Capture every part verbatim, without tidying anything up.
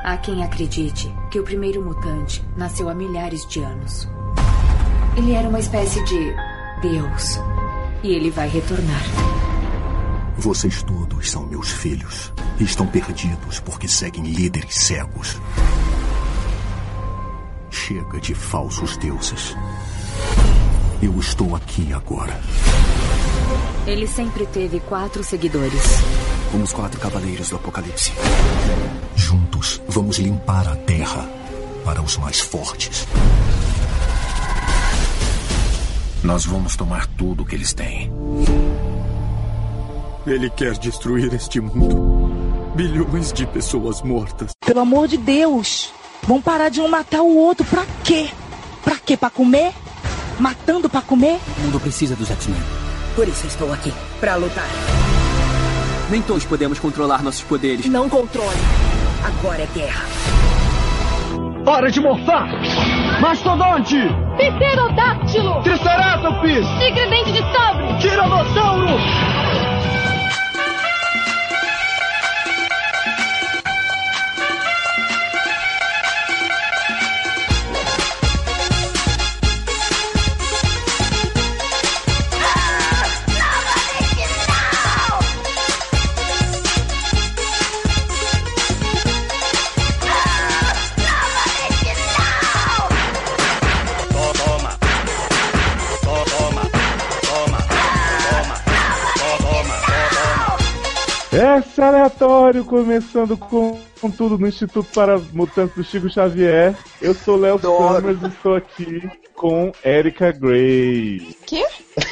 Há quem acredite que o primeiro mutante nasceu há milhares de anos. Ele era uma espécie de Deus. E ele vai retornar. Vocês todos são meus filhos. E estão perdidos porque seguem líderes cegos. Chega de falsos deuses. Eu estou aqui agora. Ele sempre teve quatro seguidores. Como os quatro cavaleiros do Apocalipse. Juntos, vamos limpar a Terra para os mais fortes. Nós vamos tomar tudo o que eles têm. Ele quer destruir este mundo. Bilhões de pessoas mortas. Pelo amor de Deus, vão parar de um matar o outro. Pra quê? Pra quê? Pra comer? Matando pra comer? O mundo precisa dos X-Men. Por isso estou aqui, pra lutar. Nem todos podemos controlar nossos poderes. Não controle. Agora é guerra. Hora de morfar! Mastodonte! Pterodáctilo! Triceratops! Tigre dente de sabre! Tiranossauro! Esse aleatório, começando com, com tudo no Instituto para Mutantes do Chico Xavier. Eu sou Léo Summers e estou aqui com Erika Grey. Quê?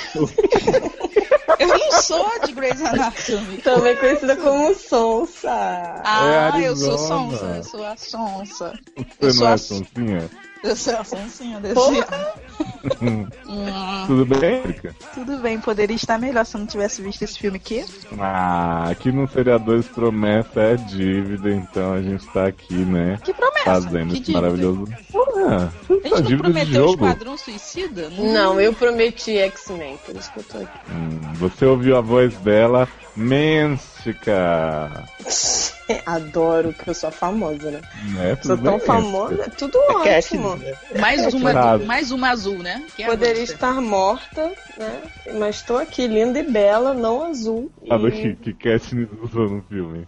Eu não sou a de Grey's Anatomy. Também conhecida como Sonsa. Ah, é eu sou Sonsa, eu sou a Sonsa. Você eu não é a... Sonsinha? Eu sou a Sonsinha desse hum. Tudo bem, Erika? Tudo bem, poderia estar melhor se eu não tivesse visto esse filme aqui. Ah, aqui no Seriadores promessa é dívida, então a gente tá aqui, né? Que promessa? Fazendo que esse maravilhoso. Ah, a gente não prometeu o Esquadrão Suicida? Não, não, eu prometi X-Men, por isso que eu tô aqui. Hum, você ouviu a voz dela, Mênstica. Adoro, que eu sou famosa, né? É, sou tão famosa, tudo é ótimo. É mais, uma, mais uma azul, né? Que Poderia estar morta, né? Mas tô aqui, linda e bela, não azul. Sabe e... que, que Katniss usou no filme?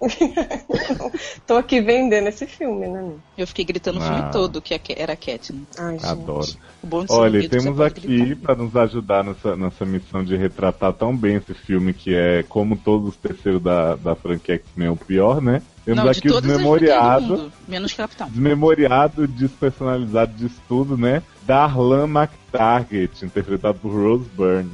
Tô aqui vendendo esse filme, né? Eu fiquei gritando ah. o filme todo que era a Katniss. Ai, adoro. Bom Olha, temos aqui para nos ajudar nessa, nessa missão de retratar tão bem esse filme, que é, como todos os terceiros da, da franquia X-Men, o pior, né? Temos Não, aqui o desmemoriado, mundo, menos Capitão. Desmemoriado, despersonalizado de estudo, né? Darlan McTarget, interpretado por Rose Byrne.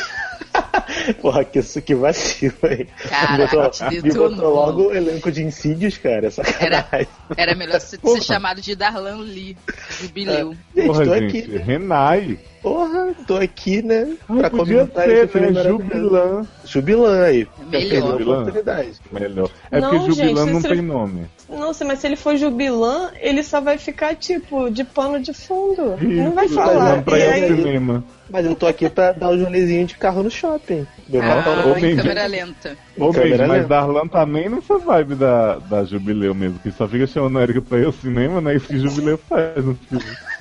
Porra, que isso que vacilo aí. Caraca, me botou, me botou logo o elenco de Insídios, cara. Sacanagem. Era, era melhor ser, ser chamado de Darlan Lee, Jubileu. É. Porra, tô gente, aqui. Renai. Porra, tô aqui, né? Ai, pra comentar ser, esse filme, né? Jubilan. Jubilan aí. Melhor. Oportunidade. Melhor. É não, porque Jubilan gente, não tem ele... nome. Nossa, mas se ele for Jubilan, ele só vai ficar, tipo, de pano de fundo. Isso, não vai falar. Pra ir aí... ao cinema. Mas eu tô aqui pra dar o um jonezinho de carro no shopping. Ah, ou em câmera lenta. Ô, câmera mas lenta. Darlan tá nem nessa vibe da, da Jubileu mesmo, que só fica chamando a Erika pra ir ao cinema, né? Isso que Jubileu faz no filme.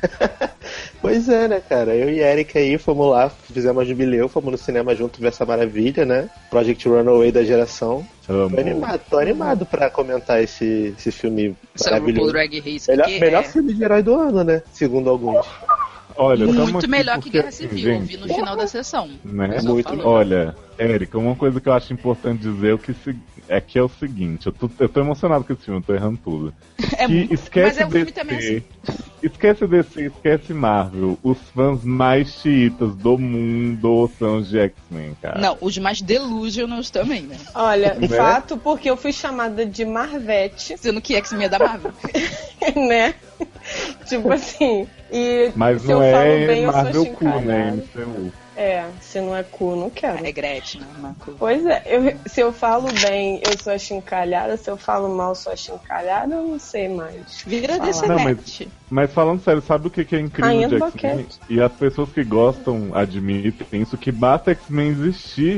Pois é, né, cara? Eu e a Erika aí fomos lá, fizemos a Jubileu, fomos no cinema junto ver essa maravilha, né? Project Runaway da geração. Amo. Tô animado, tô animado pra comentar esse, esse filme maravilhoso. Drag Race, melhor que melhor é... filme de herói do ano, né? Segundo alguns. Olha, muito melhor que Guerra assim, Civil, gente, vi no final da sessão. Né? Muito, olha, Érica, uma coisa que eu acho importante dizer é que, se, é, que é o seguinte, eu tô, eu tô emocionado com esse filme, eu tô errando tudo. É, que esquece mas é um filme D C, também assim. Esquece D C, esquece Marvel. Os fãs mais chiitas do mundo são os de X-Men, cara. Não, os mais delusionals também, né? Olha, né? Fato, porque eu fui chamada de Marvete. Sendo que X-Men é da Marvel. Né? Tipo assim. E mas se não eu é falo bem, Marvel eu sou cu, né? M C U. É, se não é cu, não quero. É Gretchen, né? Pois é, eu, se eu falo bem, eu sou achincalhada, se eu falo mal, eu sou achincalhada, eu não sei mais. Vira desse não, mas, mas falando sério, sabe o que, que é incrível de X-Men? E as pessoas que gostam admitem isso, que basta X-Men existir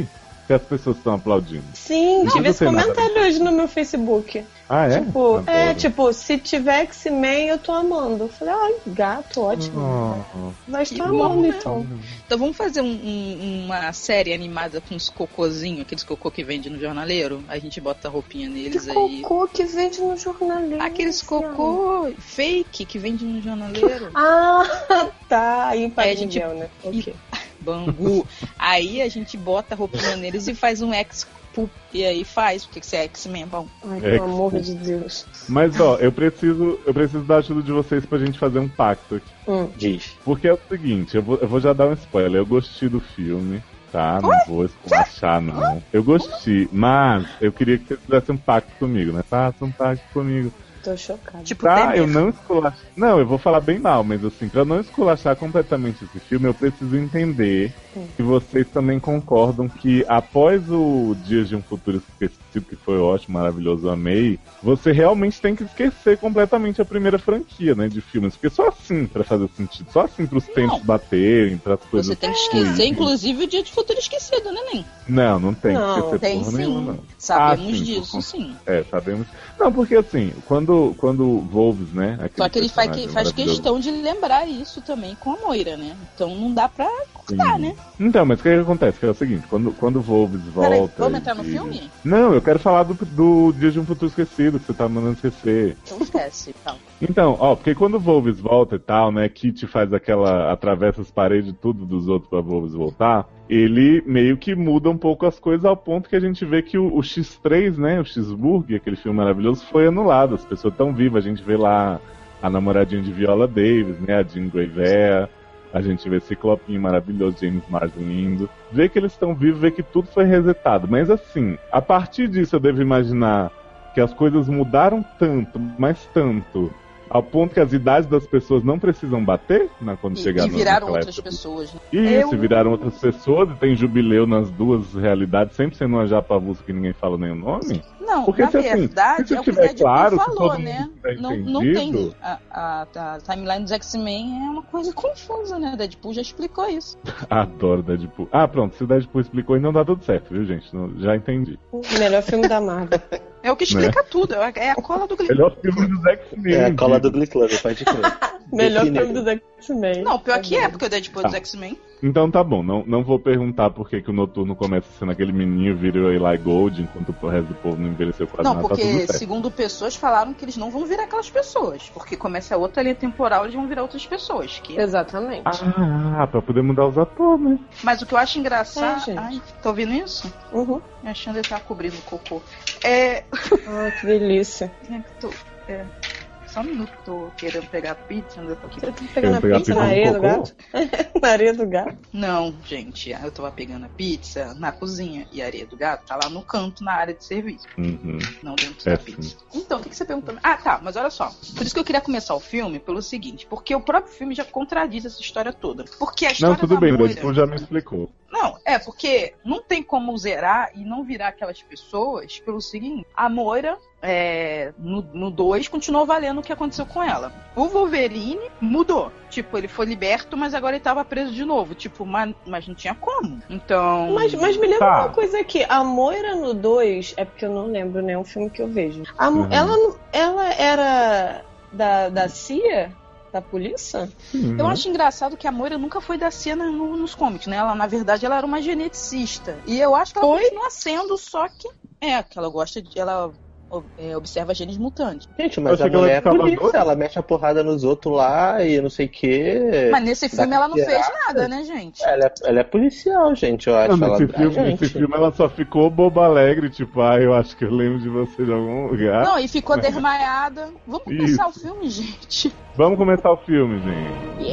Se as pessoas estão aplaudindo. Sim, Não tive esse tem nada. comentário hoje no meu Facebook. Ah, é? Tipo, Adoro. é, tipo, se tiver X-Men, eu tô amando. Eu falei, ai, gato, ótimo. Oh. Vai estar Que bom, amando, né? então. Então vamos fazer um- um- uma série animada com os cocôzinhos, aqueles cocô que vende no jornaleiro. A gente bota a roupinha neles Que aí. cocô que vende no jornaleiro. Aqueles cocô fake que vende no jornaleiro. Ah, tá. Aí Aí para a gente- né? Ok. Bangu. Aí a gente bota a roupinha neles e faz um X-Poop. E aí faz, porque se é X-Men é bom. Ai, É pelo amor de Deus. Mas ó, eu preciso, eu preciso da ajuda de vocês pra gente fazer um pacto aqui. Hum. Diz. Porque é o seguinte, eu vou, eu vou já dar um spoiler. Eu gostei do filme, tá? Não vou esculachar, não. Eu gostei, mas eu queria que vocês fizessem um pacto comigo, né? Faça um pacto comigo. Tô chocada. Tipo, Tá, Temer. eu não esculachar. Não, eu vou falar bem mal, mas assim, pra não esculachar completamente esse filme, eu preciso entender Hum. que vocês também concordam que após o Dias de um Futuro Esquecido, que foi ótimo, maravilhoso, eu amei, você realmente tem que esquecer completamente a primeira franquia, né, de filmes. Porque só assim pra fazer sentido, só assim pros tempos baterem, pras coisas. Você tem que esquecer, inclusive, o Dia de Futuro Esquecido, né, Nen? Não, não tem Não, que esquecer tem porra sim. nenhuma, não. Sabemos Ah, sim, disso, por- sim. É, sabemos. Não, porque assim, quando, quando Volves, né? aquele Só que ele faz, personagem que- faz maravilhoso- questão de lembrar isso também com a Moira, né? Então não dá pra cortar, Sim. né? Então, mas o que, que acontece? Que é o seguinte, quando, quando o Volves volta... Peraí, vamos entrar no e- filme? Não, eu quero falar do, do Dia de um Futuro Esquecido, que você tá mandando esquecer. Então esquece, então. Então, ó, porque quando o Volves volta e tal, né, Kitty faz aquela... atravessa as paredes tudo dos outros pra Volves voltar, ele meio que muda um pouco as coisas ao ponto que a gente vê que o, o X três, né, o X-Burg, aquele filme maravilhoso, foi anulado. As pessoas tão vivas, a gente vê lá a namoradinha de Viola Davis, né, a Jean Grey Véia, a gente vê Ciclopinho maravilhoso, James Marsden lindo. Vê que eles estão vivos, vê que tudo foi resetado. Mas assim, a partir disso eu devo imaginar que as coisas mudaram tanto, mas tanto, ao ponto que as idades das pessoas não precisam bater na, quando E, chegar e no- viraram naquela outras época. pessoas, né? Isso, Eu- viraram outras pessoas e tem jubileu nas duas realidades, sempre sendo uma japavuça que ninguém fala nem o nome. Não, Porque na se, assim, verdade se é o que o tiver Deadpool claro, se falou, todo né? mundo tiver Não, não tem. entendido- A, a, a timeline dos X-Men é uma coisa confusa, né? Deadpool já explicou isso. Adoro Deadpool. Ah, pronto, se o Deadpool explicou, então dá tudo certo, viu, gente? Não- já entendi. Melhor filme da Marvel. É o que explica tudo, é é a cola do Glee. Melhor filme dos X-Men. É a cola do Glee Club, pode crer. Melhor Define filme dos X-Men. Não, pior que é, porque o Deadpool é dos Tá. X-Men. Então tá bom, não, não vou perguntar por que, que o Noturno começa sendo aquele menino vira o Eli Gold, enquanto o resto do povo não envelheceu quase Não, nada, tá tudo porque certo. segundo pessoas falaram que eles não vão virar aquelas pessoas. Porque começa outra linha temporal, eles vão virar outras pessoas. Que... Exatamente. Ah, pra poder mudar os atores, né? Mas o que eu acho engraçado. É, gente. Ai, tá ouvindo isso? Uhum. A Xander tá cobrindo o cocô. É. Ai, que delícia. É, tô... é. Só um minuto, tô querendo pegar a pizza, onde eu tô aqui. Você tá pegando a pizza na areia do gato? Na areia do gato? Não, gente, eu tava pegando a pizza na cozinha e a areia do gato tá lá no canto, na área de serviço. Uhum. Não dentro É da pizza. sim. Então, o que, que você perguntou? Ah, tá, mas olha só. Por isso que eu queria começar o filme pelo seguinte, porque o próprio filme já contradiz essa história toda. Porque a história Não, tudo da bem, o Moira... Deadpool já me explicou. Não, é porque não tem como zerar e não virar aquelas pessoas pelo seguinte, a Moira, é, no dois, continuou valendo o que aconteceu com ela. O Wolverine mudou. Tipo, ele foi liberto, mas agora ele tava preso de novo. Tipo, mas, mas não tinha como. Então... Mas, mas me lembra Tá. uma coisa aqui. A Moira no dois, é porque eu não lembro, né? É um filme que eu vejo. A, Uhum. ela, não- ela era da, da C I A? Da polícia? Sim, Eu né? acho engraçado que a Moira nunca foi da cena no- nos cómics, né? Ela, na verdade, ela era uma geneticista. E eu acho que ela Foi? continua sendo, só que... É, que ela gosta de... Ela é, observa genes mutantes. Gente, Eu mas achei a que ela mulher é ficava polícia, doida. ela mexe a porrada nos outros lá e não sei o quê. Mas nesse filme ela não fez carteirada. nada, né, gente? Ela é, ela é policial, gente, eu acho. Não, ela, nesse, filme, a gente. nesse filme ela só ficou boba alegre, tipo, ah, eu acho que eu lembro de você de algum lugar. Não, e ficou desmaiada. Vamos começar Isso. o filme, gente. Vamos começar o filme, gente.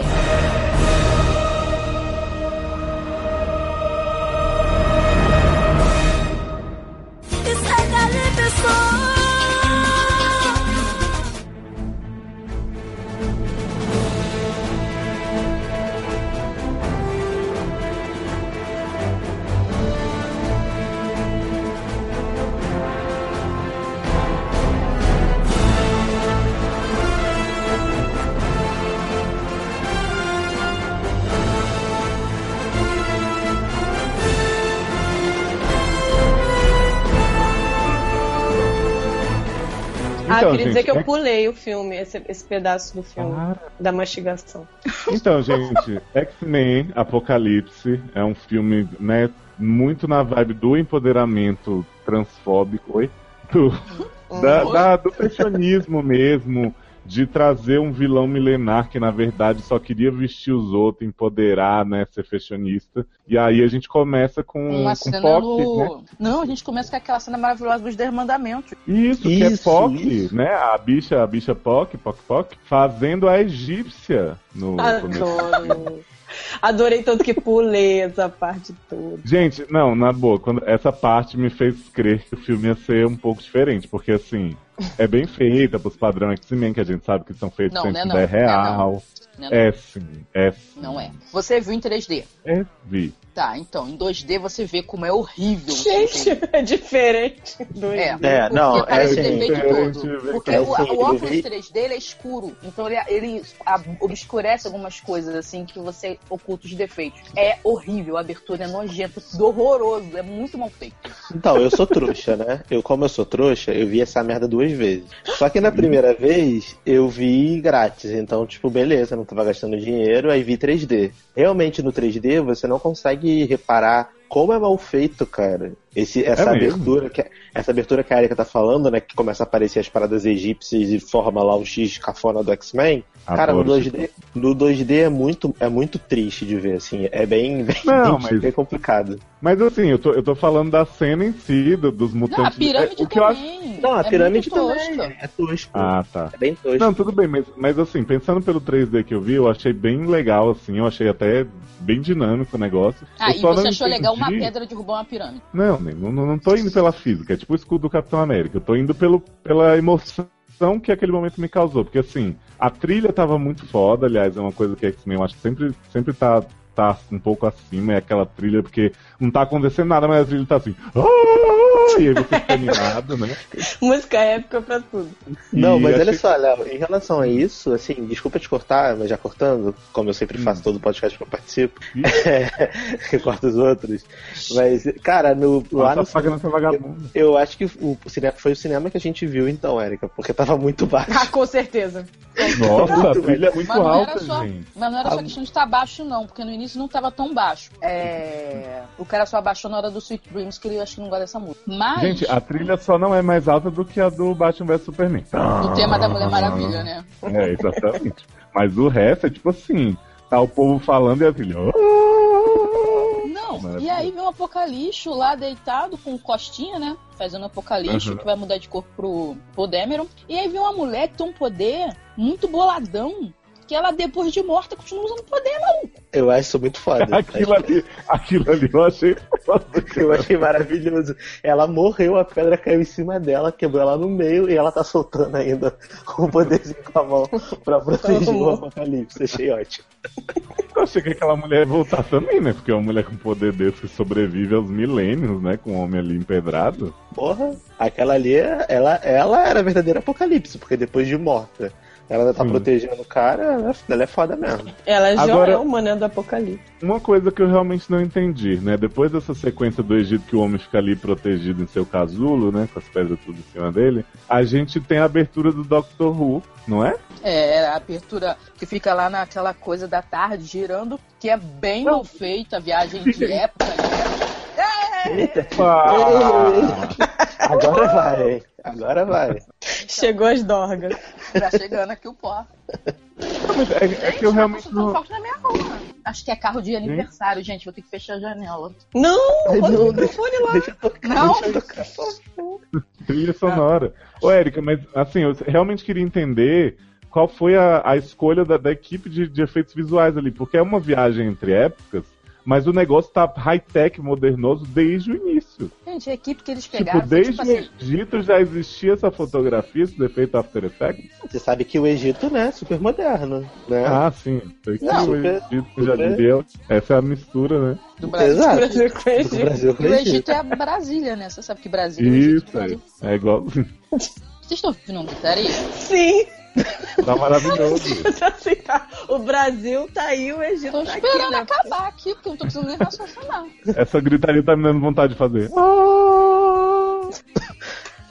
Ah, Então, queria gente, dizer que eu é- pulei o filme, esse, esse pedaço do filme, Ah. da mastigação. Então, gente, X-Men Apocalipse é um filme, né, muito na vibe do empoderamento transfóbico, oi? Do, da, da- do fashionismo mesmo, de trazer um vilão milenar que, na verdade, só queria vestir os outros, empoderar, né, ser fashionista. E aí a gente começa com, Uma com cena P O C, no... né? Não, a gente começa com aquela cena maravilhosa dos Dez Mandamentos. Isso, que é P O C, né? A bicha, a bicha P O C, P O C, P O C, fazendo a egípcia no começo. Adoro. Adorei tanto que pulei essa parte toda. Gente, não, na boa, quando essa parte me fez crer que o filme ia ser um pouco diferente, porque assim, é bem feita pros padrões X-Men, que a gente sabe que são feitos Não, sempre não é em não, dez real. não é não. É sim, é sim. Não é. Você viu em três D? É, vi. Tá, então, em dois D você vê como é horrível. Gente, é diferente. dois D. É, não, Porque parece é assim, defeito diferente, todo. é Porque assim, o, o eu óculos vi- três D ele é escuro. Então ele, ele a- obscurece algumas coisas assim que você oculta os defeitos. É horrível, a abertura é nojenta, tudo horroroso, é muito mal feito. Então, eu sou trouxa, né? Eu, como eu sou trouxa, eu vi essa merda duas vezes. Só que na primeira vez, eu vi grátis. Então, tipo, beleza, não tava gastando dinheiro, aí vi três D. Realmente, no três D, você não consegue reparar como é mal feito, cara. Esse, essa, É mesmo? abertura que, essa abertura que a Erika tá falando, né? Que começa a aparecer as paradas egípcias e forma lá o X cafona do X-Men. Cara, no Adoro dois D, no dois D é muito, é muito triste de ver, assim. É bem, bem, Não, bem, mas- bem complicado. Mas assim, eu tô, eu tô falando da cena em si, do- dos Não, mutantes. a pirâmide É, o que eu acho... também. Não, a é pirâmide muito também tosca. é tosco. Ah, tá. É bem tosco. Não, tudo bem, mas, mas assim, pensando pelo três D que eu vi, eu achei bem legal, assim, eu achei até bem dinâmico o negócio. Ah, Eu e só você não achou legal uma entendi- pedra derrubar uma pirâmide. Não, nem- não, não, não tô indo pela física, é tipo o escudo do Capitão América, eu tô indo pelo, pela emoção que aquele momento me causou, porque assim, a trilha tava muito foda, aliás, é uma coisa que X-Men eu acho que sempre, sempre tá, tá um pouco acima, é aquela trilha, porque não tá acontecendo nada, mas a trilha tá assim, "Ah!" e aí você fica animado, né? Música épica pra tudo. Não, E mas olha achei- só, Léo, em relação a isso, assim, desculpa te cortar, mas já cortando, como eu sempre faço todo podcast que eu participo, é, eu corto os outros. Mas, cara, no, lá Nossa, no pagando essa vagabunda. eu acho que o cinema, foi o cinema que a gente viu então, Érica, porque tava muito baixo. Ah, com certeza. Nossa, a trilha é muito Mas não era alta, só, gente. mas não era só questão de estar baixo, não, porque no início não estava tão baixo. É... O cara só abaixou na hora do Sweet Dreams, que ele acho que não gosta dessa música. Mas Gente, a trilha só não é mais alta do que a do Batman versus Superman. o tema da Mulher Maravilha, né? É, exatamente. Mas o resto é tipo assim, tá o povo falando e a trilha. Não, Maravilha. e aí vem um Apocalipse lá deitado com costinha, né? Fazendo um Apocalipse, Uhum. que vai mudar de corpo pro, pro Dameron. E aí vem uma mulher que tem um poder muito boladão, que ela depois de morta continua usando poder, não. Eu acho isso muito foda. Aquilo ali, aquilo ali eu achei foda. Eu achei maravilhoso. Ela morreu, a pedra caiu em cima dela, quebrou ela no meio e ela tá soltando ainda com o poderzinho com a mão pra proteger o apocalipse. Achei ótimo. Eu achei que aquela mulher ia voltar também, né? Porque é uma mulher com poder desse que sobrevive aos milênios, né? Com um homem ali empedrado. Porra, aquela ali, ela, ela era a verdadeira apocalipse, porque depois de morta, ela ainda tá Sim. protegendo o cara, ela é- ela é foda mesmo. Ela é Agora- Joelma, né, do Apocalipse. Uma coisa que eu realmente não entendi, né? Depois dessa sequência do Egito que o homem fica ali protegido em seu casulo, né? Com as pedras tudo em cima dele, a gente tem a abertura do Doctor Who, não é? É, a abertura que fica lá naquela coisa da tarde girando, que é bem mal feita, a viagem de época, né? Eita. Ah, Agora vai, agora vai. Chegou as dorgas. Tá chegando aqui o pó. mas é, é que eu realmente Isso não não. falta na minha rua. Acho que é carro de aniversário, gente. Vou ter que fechar a janela. Não, Ai, olha não, o microfone lá. Deixa eu tocar, Não. deixa eu tocar. Trilha sonora. Ô, Érica, mas assim, eu realmente queria entender qual foi a, a escolha da, da equipe de, de efeitos visuais ali, porque é uma viagem entre épocas, mas o negócio tá high-tech, modernoso desde o início. Gente, a equipe que eles pegaram Tipo, foi, desde tipo o assim, Egito já existia essa fotografia, esse defeito After Effects? Você sabe que o Egito, né, é super moderno, né? Ah, sim. Sei que Não, o super- Egito já super- diria. Essa é a mistura, né? do Brasil. Exato. Brasil com Do Egito. Brasil com E o o Egito. Egito é a Brasília, né? Você sabe que Brasília é o Egito. Isso aí. É igual. Vocês estão ouvindo uma gritaria? Sim. Tá maravilhoso. Assim, tá. O Brasil tá aí, o Egito Tô tá aqui, esperando né? acabar aqui, porque eu não tô conseguindo nem raciocinar. Essa gritaria tá me dando vontade de fazer.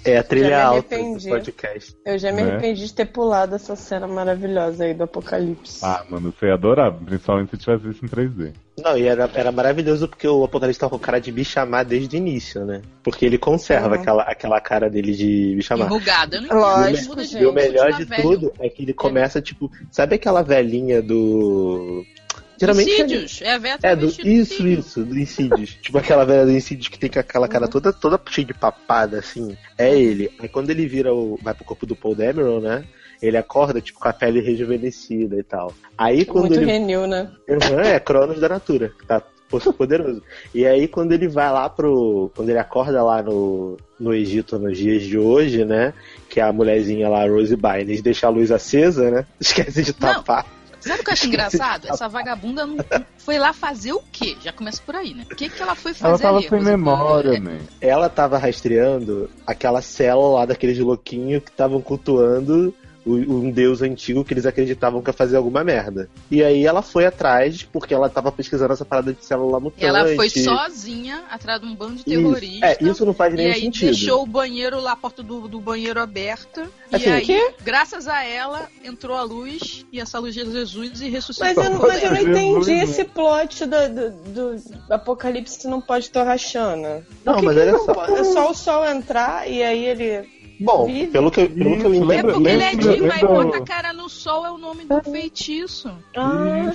É a trilha Já me alta arrependi. desse podcast. Eu já me Né? arrependi de ter pulado essa cena maravilhosa aí do Apocalipse. Ah, mano, você ia adorar, principalmente se tivesse isso em três D. Não, e era, era maravilhoso porque o Apocalipse tava com cara de bichamar desde o início, né? Porque ele conserva Uhum. aquela, aquela cara dele de bichamar. Enrugada, eu não Lógico, entendo. gente. E o melhor Tá de velho. tudo é que ele começa, tipo, sabe aquela velhinha do. Geralmente. Insídios, é a Vera É, do, travesti do isso, Insídios. isso, do Insídios. Tipo aquela velha do Insídios que tem com aquela cara toda, toda cheia de papada, assim. É ele. Aí quando ele vira o. Vai pro corpo do Paul Dameron, né? Ele acorda, tipo, com a pele rejuvenescida e tal. Aí quando Muito ele. Renil, né? Uhum, é Cronos da Natura, que tá poderoso. E aí quando ele vai lá pro. Quando ele acorda lá no, no Egito nos dias de hoje, né? Que a mulherzinha lá, a Rose Byrne, deixa a luz acesa, né? Esquece de tapar. Sabe o que eu acho engraçado? Essa vagabunda não foi lá fazer o quê? Já começa por aí, né? O que, que ela foi fazer Ela tava ali? sem Rose memória, Byrne? man. Ela tava rastreando aquela célula lá daqueles louquinhos que estavam cultuando o- um deus antigo que eles acreditavam que ia fazer alguma merda. E aí ela foi atrás, porque ela tava pesquisando essa parada de célula mutante. Ela foi sozinha atrás de um bando de Isso. terroristas. É, isso não faz E nenhum aí sentido. deixou o banheiro lá, a porta do, do banheiro aberta. Assim, e aí, quê? graças a ela, entrou a luz. E essa luz de Jesus e ressuscitou. Mas eu, não- o mas eu não poder. entendi Jesus, esse plot do, do, do Apocalipse não pode torrar rachana. Não, Por que mas que olha não só. pode? É só o sol entrar e aí ele. Bom, Vive. pelo que, pelo que eu Isso, É entendo. porque ele é Lembra- diva, aí lembra- bota a cara no sol, é o nome do feitiço. Ah,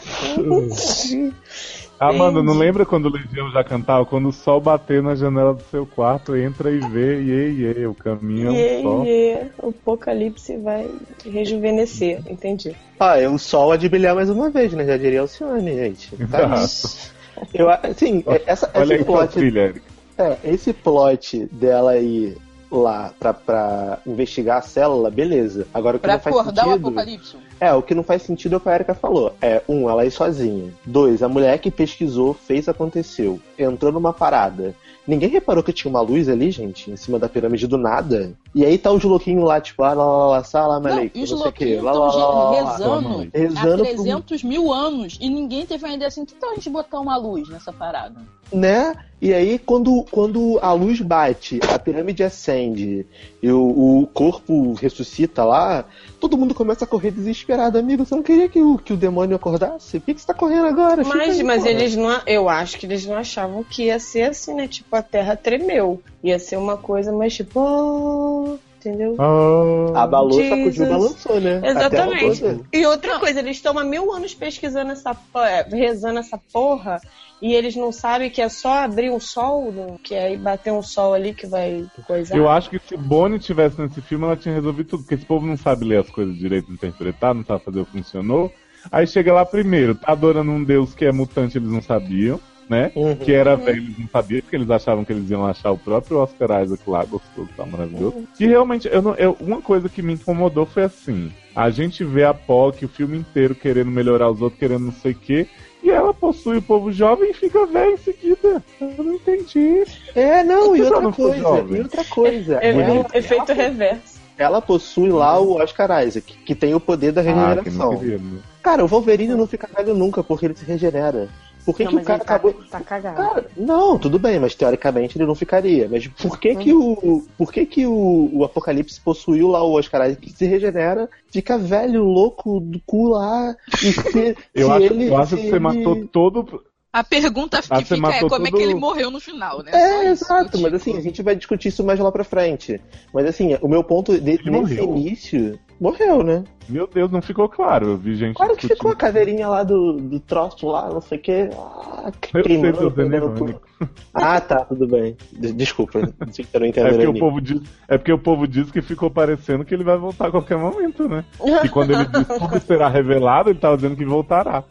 Ah, mano, não Entendi. lembra quando o Legião já cantava? Quando o sol bater na janela do seu quarto, entra e vê, iê, iê, o caminho é um e sol. aí, o Apocalipse vai rejuvenescer, entendi. Ah, é o sol há de brilhar mais uma vez, né? Já diria Alcione, gente. Tá? Exato. Eu, assim, essa, Olha aí esse sua plot. trilha, Erika. É, esse plot dela ir lá pra, pra investigar a célula, beleza. Agora o que Pra não faz acordar o sentido. apocalipse. É, o que não faz sentido é o que a Erika falou. É, um, ela ir sozinha. Dois, a mulher que pesquisou, fez, aconteceu. Entrou numa parada. Ninguém reparou que tinha uma luz ali, gente, em cima da pirâmide do nada. E aí tá os louquinhos lá, tipo, ah, lá, lá, lá, sala, Não, Malik, e os não sei o quê. louquinhos Lá, lá, estão lá, lá, lá. rezando há Rezando pro- trezentos mil anos e ninguém teve uma ideia assim, que tal a gente botar uma luz nessa parada? Né? E aí, quando, quando a luz bate, a pirâmide acende e o, o corpo ressuscita lá, todo mundo começa a correr desesperado. Amigo, você não queria que o, que o demônio acordasse? Por que, que você tá correndo agora? Fica Mas, aí, mas porra. eles não. Eu acho que eles não achavam que ia ser assim, né? Tipo, a terra tremeu. Ia ser uma coisa mais tipo. Oh, entendeu? Ah, Abalou, Jesus. sacudiu, balançou, né? A terra Exatamente. toda. E outra coisa, eles estão há mil anos pesquisando essa porra, é, rezando essa porra, e eles não sabem que é só abrir um sol, né? Que aí bater um sol ali que vai coisar. eu acho que se Bonnie tivesse nesse filme, ela tinha resolvido tudo. Porque esse povo não sabe ler as coisas direito, interpretar, não sabe fazer o que funcionou. Aí chega lá primeiro, tá adorando um deus que é mutante, eles não sabiam, né? Uhum. Que era velho, eles não sabiam, porque eles achavam que eles iam achar o próprio Oscar Isaac lá, gostoso, tá maravilhoso. Uhum. E realmente, eu não, eu- uma coisa que me incomodou foi assim: a gente vê a P O C o filme inteiro querendo melhorar os outros, querendo não sei o quê, e ela possui o povo jovem e fica velho em seguida. Eu não entendi. É, não, e Por que ela outra não ficou coisa, jovem? e outra coisa. É, é ela, um efeito reverso. ela possui lá o Oscar Isaac, que tem o poder da Ah, que regeneração. não queria, né? Cara, o Wolverine não fica velho nunca, porque ele se regenera. Por que, Não, que o mas cara ele tá, acabou. tá cagado. Cara, não, tudo bem, mas teoricamente ele não ficaria. Mas por que que o, por que que o, o Apocalipse possuiu lá o Oscar Isaac, que se regenera, fica velho, louco do cu lá, e se, Eu se acho, ele, eu acho se que você ele- matou todo. A pergunta que Ah, você fica é matou como é tudo- que ele morreu no final, né? Só É, isso, exato, tipo. mas assim, a gente vai discutir isso mais lá pra frente. Mas assim, o meu ponto de, nesse morreu. início, morreu, né? Meu Deus, não ficou claro. Eu vi gente. Claro que discutindo. ficou a caveirinha lá do, do troço lá, não sei o que. Ah, Eu sei, queimando, tô sendo queimando irônico. tudo. Ah, tá, tudo bem. De- Desculpa, eu não entendo É porque, o ironia. povo diz, é porque o povo diz que ficou parecendo que ele vai voltar a qualquer momento, né? E quando ele diz tudo será revelado, ele tava dizendo que voltará.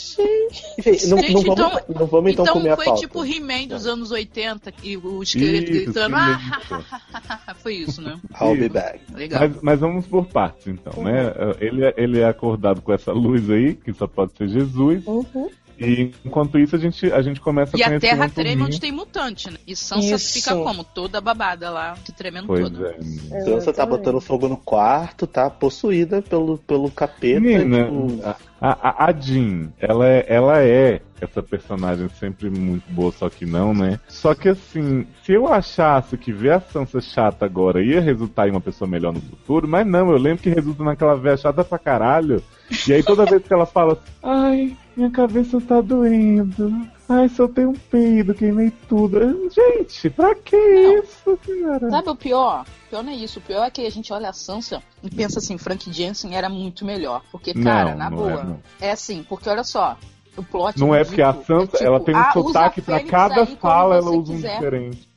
Gente, não, Gente, não vamos, então- não vamos então, Então comer a foi pauta. tipo He-Man dos anos oitenta e o esqueleto Isso, gritando. esqueleto. Ah, foi isso, né? I'll be back. Legal. Mas, mas vamos por partes, então, né? Ele, é- ele é acordado com essa luz aí, que só pode ser Jesus. Uhum. E enquanto isso, a gente, a gente começa E a a conhecer terra uma treme turminha. onde tem mutante, né? E Sansa Isso. fica como? Toda babada lá, se tremendo Pois toda. é. Sansa tá botando fogo no quarto, tá possuída pelo, pelo capeta. Menina, tipo, a, a, a Jean, ela é, ela é essa personagem sempre muito boa, só que não, né? Só que assim, se eu achasse que ver a Sansa chata agora ia resultar em uma pessoa melhor no futuro, mas não, eu lembro que resulta naquela véia chata pra caralho. E aí toda vez que ela fala assim, ai, minha cabeça tá doendo, ai, soltei um peido, queimei tudo. Gente, pra que não. isso, cara? Sabe o pior? O pior não é isso, o pior é que a gente olha a Sansa e pensa assim, Frank Jensen era muito melhor. Porque, cara, não, na não boa, é, é assim, porque olha só, o plot não é porque a Sansa, é tipo, ela tem um ah, sotaque pra cada fala, ela usa um diferente.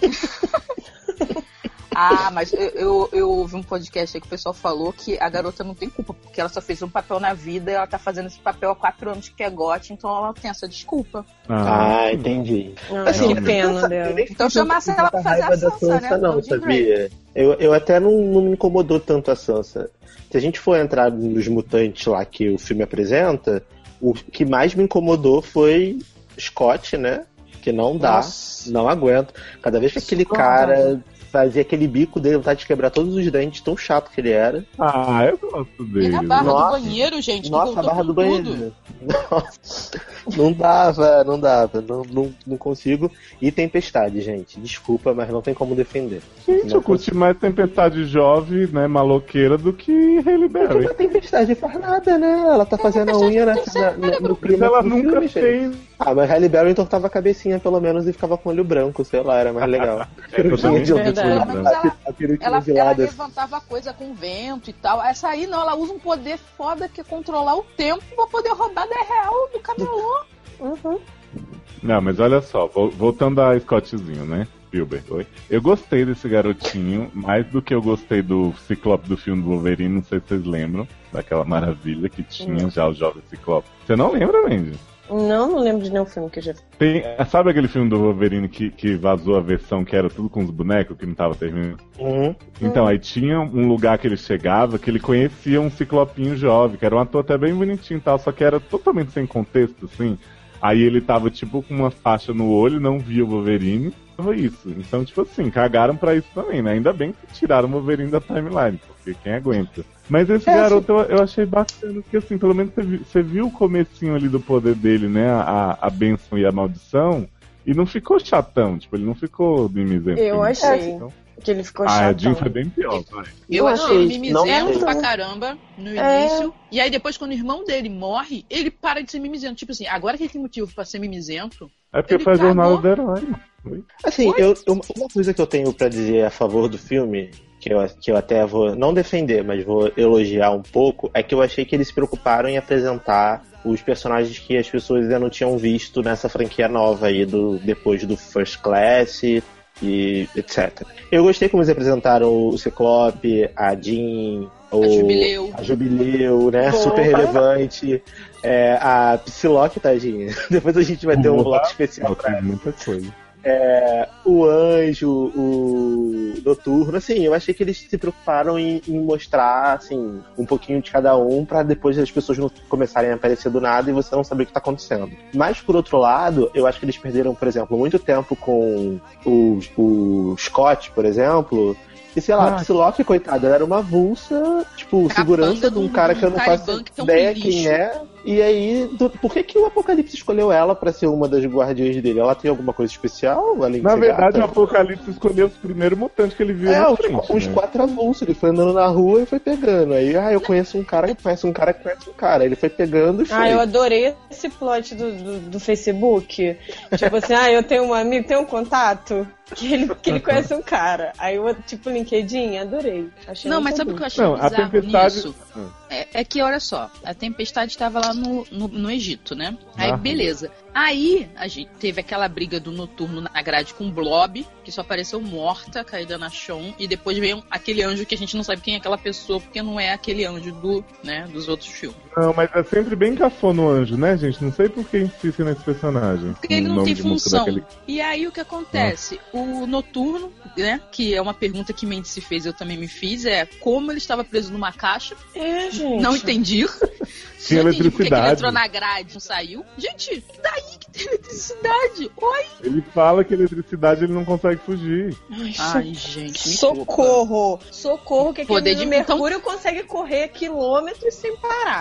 Ah, mas eu, eu, eu ouvi um podcast aí que o pessoal falou que a garota não tem culpa, porque ela só fez um papel na vida e ela tá fazendo esse papel há quatro anos que é gote, então ela tem essa desculpa. Ah, ah entendi. Não, assim, que pena dela. Então chamasse ela pra fazer a Sansa, Sansa, né? Não, sabia? Eu, eu até não, não me incomodou tanto a Sansa. Se a gente for entrar nos mutantes lá que o filme apresenta, o que mais me incomodou foi Scott, né? Que não dá, Nossa. não aguento. Cada vez que aquele cara fazia aquele bico dele, vontade de quebrar todos os dentes, tão chato que ele era. Ah, eu gosto dele. E na barra Nossa. do banheiro, gente. Nossa, a barra do banheiro. Nossa. Não dava, não dava. Não, não, não consigo. E Tempestade, gente. Desculpa, mas não tem como defender. Gente, não eu curti mais Tempestade jovem, né, maloqueira, do que Halle Berry. A Tempestade faz nada, né? Ela tá fazendo a unha na, na, na, no clima. Ela nunca filme, fez. Gente. Ah, mas Halle Berry entortava a cabecinha, pelo menos, e ficava com olho branco, sei lá, era mais legal. É, eu também de olho branco. Ela, ela, ela levantava a coisa com vento e tal. Essa aí não, ela usa um poder foda que é controlar o tempo pra poder roubar da real do camelô. Uhum. Não, mas olha só, voltando a Scottzinho, né? Spielberg, oi. Eu gostei desse garotinho, mais do que eu gostei do Ciclope do filme do Wolverine, não sei se vocês lembram, daquela maravilha que tinha uhum. já o jovem Ciclope. Você não lembra, Mandy? Não, não lembro de nenhum filme que eu já vi. Tem, sabe aquele filme do Wolverine que, que vazou a versão que era tudo com os bonecos, que não tava terminando? Uhum. Então, aí tinha um lugar que ele chegava que ele conhecia um ciclopinho jovem, que era um ator até bem bonitinho e tal, só que era totalmente sem contexto, assim. Aí ele tava, tipo, com uma faixa no olho, não via o Wolverine, foi isso. Então, tipo assim, cagaram pra isso também, né? Ainda bem que tiraram o Wolverine da timeline, porque quem aguenta? Mas esse é, garoto eu, eu achei bacana, porque assim, pelo menos você viu, você viu o comecinho ali do poder dele, né? A, a bênção e a maldição, e não ficou chatão, tipo, ele não ficou mimizento. Eu achei então. que ele ficou chatão. Ah, a Jean foi bem pior, vai. Eu não, achei ele mimizento pra caramba no é. início, e aí depois quando o irmão dele morre, ele para de ser mimizento. Tipo assim, agora que ele tem motivo pra ser mimizento... É porque faz jornada do herói. Assim, eu, uma coisa que eu tenho pra dizer a favor do filme... Que eu, que eu até vou, não defender, mas vou elogiar um pouco, é que eu achei que eles se preocuparam em apresentar os personagens que as pessoas ainda não tinham visto nessa franquia nova aí, do, depois do First Class e etcétera. Eu gostei como eles apresentaram o Ciclope, a Jean, o, a Jubileu, a Jubileu, né? Boa. Super relevante. É, a Psylocke, tadinha. Depois a gente vai ter um bloco especial pra ela. Muita coisa. É, o Anjo, o Noturno, assim, eu achei que eles se preocuparam em, em mostrar, assim, um pouquinho de cada um pra depois as pessoas não começarem a aparecer do nada e você não saber o que tá acontecendo. Mas, por outro lado, eu acho que eles perderam, por exemplo, muito tempo com o, o Scott, por exemplo. E sei lá, ah, a Psylocke, coitada, ela era uma vulsa, tipo, Capanga segurança de um cara que eu não faço ideia quem é. E aí, do, por que, que o Apocalipse escolheu ela pra ser uma das guardiãs dele? Ela tem alguma coisa especial? Além de Na ser verdade, gata? o Apocalipse escolheu os primeiros mutantes que ele viu é, na os, frente, os né? quatro avulsos. Ele foi andando na rua e foi pegando. Aí, ah, eu conheço um cara que conhece um cara que conhece um cara. Ele foi pegando e foi. Ah, eu adorei esse plot do, do, do Facebook. Tipo assim, ah, eu tenho um amigo, tenho um contato que ele, que ele conhece um cara. Aí eu, tipo, LinkedIn, adorei. Achei não, mas sabe o que eu achei não, bizarro a tempestade... nisso? É, é que, olha só, a Tempestade estava lá no, no, no Egito, né? Aí, ah, beleza. Aí, a gente teve aquela briga do Noturno na grade com o Blob, que só apareceu morta, caída na chão, e depois veio aquele anjo que a gente não sabe quem é aquela pessoa, porque não é aquele anjo do, né, dos outros filmes. Não, mas é sempre bem cafona o anjo, né, gente? Não sei por que insistem nesse personagem. Porque ele não tem função. Daquele... E aí, o que acontece? Ah. O Noturno, né, que é uma pergunta que Mendes se fez, eu também me fiz, é como ele estava preso numa caixa. É, gente. Não entendi. Tinha não entendi porque eletricidade. ele entrou na grade e não saiu. Gente, e daí que tem eletricidade? Oi? Ele fala que eletricidade ele não consegue fugir. Ai, Ai gente. Socorro! Socorro, que aquele Poder de de Mercúrio então... consegue correr quilômetros sem parar.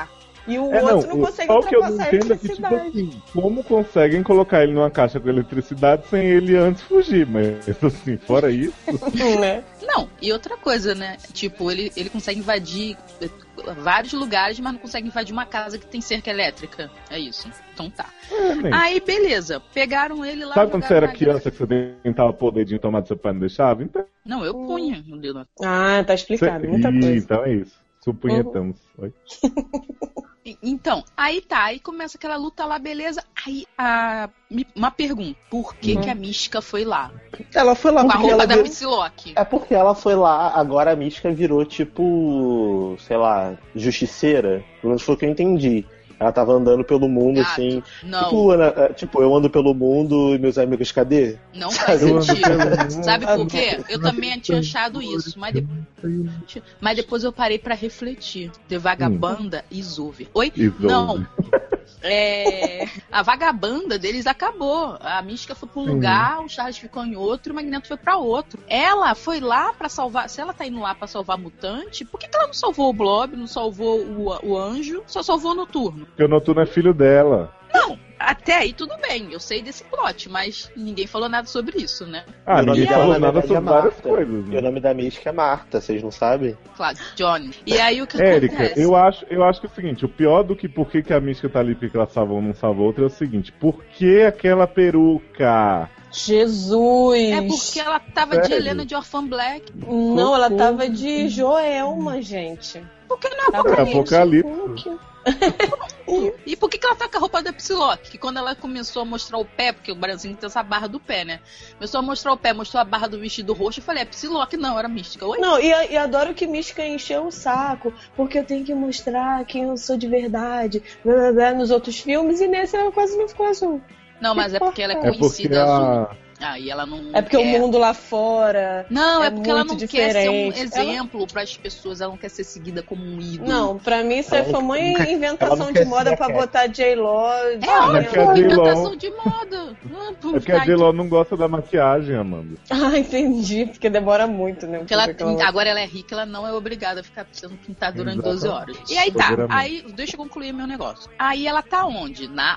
E o É, outro não, não consegue só o que eu não ultrapassar a entendo é que, tipo eletricidade. assim, como conseguem colocar ele numa caixa com eletricidade sem ele antes fugir? Mas, assim, fora isso... né? Não, e outra coisa, né? Tipo, ele, ele consegue invadir vários lugares, mas não consegue invadir uma casa que tem cerca elétrica. É isso. Então tá. É, nem. Aí, beleza. Pegaram ele lá... Sabe quando você jogaram era na criança que você tentava pôr o dedinho tomado do seu pai não deixava? Então... Não, eu punha no dedo. Ah, tá explicado. Você... Muita Ih, coisa. então é isso. Supunhetamos. Oi? Então, aí tá, aí começa aquela luta lá, beleza. Aí, a, uma pergunta: por que, Uhum. que a Mística foi lá? Ela foi lá com a porque roupa ela da virou- Psylocke. É porque ela foi lá, agora a Mística virou tipo, sei lá, justiceira. Pelo menos foi o que eu entendi. Ela tava andando pelo mundo, Gato, assim. não. Tipo, Ana- é, tipo, eu ando pelo mundo e meus amigos, cadê? Não faz Sabe? sentido. Sabe por quê? Eu também tinha achado isso, mas, de... mas depois eu parei pra refletir. The Vagabanda e Isolve. Oi? Isolve. Não. É... A vagabanda deles acabou. A Mística foi pra um Sim. lugar, o Charles ficou em outro, o Magneto foi pra outro. Ela foi lá pra salvar. Se ela tá indo lá pra salvar a mutante, por que, que ela não salvou o Blob, não salvou o, o Anjo, só salvou o Noturno? Porque o Noturno é filho dela. Não, até aí tudo bem, eu sei desse plot, mas ninguém falou nada sobre isso, né? Ah, E o nome ninguém dela, falou na nada verdade, sobre é várias Marta. coisas. E Né? o nome da Mística é Marta, vocês não sabem? Claro, Johnny. E aí o que Érica, acontece? eu acho, eu acho que é o seguinte, o pior do que por que, que a Mística tá ali, porque ela salvou ou não salvou outra, é o seguinte, por que aquela peruca? Jesus! É porque ela tava de Sério? Helena de Orphan Black. Não, ela tava de Joelma, gente. Porque não é Tava É Apocalipse. Apocalipse. E por que, que ela tá com a roupa da Psylocke? Que quando ela começou a mostrar o pé, porque o Brasil tem essa barra do pé, né? Começou a mostrar o pé, mostrou a barra do vestido roxo, eu falei, é Psylocke, não, era Mística. Oi? Não, e, e adoro que Mística encheu o saco, porque eu tenho que mostrar quem eu sou de verdade, blá, blá, blá, nos outros filmes, e nesse ela quase não ficou azul. Não, mas é porque ela é É porque conhecida azul. a... Ah, e ela não É porque quer. o mundo lá fora. Não, é, é porque ela muito não quer ser um diferente. exemplo pras pessoas, ela não quer ser seguida como um ídolo. Não, pra mim isso Ela foi uma nunca- ela inventação não de quer moda ser pra a botar J-Lo. É Mas óbvio, que a J-Lo- inventação de moda. Ah, É porque a J-Lo não gosta da maquiagem, Amanda. Ah, entendi, porque demora muito, né? Porque ela, Aquela- agora ela é rica, ela não é obrigada a ficar sendo pintada durante Exatamente. doze horas. E aí tá, Seguramente. aí deixa eu concluir meu negócio. Aí ela tá onde? Na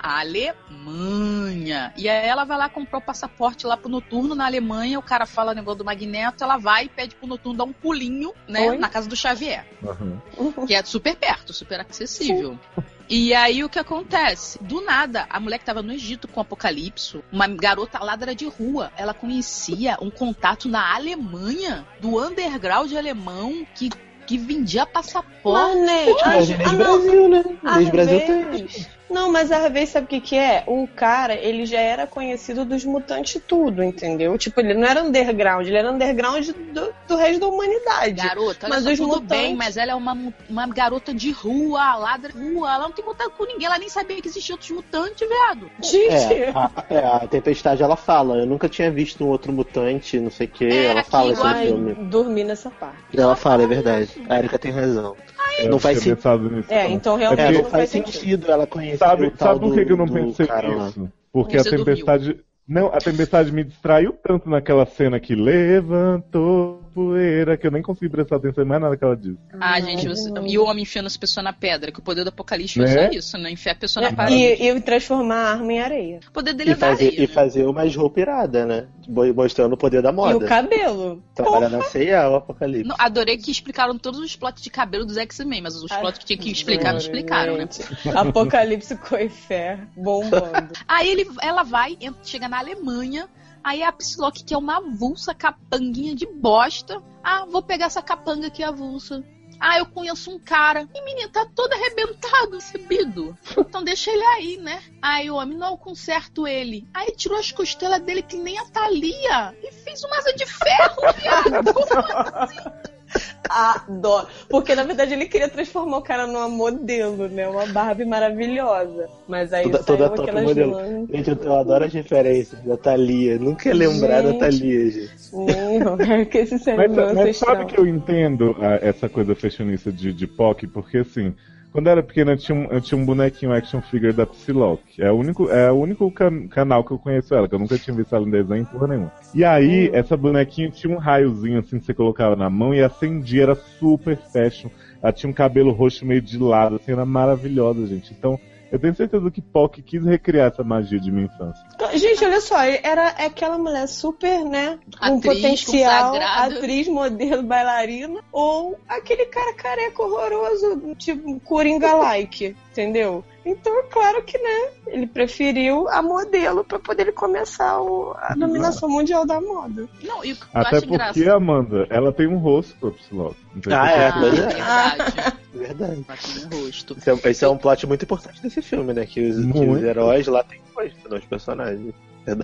Alemanha. E aí ela vai lá comprar o passaporte lá pro Noturno na Alemanha, o cara fala o negócio do Magneto, ela vai e pede pro Noturno dar um pulinho, né, Oi? na casa do Xavier. Uhum. Que é super perto, super acessível. E aí o que acontece? Do nada, a mulher que tava no Egito com o Apocalipse, uma garota ladra de rua, ela conhecia um contato na Alemanha, do underground alemão, que, que vendia passaporte. Mas, né? Mas ah, desde ah, o não. Brasil, né? Às Desde o Brasil tem. vezes- Não, mas a Harvey sabe o que que é? O cara, ele já era conhecido dos mutantes e tudo, entendeu? Tipo, ele não era underground, ele era underground do, do resto da humanidade. Garota, olha Mas só, os tudo mutantes- bem, mas ela é uma, mu- uma garota de rua, ladra de rua, ela não tem contato com ninguém, ela nem sabia que existiam outros mutantes, viado. Gente, É, a, é, a Tempestade ela fala, eu nunca tinha visto um outro mutante, não sei o que, É, ela aqui fala isso no igual- ai, filme. dormi nessa parte. Ela fala, é verdade. A Erika tem razão. Eu Não faz tinha sentido. pensado nisso É, também. então realmente É, porque- não não faz faz sentido. sentido ela conhecer Sabe, o tal sabe por que do, que eu não do pensei cara lá. nisso? Porque a Você dormiu. tempestade. Não, a tempestade me distraiu tanto naquela cena que levantou poeira que eu nem consegui prestar atenção em mais nada que ela disse. Ah, gente, você... e o homem enfiando as pessoas na pedra, que o poder do Apocalipse foi Né? só isso, né? Enfiar a pessoa na parede. E, e transformar a arma em areia. O poder dele E é da fazer, areia, e né? fazer uma roupa irada, né? Bo- Mostrando o poder da E o moda. cabelo. Trabalhar na C I A, o Apocalipse. Não, adorei que explicaram todos os plots de cabelo dos X-Men, mas os plots que tinha que explicar, não explicaram, né? Gente, Apocalipse Coifé bombando. Aí ele, ela vai, entra- chega na Alemanha, aí a Psylocke, que é uma avulsa capanguinha de bosta. Ah, vou pegar essa capanga aqui avulsa. Ah, eu conheço um cara. E menino, tá todo arrebentado, recebido. Então deixa ele aí, né? Aí o homem, não, eu conserto ele. Aí tirou as costelas dele que nem a Thalia e fez uma asa de ferro, viado. Como assim? Adoro. Porque na verdade ele queria transformar o cara numa modelo, né? Uma Barbie maravilhosa. Mas aí Toda, saiu toda top aquelas modelo. lãs. Gente, eu, eu adoro as referências da Thalia. Nunca ia lembrar Gente. da Thalia, gente. Não, quero que esse seja Mas, meu mas ancestral. sabe que eu entendo ah, essa coisa fashionista de, de P O C? Porque assim, Quando eu era pequena, eu tinha um, eu tinha um bonequinho action figure da Psylocke. É o único, é o único can- canal que eu conheço ela, que eu nunca tinha visto ela em desenho, porra nenhuma. E aí, hum. essa bonequinha tinha um raiozinho assim que você colocava na mão e acendia, era super fashion. Ela tinha um cabelo roxo meio de lado, assim, era maravilhosa, gente. Então, eu tenho certeza que Pock quis recriar essa magia de minha infância. Gente, olha só, era aquela mulher super, né, com atriz, potencial, consagrada. atriz, modelo, bailarina, ou aquele cara careca horroroso, tipo Coringa-like, entendeu? Então, é claro que, né, ele preferiu a modelo pra poder ele começar o, a dominação mundial da moda. Não, e o que eu Até acho porque, engraçado... Amanda, ela tem um rosto pra Psylocke. Ah, é, Ah, pois é. verdade. Verdade. Ela tem um rosto. Esse é, esse é um plot muito importante desse filme, né? Que os, que os heróis lá têm rosto, não os personagens.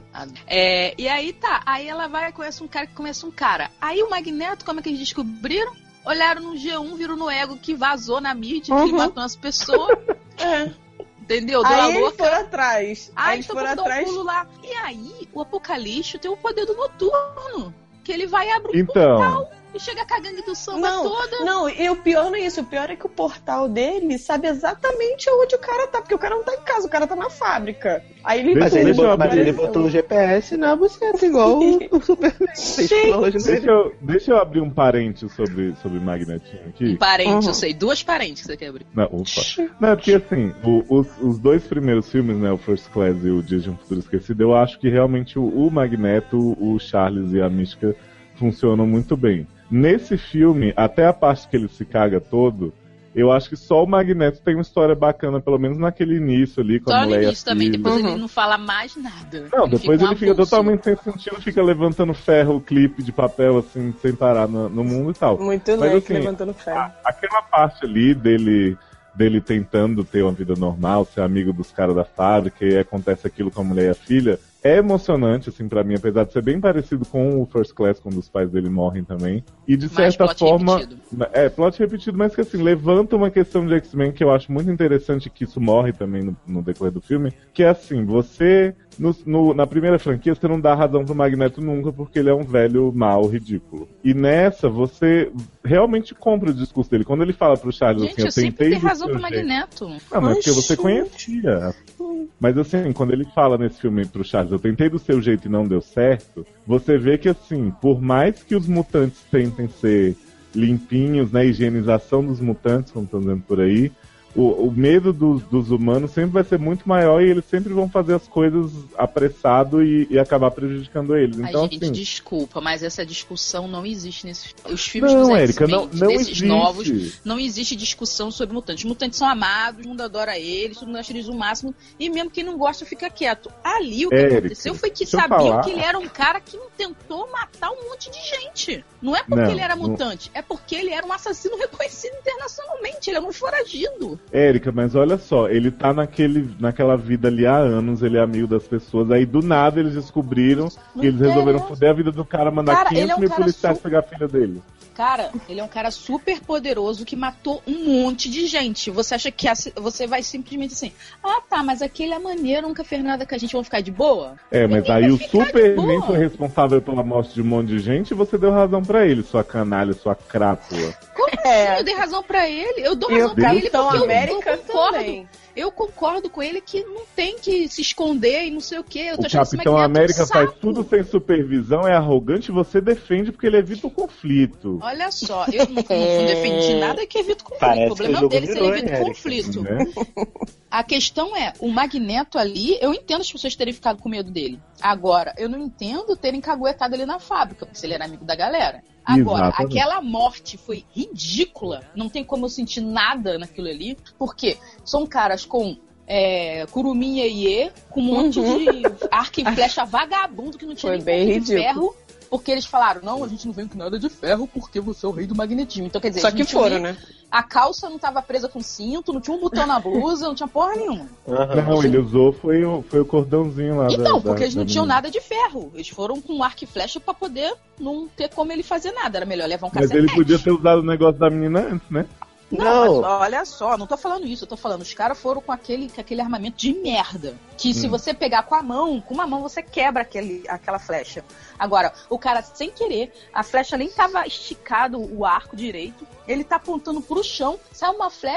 É, e aí tá, aí ela vai e conhece um cara que conhece um cara. Aí o Magneto, como é que eles descobriram? Olharam no G um, viram no Ego que vazou na mídia, Uhum. que ele matou umas pessoas. É. Entendeu? Deu Aí a eles louca. foram atrás. Aí eles então foram vamos atrás. dar um pulo lá. E aí, o Apocalipse tem o poder do Noturno. Que ele vai abrir um Então... portal e chega com a gangue do samba não, toda. Não, e o pior não é isso. O pior é que o portal dele sabe exatamente onde o cara tá. Porque o cara não tá em casa, o cara tá na fábrica. Aí ele, Mas, Deixa- ele, deixa eu botou, mas abrir. ele botou o G P S na buceta, igual o, o Superman. Tem tecnologia Deixa nele. eu, deixa eu abrir um parênteses sobre, sobre Magnetinho aqui. Um parente, Uhum. eu sei. Duas parentes que você quer abrir. Não, opa. Não, é porque assim, o- os, os dois primeiros filmes, né, o First Class e o Dias de um Futuro Esquecido, eu acho que realmente o, o Magneto, o Charles e a Mística funcionam muito bem. Nesse filme, até a parte que ele se caga todo, eu acho que só o Magneto tem uma história bacana, pelo menos naquele início ali, com a Só no mulher e a início também, filha. depois Uhum. ele não fala mais nada. Não, depois um ele fica avulso. totalmente sem sentido, fica levantando ferro, clipe de papel, assim, sem parar no, no mundo e tal. Muito Mas, leque assim, levantando ferro. a- aquela parte ali dele, dele tentando ter uma vida normal, ser amigo dos caras da fábrica, e acontece aquilo com a mulher e a filha, é emocionante, assim, pra mim, apesar de ser bem parecido com o First Class, quando os pais dele morrem também. E de Mais certa plot forma. repetido. É, plot repetido, mas que assim, levanta uma questão de X-Men que eu acho muito interessante, que isso morre também no, no decorrer do filme, que é assim, você. No, no- na primeira franquia, você não dá razão pro Magneto nunca, porque ele é um velho mau, ridículo. E nessa, você realmente compra o discurso dele. Quando ele fala pro Charles Gente, assim, eu eu sempre tentei dei do razão seu pro jeito. Magneto. Não, mas porque você Oxi. conhecia. Mas assim, quando ele fala nesse filme pro Charles, eu tentei do seu jeito e não deu certo, você vê que assim, por mais que os mutantes tentem ser limpinhos, né, higienização dos mutantes, como estão dizendo por aí, o, o medo dos, dos humanos sempre vai ser muito maior e eles sempre vão fazer as coisas apressado e, e acabar prejudicando eles. Então, Ai, gente, assim, desculpa, mas essa discussão não existe nesses os filmes não, dos Érica, X-Men, não, não desses existe. novos, não existe discussão sobre mutantes. Os mutantes são amados, todo mundo adora eles, todo mundo acha eles o máximo, e mesmo quem não gosta fica quieto. Ali o que Érica, aconteceu foi que deixa eu sabiam falar. que ele era um cara que tentou matar um monte de gente. Não é porque Não, ele era não- mutante, é porque ele era um assassino reconhecido internacionalmente, ele era um foragido. Érica, mas olha só, ele tá naquele, naquela vida ali há anos, ele é amigo das pessoas, aí do nada eles descobriram Não que eles resolveram interessa. foder a vida do cara, mandar Cara, ele é quinhentos um mil cara policiais su- pegar a filha dele. Cara, ele é um cara super poderoso que matou um monte de gente. Você acha que assim- você vai simplesmente assim, ah tá, mas aquele é maneiro, nunca fez nada com a gente, vamos ficar de boa? É, mas Ninguém aí vai o ficar de Superman boa. foi responsável pela morte de um monte de gente e você deu razão pra ele, sua canalha, sua crápula. Como É. assim? Eu dei razão pra ele? Eu dou E razão o pra ele Capitão porque eu- América eu, concordo. também. Eu concordo com ele que não tem que se esconder e não sei o que. Eu tô O achando esse Capitão Magneto um América faz saco. tudo sem supervisão, é arrogante e você defende porque ele evita o conflito. Olha só, eu não, não defendi nada que evita conflito. Parece O problema que o jogo dele é se ele virou, evita hein, Érica? conflito. Né? A questão é, o Magneto ali, eu entendo as pessoas terem ficado com medo dele. Agora, eu não entendo terem caguetado ele na fábrica, porque ele era amigo da galera. Agora, Exatamente. aquela morte foi ridícula. Não tem como eu sentir nada naquilo ali. Porque são caras com é, Kurumin e Iê, com um monte Uhum. de arco e flecha vagabundo que não tinha Foi nem bem ponto de ridículo. ferro. Porque eles falaram, não, a gente não vem com nada de ferro porque você é o rei do magnetismo. Então, quer dizer, Só eles que não tinham foram, nem- né? A calça não tava presa com cinto, não tinha um botão na blusa, não tinha porra nenhuma. Não, ele usou foi o, foi o cordãozinho lá da- Então, da, porque eles não da tinham menina. nada de ferro. Eles foram com arco e flecha pra poder não ter como ele fazer nada. Era melhor levar um Mas cacete. ele podia ter usado o negócio da menina antes, né? Não, Não. mas olha só, não tô falando isso, eu tô falando, os caras foram com aquele, com aquele armamento de merda. Que se Hum. você pegar com a mão, com uma mão você quebra aquele, aquela flecha. Agora, o cara, sem querer, a flecha nem tava esticado o arco direito, ele tá apontando pro chão, sai uma flecha e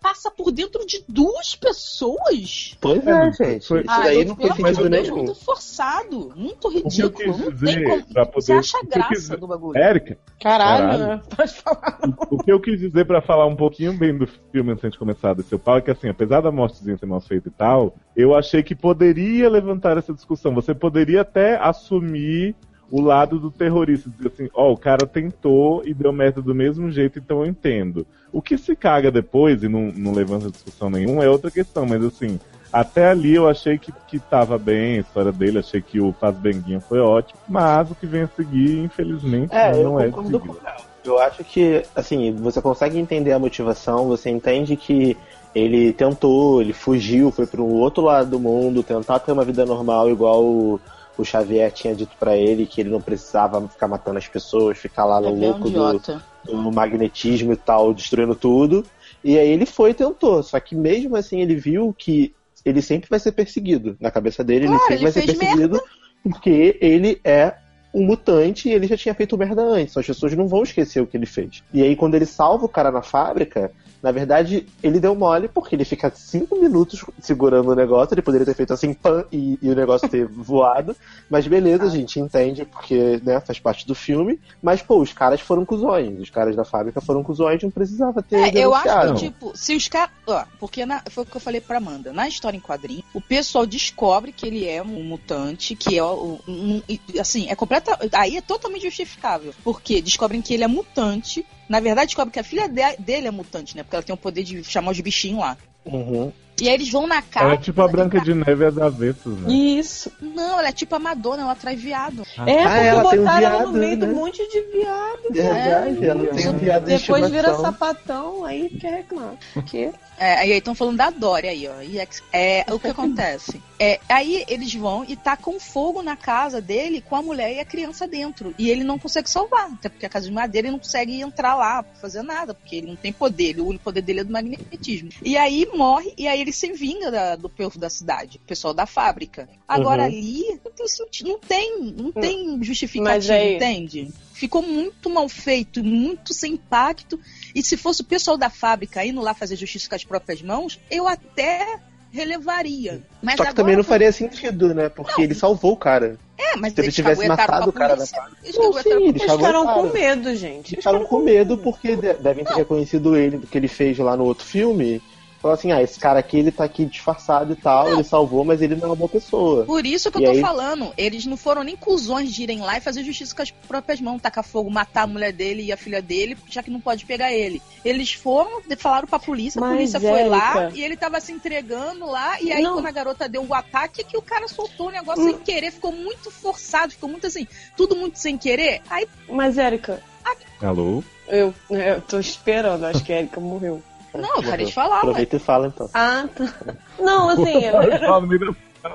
passa por dentro de duas pessoas? Pois é, gente. Isso ah, daí gente, não fez sentido nenhum. Muito forçado, muito ridículo. O que eu quis não dizer tem como. pra poder... Você acha a graça quis... do bagulho. Érica? Caralho, Caralho. né? Pode falar. O, o que eu quis dizer pra falar um pouquinho bem do filme antes de a gente começar desse seu pau é que, assim, apesar da mortezinha ser mal feita e tal, eu achei que poderia levantar essa discussão. Você poderia até assumir o lado do terrorista, dizer assim, ó, oh, o cara tentou e deu merda do mesmo jeito, então eu entendo. O que se caga depois e não, não levanta discussão nenhuma é outra questão, mas assim, até ali eu achei que, que tava bem a história dele, achei que o Fazbenguinha foi ótimo, mas o que vem a seguir, infelizmente, é, não eu é concordo com ela. Eu acho que, assim, você consegue entender a motivação, você entende que ele tentou, ele fugiu, foi para um outro lado do mundo, tentar ter uma vida normal igual o O Xavier tinha dito pra ele que ele não precisava ficar matando as pessoas, ficar lá no é louco do, do magnetismo e tal, destruindo tudo. E aí ele foi e tentou. Só que mesmo assim ele viu que ele sempre vai ser perseguido. Na cabeça dele, claro, ele sempre ele vai ser perseguido merda. Porque ele é um mutante e ele já tinha feito merda antes. As pessoas não vão esquecer o que ele fez. E aí quando ele salva o cara na fábrica, na verdade, ele deu mole porque ele fica cinco minutos segurando o negócio, ele poderia ter feito assim, pã, e, e o negócio ter voado, mas beleza, a gente entende, porque, né, faz parte do filme, mas, pô, os caras foram cuzões, os caras da fábrica foram cuzões, não precisava ter é, eu acho que, não. tipo, se os caras, porque na, foi o que eu falei pra Amanda, na história em quadrinho, o pessoal descobre que ele é um mutante, que é, um, um, assim, é completa, aí é totalmente justificável, porque descobrem que ele é mutante. Na verdade, descobre que a filha de, dele é mutante, né? Porque ela tem o poder de chamar os bichinhos lá. Uhum. E aí eles vão na casa... Ela é tipo a Branca de Neve e as Avessas, né? Isso. Não, ela é tipo a Madonna, ela traz viado. Ah, é, porque ela botaram um viado, ela no meio né? de um monte de viado. Verdade, é, ela tem um viado de Depois estimação. vira sapatão, aí quer reclamar. Que? É, aí estão falando da Dory aí, ó. E é, o que acontece? É, aí eles vão e tacam fogo na casa dele com a mulher e a criança dentro. E ele não consegue salvar, até porque a casa de madeira ele não consegue entrar lá pra fazer nada, porque ele não tem poder, o único poder dele é do magnetismo. E aí morre, e aí ele se vinga da, do povo da cidade, o pessoal da fábrica. Agora uhum. ali, não tem, não tem, não tem justificativa, aí... entende? Ficou muito mal feito, muito sem impacto. E se fosse o pessoal da fábrica indo lá fazer justiça com as próprias mãos, eu até relevaria. Mas só que agora também não foi... faria sentido, né? Porque não. ele salvou o cara. É, mas se ele tivesse matado o cara da fábrica. Eles, não, sim, eles ficaram com medo, gente. Eles ficaram com medo porque devem ter reconhecido ele do que ele fez lá no outro filme. Falou assim, ah, esse cara aqui, ele tá aqui disfarçado e tal, não. ele salvou, mas ele não é uma boa pessoa. Por isso que e eu tô aí... falando, eles não foram nem cuzões de irem lá e fazer justiça com as próprias mãos, tacar fogo, matar a mulher dele e a filha dele, já que não pode pegar ele. Eles foram, falaram pra polícia, a mas, polícia Érica... foi lá e ele tava se entregando lá, e aí não. quando a garota deu o ataque, que o cara soltou o negócio hum. sem querer, ficou muito forçado, ficou muito assim, tudo muito sem querer. Aí... Mas, Érica... A... Alô? Eu, eu tô esperando, acho que a Érica morreu. Não, eu parei de falar, aproveita e fala, então. Ah, tá. Não, assim... eu, eu...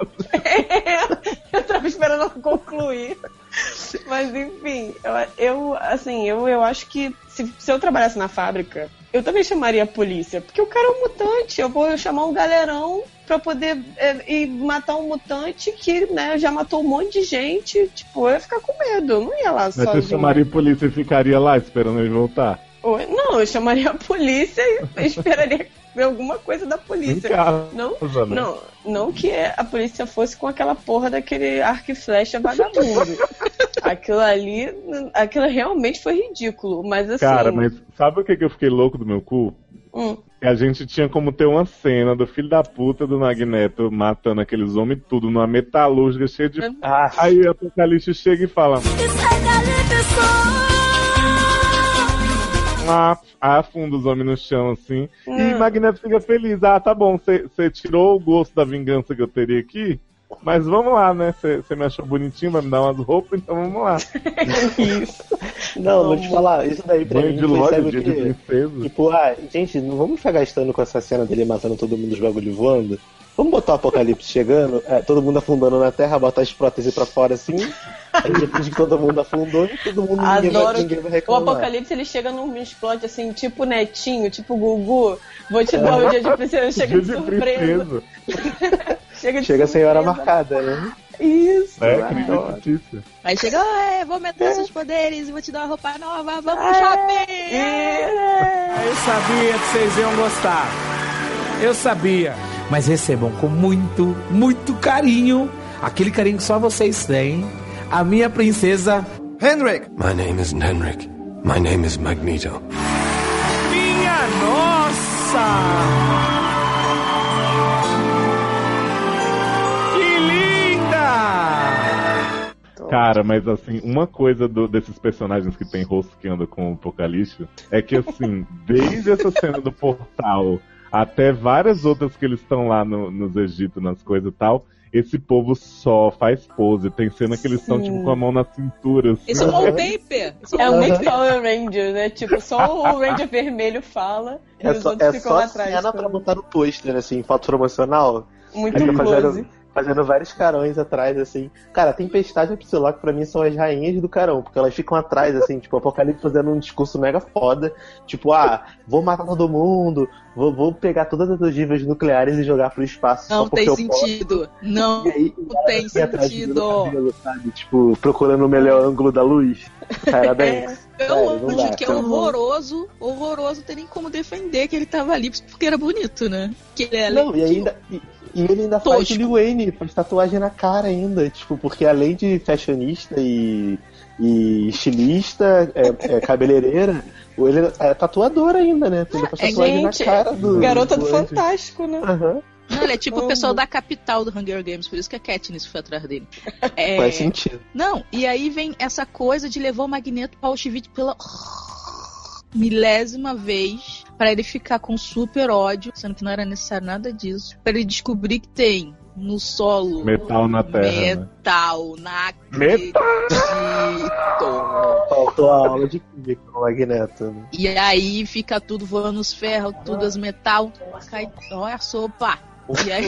eu tava esperando ela concluir. Mas, enfim, eu, eu assim, eu, eu acho que se, se eu trabalhasse na fábrica, eu também chamaria a polícia. Porque o cara é um mutante. Eu vou chamar um galerão pra poder é, ir matar um mutante que, né, já matou um monte de gente. Tipo, eu ia ficar com medo. Eu não ia lá sozinho. Mas você chamaria a polícia e ficaria lá esperando ele voltar? Não, eu chamaria a polícia e esperaria ver alguma coisa da polícia. Casa, não, né? não, não que a polícia fosse com aquela porra daquele arco e flecha vagabundo. Aquilo ali, aquilo realmente foi ridículo, mas assim... Cara, mas sabe o que, que eu fiquei louco do meu cu? Hum. Que a gente tinha como ter uma cena do filho da puta do Magneto matando aqueles homens tudo numa metalúrgica cheia de... Ah. Aí o Apocalipse chega e fala... Ah, afunda os homens no chão, assim. Hum. E Magneto fica feliz. Ah, tá bom, você tirou o gosto da vingança que eu teria aqui, mas vamos lá, né? Você me achou bonitinho, vai me dar umas roupas, então vamos lá. Isso. Não, vou te falar, isso daí pra Banho mim de loja, dia que, de princesa. Tipo, ah, gente, não vamos ficar gastando com essa cena dele matando todo mundo, os bagulho voando. Vamos botar o Apocalipse chegando, é, todo mundo afundando na terra, botar as próteses pra fora assim, aí depois que todo mundo afundou e todo mundo ninguém vai, ninguém vai reclamar. O Apocalipse ele chega num explode assim, tipo Netinho, tipo Gugu, vou te dar o dia de princesa, chega de, de surpresa. chega de chega surpresa. sem hora marcada, né? Isso, é, acredito. Aí chega, é, vou aumentar é. seus poderes e vou te dar uma roupa nova, vamos é. pro shopping! É. Eu sabia que vocês iam gostar. Eu sabia. Mas recebam com muito, muito carinho, aquele carinho que só vocês têm, a minha princesa Henrik. My name isn't Henrik. My name is Magneto. Minha nossa! Que linda! Cara, mas assim, uma coisa do, desses personagens que tem rosto que anda com o Apocalipse é que assim, desde essa cena do portal até várias outras que eles estão lá no, nos Egito, nas coisas e tal, esse povo só faz pose. Tem cena que eles estão tipo com a mão na cintura. Assim. Isso é um wallpaper. É muito Power Ranger, né? Tipo, só o Ranger vermelho fala e é os só, outros é ficam só atrás. É só cena pra botar no pôster, assim, foto promocional. Muito Aí, close. fazendo, fazendo vários carões atrás, assim. Cara, a Tempestade e a Psylocke pra mim são as rainhas do carão, porque elas ficam atrás, assim, tipo, o Apocalipse fazendo um discurso mega foda. Tipo, ah, vou matar todo mundo, vou, vou pegar todas as ogivas nucleares e jogar pro espaço. Não só porque tem eu sentido. Posso. Não, aí, não tem sentido. Cabelo, sabe? Tipo, procurando o melhor ângulo da luz. Parabéns. Eu Sério, amo, não dá. que é horroroso, horroroso, tem nem como defender que ele tava ali, porque era bonito, né? Que ele é Não, e ainda... E... E ele ainda Tosco. faz o Lil Wayne, faz tatuagem na cara ainda, tipo, porque além de fashionista e, e estilista, é, é cabeleireira, ele é tatuador ainda, né? Ele faz tatuagem Gente, na cara do... garota do, do Fantástico, né? Aham. Uhum. Não, ele é tipo o pessoal da capital do Hunger Games, por isso que a Katniss foi atrás dele. É... Faz sentido. Não, e aí vem essa coisa de levar o Magneto pra Auschwitz pela milésima vez, pra ele ficar com super ódio, sendo que não era necessário nada disso, pra ele descobrir que tem no solo metal na terra, metal, né? na metal. Faltou a aula de química com o Magneto, né? E aí fica tudo voando os ferros, tudo as metal, cai, olha a sopa. E aí...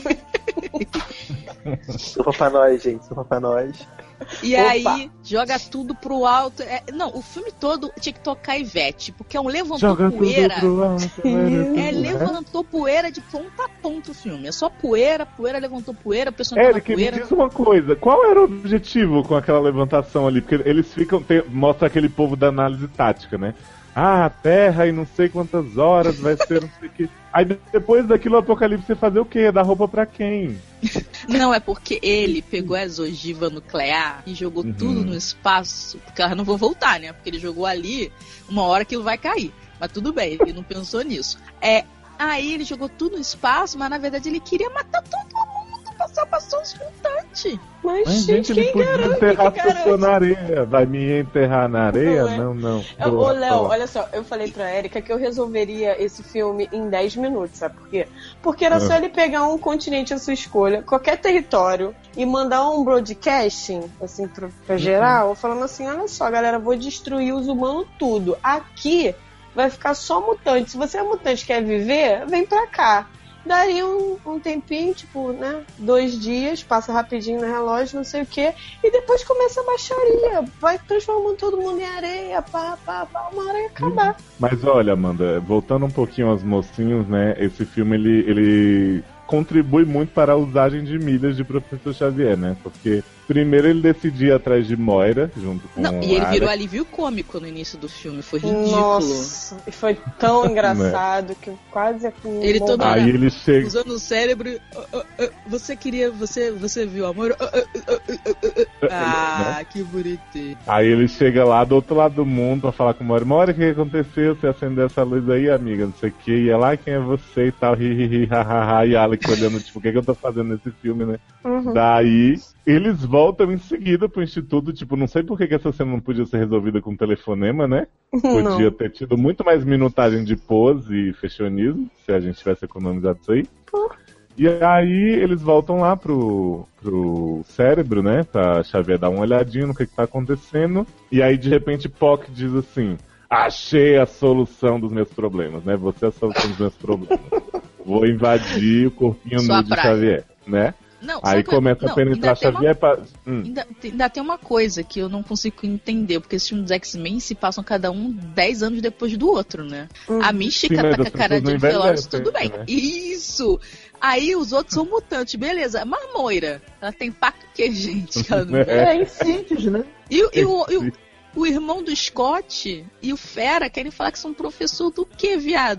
Sopa pra nós, gente, sopa pra nós. E Opa. aí, joga tudo pro alto. É, não, o filme todo tinha que tocar Ivete, porque é um levantou joga poeira. Tudo pro alto, é, é levantou poeira de ponta a ponta o filme. É só poeira, poeira levantou poeira, a pessoa Eric, tá poeira. Me diz uma coisa, qual era o objetivo com aquela levantação ali? Porque eles ficam. Tem, mostra aquele povo da análise tática, né? Ah, a Terra e não sei quantas horas vai ser, não sei o que. Aí depois daquilo o Apocalipse você fazer o quê? Dar roupa pra quem? Não, é porque ele pegou as ogivas nuclear e jogou uhum. tudo no espaço, porque elas não vão voltar, né? Porque ele jogou ali, uma hora aquilo vai cair. Mas tudo bem, ele não pensou nisso. É, aí ele jogou tudo no espaço, mas na verdade ele queria matar todo mundo, passar passou os mutantes. Mas, mas gente, gente, ele quem podia garante, enterrar a quem pessoa na areia. Vai me enterrar na areia? Não, não. não. Ô, Léo, olha só, eu falei pra Erika que eu resolveria esse filme em dez minutos, sabe por quê? Porque era ah. só ele pegar um continente à sua escolha, qualquer território, e mandar um broadcasting, assim, pra, pra geral, uhum. falando assim, olha só, galera, vou destruir os humanos tudo. Aqui vai ficar só mutante. Se você é mutante e quer viver, vem pra cá. Daria um, um tempinho, tipo, né? Dois dias, passa rapidinho no relógio, não sei o quê, e depois começa a baixaria. Vai transformando todo mundo em areia, pá, pá, pá, uma hora ia acabar. Mas olha, Amanda, voltando um pouquinho aos mocinhos, né? Esse filme, ele, ele contribui muito para a usagem de milhas de Professor Xavier, né? Porque primeiro ele decidia atrás de Moira, junto com Não, e ele Alex. virou alívio cômico no início do filme, foi ridículo. Nossa, e foi tão engraçado que eu quase acumulou. Ele todo Aí ele chega... usando o cérebro, uh, uh, uh, você queria, você, você viu amor? Uh, uh, uh, uh, uh. Ah, né? Que bonitinho. Aí ele chega lá do outro lado do mundo pra falar com Moira. Moira, o que aconteceu? Você acendeu essa luz aí, amiga, não sei o que. E é lá, quem é você e tal, hi, hi, hi, ha, ha, ha. E Alex olhando, tipo, o que, é que eu tô fazendo nesse filme, né? Uhum. Daí... Eles voltam em seguida pro instituto, tipo, não sei por que, que essa cena não podia ser resolvida com telefonema, né? Podia não. ter tido muito mais minutagem de pose e fashionismo, se a gente tivesse economizado isso aí. Por... E aí eles voltam lá pro, pro cérebro, né? Pra Xavier dar uma olhadinha no que, que tá acontecendo. E aí, de repente, Pock diz assim, achei a solução dos meus problemas, né? Você é a solução dos meus problemas. Vou invadir o corpinho nu de Xavier, né? Não, aí começa não, a penetrar Xavier uma... pra... hum. ainda, ainda tem uma coisa que eu não consigo entender, porque esses filmes dos X-Men se passam cada um dez anos depois do outro, né? Uhum. A Mística Sim, tá com a cara de Velozes, tudo bem. Né? Isso! Aí os outros são mutantes, beleza. Mas Moira, ela tem pacto que, gente? Ela não... É, é incídios, né? E, e, o, e o, o irmão do Scott e o Fera querem falar que são professor do quê, viado?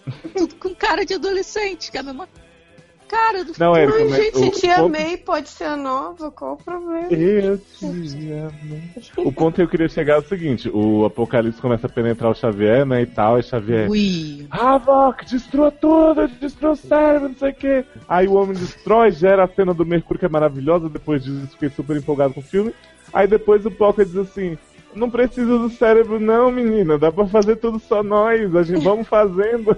Tudo com cara de adolescente, que é a mesma cara do Não, filme. Érico, Mas, mas gente, o- Te o ponto- Amei pode ser a nova, qual o problema? Eu te amo. O ponto que eu queria chegar é o seguinte: o Apocalipse começa a penetrar o Xavier, né? E tal, e Xavier. Ui. Havok, destrua tudo, destrua o cérebro, não sei o quê. Aí o homem destrói, gera a cena do Mercúrio, que é maravilhosa. Depois disso, fiquei super empolgado com o filme. Aí depois o Pocket diz assim: não precisa do cérebro, não, menina. Dá pra fazer tudo só nós. A gente vamos fazendo.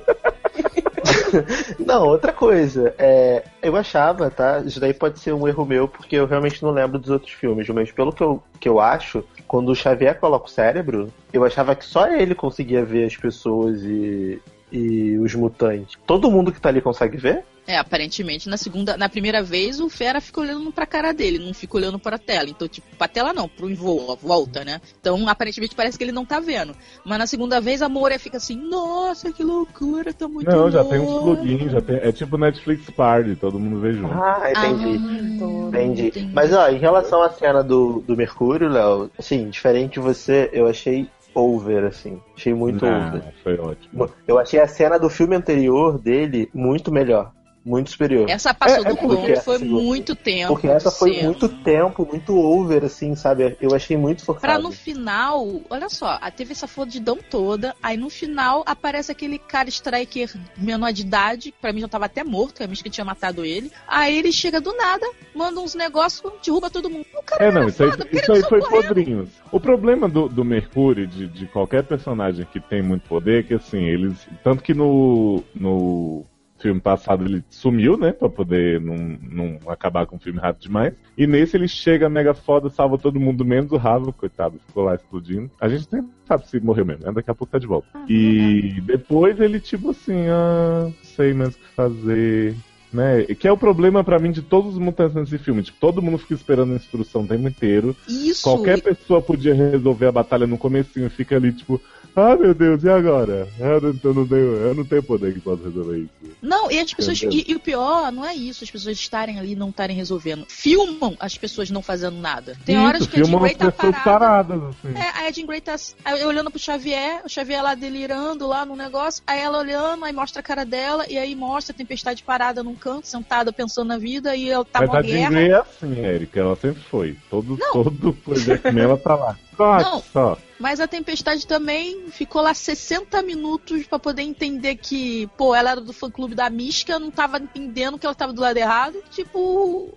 Não, outra coisa, é, eu achava, tá? Isso daí pode ser um erro meu, porque eu realmente não lembro dos outros filmes, mas pelo que eu, que eu acho, quando o Xavier coloca o cérebro, eu achava que só ele conseguia ver as pessoas e, e os mutantes. Todo mundo que tá ali consegue ver? É, aparentemente, na segunda, na primeira vez, o Fera fica olhando pra cara dele, não fica olhando pra tela. Então, tipo, pra tela não, pro envol- volta, né? Então, aparentemente, parece que ele não tá vendo. Mas na segunda vez, a Moura fica assim, nossa, que loucura, tá muito Não, já louco. tem uns plugins, já tem. É tipo Netflix Party, todo mundo vê junto. Ah, entendi. Ah, entendi. entendi. Mas, ó, em relação à cena do, do Mercúrio, Léo, assim, diferente de você, eu achei over, assim. Achei muito Ah, over. foi ótimo. Eu achei a cena do filme anterior dele muito melhor. Muito superior. Essa passou É, é do porque ponto, foi essa- muito tempo. Porque essa foi cena. muito tempo, muito over, assim, sabe? Eu achei muito Pra forçado. no final, olha só, a- teve essa fodidão toda, aí no final aparece aquele cara striker menor de idade, pra mim já tava até morto, que a que tinha matado ele. Aí ele chega do nada, manda uns negócios, derruba todo mundo. O cara É, não, era isso aí, foda, porque isso ele aí foi correndo. podrinhos. O problema do, do Mercúrio, de, de qualquer personagem que tem muito poder, é que assim, eles. Tanto que no. no filme passado ele sumiu, né? Pra poder não, não acabar com o filme rápido demais. E nesse ele chega mega foda, salva todo mundo, menos o Ravo, coitado, ficou lá explodindo. A gente nem sabe se morreu mesmo, né? Daqui a pouco tá de volta. Ah, E depois ele, tipo assim, ah, sei mais o que fazer. Né? Que é o problema pra mim de todos os mutantes nesse filme. Tipo, todo mundo fica esperando a instrução o tempo inteiro. Isso. Qualquer pessoa podia resolver a batalha no comecinho, fica ali tipo, ah meu Deus, e agora? Eu não, eu não, tenho, eu não tenho poder que possa resolver isso. Não, e as pessoas. Entendeu? E, e o pior não é isso, as pessoas estarem ali e não estarem resolvendo. Filmam as pessoas não fazendo nada. Tem Isso, horas que a Jean filmam Grey as tá pessoas parada. paradas, assim. É, aí a Jean Grey tá aí olhando pro Xavier, o Xavier lá delirando lá no negócio, aí ela olhando, aí mostra a cara dela, e aí mostra a Tempestade parada num canto, sentada pensando na vida, e ela tá Mas numa a Jean guerra. Grey é assim, Erika, ela sempre foi. Todo, Não. todo projeto ela tá lá. Só, Não. só. Mas a Tempestade também ficou lá sessenta minutos pra poder entender que, pô, ela era do fã-clube da Mística, não tava entendendo que ela tava do lado errado. Tipo,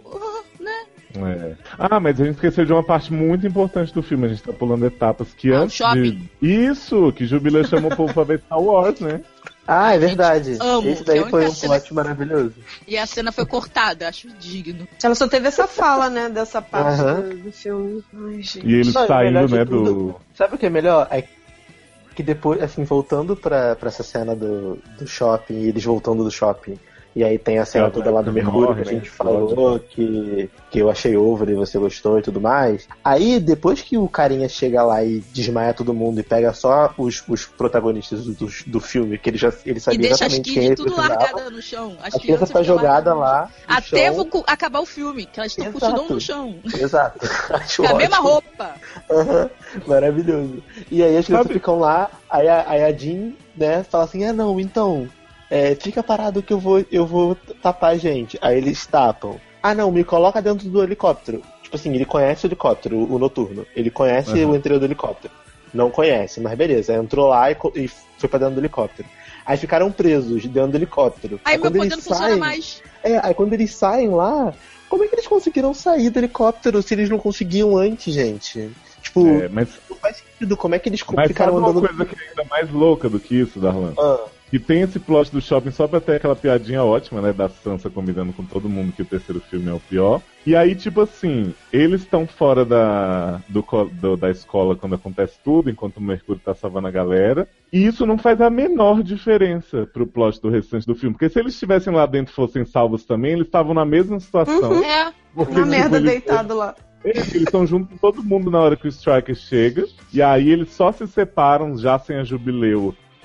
né? É. Ah, mas a gente esqueceu de uma parte muito importante do filme. A gente tá pulando etapas que Ah, o antes shopping. de... Isso, que Jubileu chamou o povo pra ver Star Wars, né? Ah, é verdade. Amo, Esse daí que é a foi um única cena- plot maravilhoso. E a cena foi cortada, acho digno. Ela só teve essa fala, né, dessa parte Aham. do, do filme. Ai, gente. E eles Não, e o saindo, melhor de né, tudo- do... Sabe o que é melhor? É que depois, assim, voltando pra, pra essa cena do, do shopping, e eles voltando do shopping, e aí tem a cena É, toda lá do morre, Mercúrio que a né, gente explode. falou, que, que eu achei over e você gostou e tudo mais. Aí, depois que o carinha chega lá e desmaia todo mundo e pega só os, os protagonistas do, do, do filme, que ele já ele E sabia deixa as exatamente quem kids ele tudo precisava, largada no chão. As a criança tá ficam jogada largadas no lá no Até chão. vou cu- acabar o filme, que elas estão com o Exato. tudão no chão. Exato. Acho Com a mesma ótimo. roupa. Aham, maravilhoso. E aí as crianças Sabe- ficam lá, aí a, aí a Jean, né, fala assim, ah não, então, é, fica parado que eu vou, eu vou tapar a gente. Aí eles tapam. Ah não, me coloca dentro do helicóptero. Tipo assim, ele conhece o helicóptero, o, o noturno. Ele conhece Uhum. o interior do helicóptero. Não conhece, mas beleza. Entrou lá e, co- e foi pra dentro do helicóptero. Aí ficaram presos dentro do helicóptero. Aí meu quando poder eles não funciona saem- mais. É, aí quando eles saem lá, como é que eles conseguiram sair do helicóptero se eles não conseguiam antes, gente? Tipo, É, mas, não faz sentido. Como é que eles mas ficaram sabe uma andando... coisa que é ainda mais louca do que isso, Darlan? Ah, Que tem esse plot do shopping só pra ter aquela piadinha ótima, né? Da Sansa combinando com todo mundo que o terceiro filme é o pior. E aí, tipo assim, eles estão fora da, do, co- do- da escola quando acontece tudo, enquanto o Mercúrio tá salvando a galera. E isso não faz a menor diferença pro plot do restante do filme. Porque se eles estivessem lá dentro e fossem salvos também, eles estavam na mesma situação. Uhum. É. Porque, Uma tipo, merda eles- deitado lá. Eles estão junto com todo mundo na hora que o Striker chega. E aí eles só se separam já sem a Jubileu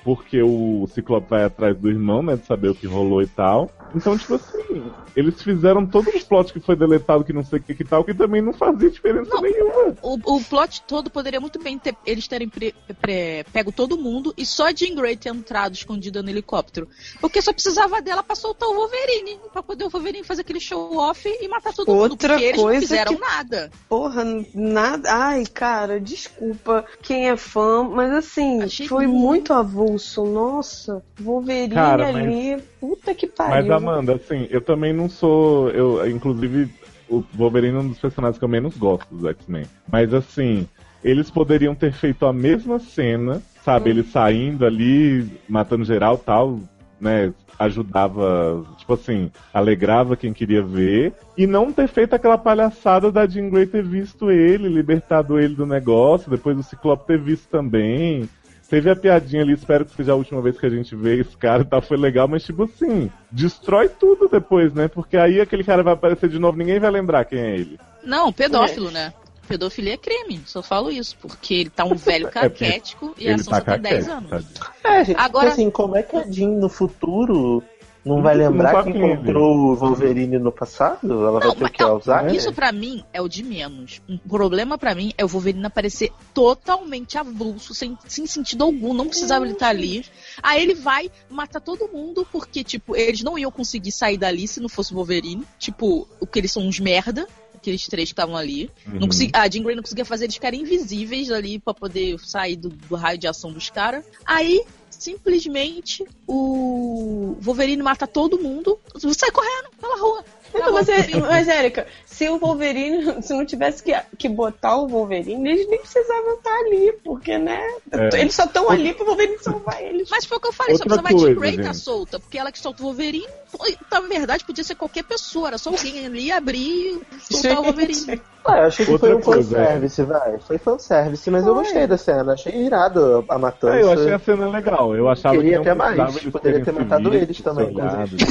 porque o Ciclope vai atrás do irmão, né, de saber o que rolou e tal. Então, tipo assim, eles fizeram todo o plot que foi deletado, que não sei o que que tal, que também não fazia diferença não, nenhuma. O, o plot todo poderia muito bem ter, eles terem pre, pre, pego todo mundo e só a Jean Grey ter entrado escondida no helicóptero. Porque só precisava dela pra soltar o Wolverine, pra poder o Wolverine fazer aquele show-off e matar todo Outra mundo, porque eles coisa não fizeram que... nada. Porra, nada. Ai, cara, desculpa quem é fã, mas assim, Achei foi muito... muito avulso. Nossa, Wolverine Cara, mas... ali, puta que pariu. Mas, Amanda, assim, eu também não sou. Eu, inclusive, o Wolverine é um dos personagens que eu menos gosto dos X-Men. Mas, assim, eles poderiam ter feito a mesma cena, sabe? Hum. Ele saindo ali, matando geral e tal, né? Ajudava, tipo assim, alegrava quem queria ver. E não ter feito aquela palhaçada da Jean Grey ter visto ele, libertado ele do negócio, depois o Ciclope ter visto também. Teve a piadinha ali, espero que seja a última vez que a gente vê esse cara e tal, foi legal, mas tipo assim, destrói tudo depois, né? Porque aí aquele cara vai aparecer de novo, ninguém vai lembrar quem é ele. Não, pedófilo, é. né? Pedofilia é crime, só falo isso, porque ele tá um velho caquético é e a Sansa tá tem dez anos. Sabe? É, gente, agora assim, como é que a Jean no futuro não vai lembrar não que encontrou o Wolverine no passado? Ela vai não, ter o que Alzheimer? Isso pra mim é o de menos. Um problema pra mim é o Wolverine aparecer totalmente avulso, sem, sem sentido algum, não precisava ele estar ali. Aí ele vai matar todo mundo, porque, tipo, eles não iam conseguir sair dali se não fosse o Wolverine. Tipo, o que eles são uns merda. Aqueles três que estavam ali. Uhum. Não consegui, a Jean Grey não conseguia fazer eles ficarem invisíveis ali pra poder sair do, do raio de ação dos caras. Aí, simplesmente, o Wolverine mata todo mundo, sai correndo pela rua. Então, mas, mas, Érica, se o Wolverine, se não tivesse que, que botar o Wolverine, eles nem precisavam estar ali, porque, né? É. Eles só estão ali pro Wolverine salvar eles. Mas foi o que eu falei, Outra só precisava a Jean Grey estar solta, porque ela que solta o Wolverine, na verdade, podia ser qualquer pessoa, era só alguém ali abrir e soltar o Wolverine. Ah, eu achei que Outra foi um fanservice, é. vai. Foi fanservice, mas foi. eu gostei da cena, achei irado a matança. É, eu achei a cena legal, eu achava Queria que não ter mais, poderia ter matado eles também, inclusive.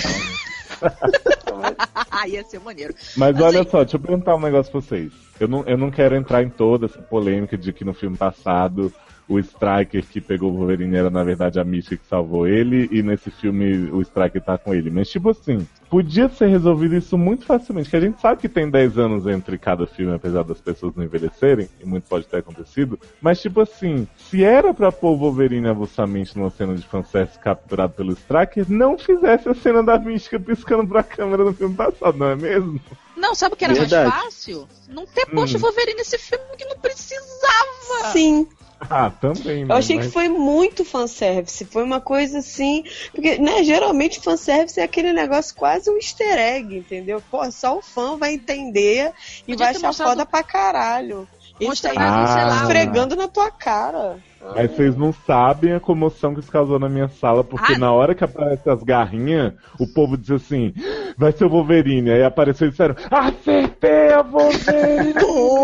Ia ser maneiro. Mas, Mas olha aí... só, deixa eu perguntar um negócio pra vocês. Eu não, eu não quero entrar em toda essa polêmica de que no filme passado o Striker que pegou o Wolverine era na verdade a Mística que salvou ele, e nesse filme o Striker tá com ele. Mas tipo assim, podia ser resolvido isso muito facilmente, que a gente sabe que tem dez anos entre cada filme, apesar das pessoas não envelhecerem, e muito pode ter acontecido. Mas tipo assim, se era pra pôr o Wolverine avulsamente numa cena de fanservice capturado pelo Striker, não fizesse a cena da Mística piscando pra câmera no filme passado, não é mesmo? Não, sabe o que era Verdade. mais fácil? Não ter posto o hum. Wolverine nesse filme que não precisava. Sim. Ah, também, né? Eu achei mas... que foi muito fanservice. Foi uma coisa assim. Porque, né, geralmente fanservice é aquele negócio quase um easter egg, entendeu? Pô, só o fã vai entender e Podia vai achar mostrado... foda pra caralho. Isso aí ah. esfregando na tua cara. Mas vocês não sabem a comoção que isso causou na minha sala, porque ah. na hora que aparecem as garrinhas, o povo diz assim, vai ser o Wolverine. Aí apareceu e disseram, acertei a Wolverine!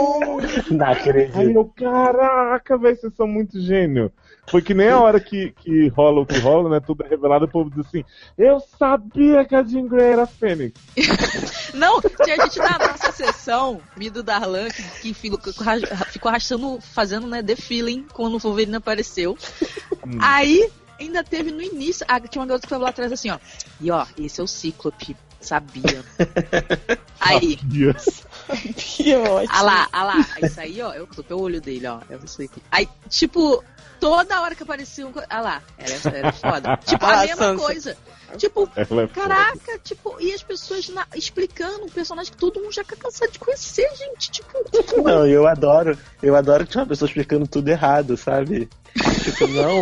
Não acredito. Aí eu, caraca, velho, vocês são muito gênio. Foi que nem a hora que, que rola o que rola, né? Tudo é revelado, o povo diz assim, eu sabia que a Jean Grey era a Fênix. Não, tinha gente na nossa sessão, Mido Darlan, que, que ficou, ficou arrastando, fazendo, né, The Feeling quando o Wolverine apareceu. Hum. Aí, ainda teve no início, ah, tinha uma garota que foi lá atrás assim, ó. E ó, esse é o Cíclope, sabia. Aí. Sabia. Sabia, ótimo. Ah lá, ah lá, isso aí, ó, eu tô pelo olho dele, ó. É isso aqui. Aí, tipo, toda hora que aparecia um. Ah lá, era, era foda. Tipo, ah, a mesma Sansa. coisa. Tipo, é caraca, tipo, e as pessoas na, explicando um personagem que todo mundo já tá cansado de conhecer, gente. Tipo. Não, eu adoro, eu adoro que tinha uma pessoa explicando tudo errado, sabe? Tipo, não.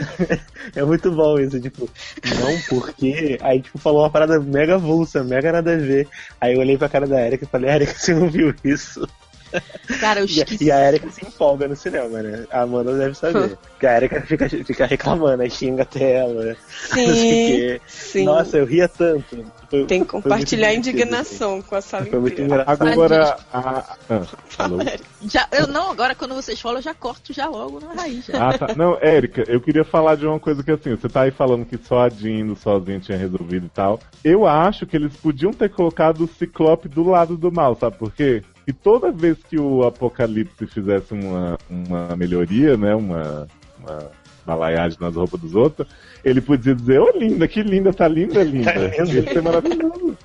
É muito bom isso, tipo, não porque. Aí, tipo, falou uma parada mega avulsa, mega nada a ver. Aí eu olhei pra cara da Erika e falei, Erika, você não viu isso? Cara, eu esqueci. E a Erika se empolga no cinema, né? A Amanda deve saber. Que a Erika fica, fica reclamando, aí xinga até ela. Sim, sim. Nossa, eu ria tanto. Foi, Tem que compartilhar a indignação assim. com a sala Foi muito inteira. engraçado. Agora, a... ah, falou. Já, eu não, agora quando vocês falam, eu já corto já logo na raiz. Já. Ah, tá. Não, Érica, eu queria falar de uma coisa que assim, você tá aí falando que só a Jean indo sozinha tinha resolvido e tal. Eu acho que eles podiam ter colocado o Ciclope do lado do mal, sabe por quê? E toda vez que o Apocalipse fizesse uma, uma melhoria, né, uma, uma balaiagem nas roupas dos outros, ele podia dizer, ô linda, que linda, tá linda, linda. Isso é maravilhoso.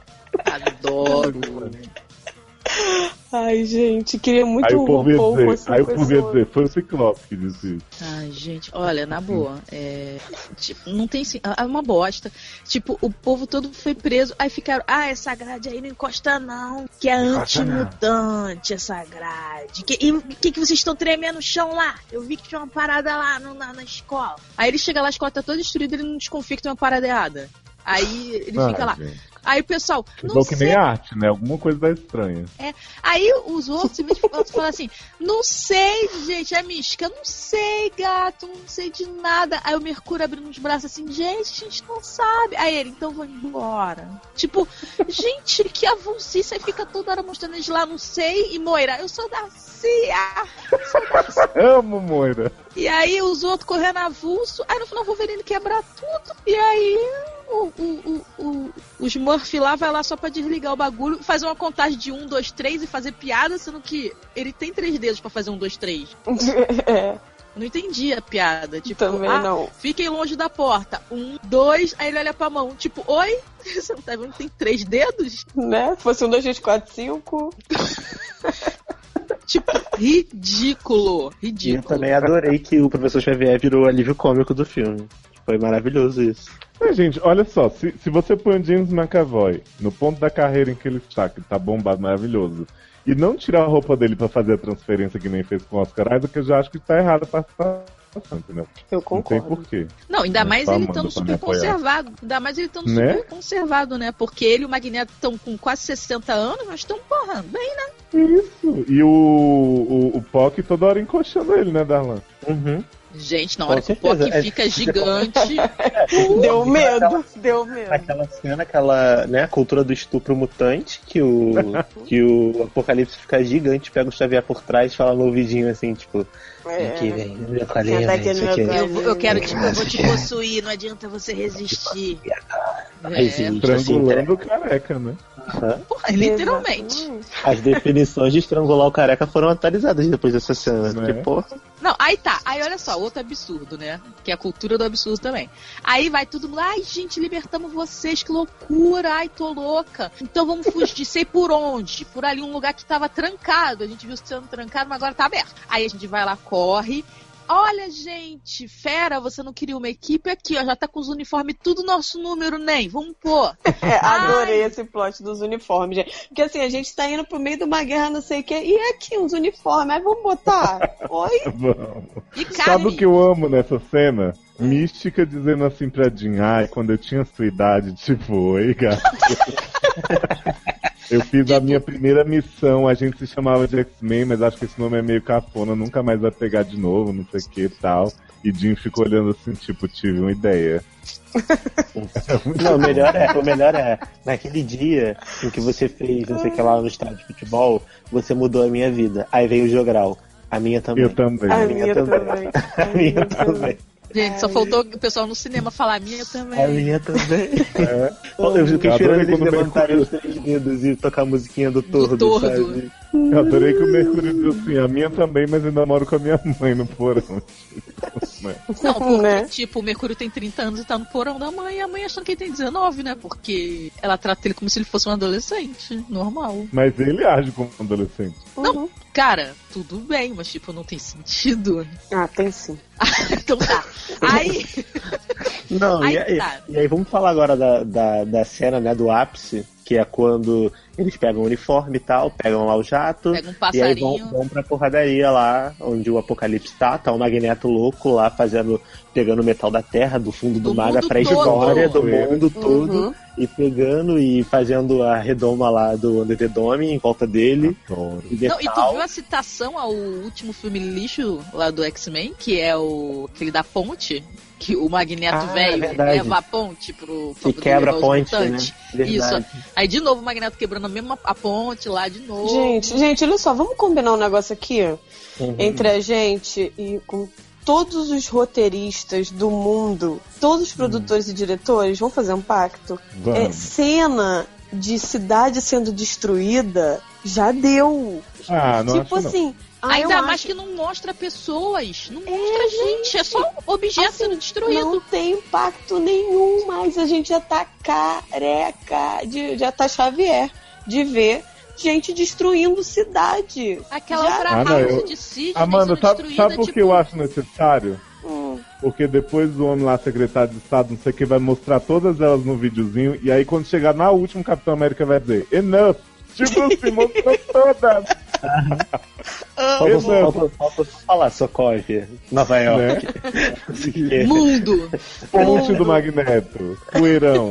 Adoro. Ai, gente, queria muito aí o povo ia dizer, assim, Aí o povo ia dizer, foi o Ciclope que disse isso. Ai, gente, olha, na boa, é, tipo, não tem, é uma bosta. Tipo, o povo todo foi preso, aí ficaram, ah, essa grade aí não encosta não, que é antimutante essa grade. Que, e o que, que vocês estão tremendo no chão lá? Eu vi que tinha uma parada lá no, na, na escola. Aí ele chega lá, a escola tá toda destruída, ele não desconfia que tem uma parada errada. Aí ele ah, fica lá. Gente. Aí o pessoal. Não não que sei. nem arte, né? Alguma coisa dá estranha. É. Aí os outros simplesmente falam assim: não sei, gente, é mística, não sei, gato, não sei de nada. Aí o Mercúrio abrindo os braços assim: gente, a gente não sabe. Aí ele, então vou embora. Tipo, gente, que avulsice. Aí fica toda hora mostrando eles lá, não sei. E Moira, eu sou da C I A. Sou da C I A. Amo Moira. E aí os outros correndo avulso. Aí no final o Wolverine quebrar tudo. E aí. O, o, o, o, o Smurf lá vai lá só pra desligar o bagulho, fazer uma contagem de um, dois, três e fazer piada, sendo que ele tem três dedos pra fazer um, dois, três. É. Não entendi a piada. Tipo, também ah, não. Fiquem longe da porta. Um, dois, aí ele olha pra mão. Tipo, oi? Você não tá vendo que tem três dedos? Né? Fosse um, dois, três, quatro, cinco. Tipo, ridículo. Ridículo. Eu também adorei que o Professor Xavier virou alívio cômico do filme. Foi maravilhoso isso. É, gente, olha só, se, se você põe o James McAvoy no ponto da carreira em que ele está, que tá bombado, maravilhoso, e não tirar a roupa dele pra fazer a transferência que nem fez com o Oscar Isaac, eu já acho que tá errado a participação, entendeu? Eu concordo. Não tem porquê. Não, ainda Não mais tá ele amando estando pra me super apoiar. conservado. Ainda mais ele estando Né? super conservado, né? Porque ele e o Magneto estão com quase sessenta anos, mas estão porrando bem, né? Isso. E o, o, o Pock toda hora encoxando ele, né, Darlan? Uhum. Gente, na Com hora que o Pock certeza. fica É- gigante. Deu medo, deu medo. Aquela cena, aquela, né, a cultura do estupro mutante, que o, que o Apocalipse fica gigante, pega o Xavier por trás e fala no ouvidinho assim, tipo, É. aqui, vem, no meu colinho, Senta vem, aqui no isso meu aqui. colinho. Eu, vou- eu quero, tipo, eu vou te possuir, não adianta você resistir. É, Resiste, assim, Estrangulando o careca, né? Hã? porra, literalmente. As definições de estrangular o careca foram atualizadas depois dessa cena. Né? Porque, porra, Não, aí tá. Aí olha só, outro absurdo, né? Que é a cultura do absurdo também. Aí vai todo mundo, ai gente, libertamos vocês, que loucura, ai tô louca. Então vamos fugir, sei por onde. Por ali um lugar que tava trancado. A gente viu sendo trancado, mas agora tá aberto. Aí a gente vai lá, corre. Olha, gente, fera, você não queria uma equipe aqui, ó, já tá com os uniformes tudo nosso número, nem, vamos pôr. É, adorei esse plot dos uniformes, gente. Porque assim, a gente tá indo pro meio de uma guerra, não sei o que, e aqui uns uniformes, aí vamos botar. Oi? Vamos. E Sabe carne. o que eu amo nessa cena? Mística dizendo assim pra Jean, ai, quando eu tinha sua idade, tipo, oi, gato. Eu fiz a minha primeira missão, a gente se chamava de X-Men, mas acho que esse nome é meio cafona, nunca mais vai pegar de novo, não sei o que e tal. E Jim ficou olhando assim, tipo, tive uma ideia. não, o melhor é, o melhor é, naquele dia em que você fez, não sei o que lá no estádio de futebol, você mudou a minha vida. Aí veio o Jogral. A minha também. Eu também. A minha também. A minha também. Gente, só faltou o pessoal no cinema falar a minha também. A minha também. É. Eu fiquei Eu esperando adorei eles quando o levantarem Mercúrio- os três dedos e tocar a musiquinha do Tordo, Tordo. sabe? Eu adorei que o Mercúrio disse assim, a minha também, mas eu namoro com a minha mãe no porão. Não, porque, Né? tipo, o Mercúrio tem trinta anos e tá no porão da mãe, e a mãe achando que ele tem dezenove, né? Porque ela trata ele como se ele fosse um adolescente, normal. Mas ele age como um adolescente. Não, cara, tudo bem, mas, tipo, não tem sentido. Ah, tem sim. Então tá. Aí, Não, Aí e, aí, tá. e aí vamos falar agora da, da, da cena, né, do ápice, que é quando eles pegam o uniforme e tal, pegam lá o jato, pega um e aí vão, passarinho. vão pra porradaria lá, onde o Apocalipse tá, tá o Magneto louco lá, fazendo, pegando o metal da terra, do fundo do, Do mar, da mundo pré-história, todo. do mundo todo, Uhum. e pegando e fazendo a redoma lá do Under the Dome em volta dele. Adoro. E Não, e tu metal. viu a citação ao último filme lixo lá do X-Men, que é o aquele da ponte? Que o Magneto Ah, velho verdade. leva a ponte pro Que pra quebra a levar os ponte, né? mutantes. Verdade. Isso. Aí de novo o Magneto quebrando a mesma a ponte lá de novo. Gente, gente, olha só, vamos combinar um negócio aqui Uhum. entre a gente e com todos os roteiristas do mundo, todos os produtores e diretores, vamos fazer um pacto? Vamos. É, cena de cidade sendo destruída já deu. Ah, não Tipo acho não. assim, Ah, Ainda eu mais acho- que não mostra pessoas, não mostra gente, é só um objeto Assim, sendo destruído. Não tem impacto nenhum, mas a gente já tá careca, de, já tá Xavier, de ver gente destruindo cidade. Aquela Já- obra Ah, não, house eu- de Sidney Amanda, sendo sabe, destruída, sabe por que tipo... eu acho necessário? Hum. Porque depois o homem lá, secretário de Estado, não sei o que, vai mostrar todas elas no videozinho, e aí quando chegar na última, o Capitão América vai dizer, enough! Tipo assim, mostrou todas! Falta, falta, falta só falar Sokovia, Nova York. Né? Mundo! Ponte do Magneto, poeirão.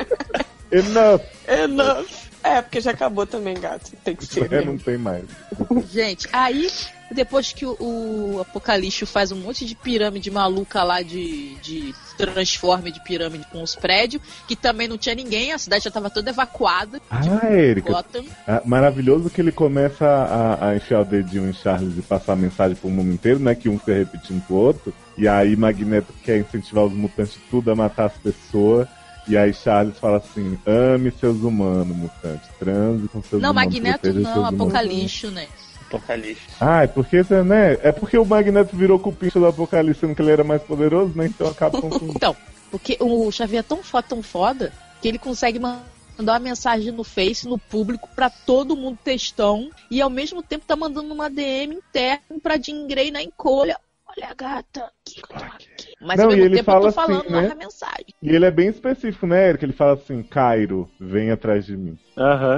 Enough! Enough. É, porque já acabou também, gato. Tem que ser. É, não tem mais. Gente, aí, depois que o, o Apocalipse faz um monte de pirâmide maluca lá de, de transforme de pirâmide com os prédios, que também não tinha ninguém, a cidade já tava toda evacuada. Ah, Erika. Gotham. Ah, maravilhoso que ele começa a, a enfiar o dedinho em Charles e passar a mensagem pro mundo inteiro, né? Que um fica repetindo pro outro. E aí Magneto quer incentivar os mutantes tudo a matar as pessoas. E aí Charles fala assim, ame seus humanos, mutantes, transe com seus Não, humanos. Magneto proteja não, seus humanos. Apocalipse, né? Apocalipse. Ah, é porque, né? É porque o Magneto virou cupincha do Apocalipse, sendo que ele era mais poderoso, né? Então acaba confundindo. Então, porque o Xavier é tão foda, tão foda, que ele consegue mandar uma mensagem no Face, no público, pra todo mundo textão, e ao mesmo tempo tá mandando uma D M interna pra Jean Grey na encolha. Olha, gata, aqui, eu tô aqui. Mas Não, ao e mesmo ele tempo eu fala tô falando assim, lá né? na mensagem. E ele é bem específico, né, Eric? Ele fala assim, Cairo, vem atrás de mim. Aham.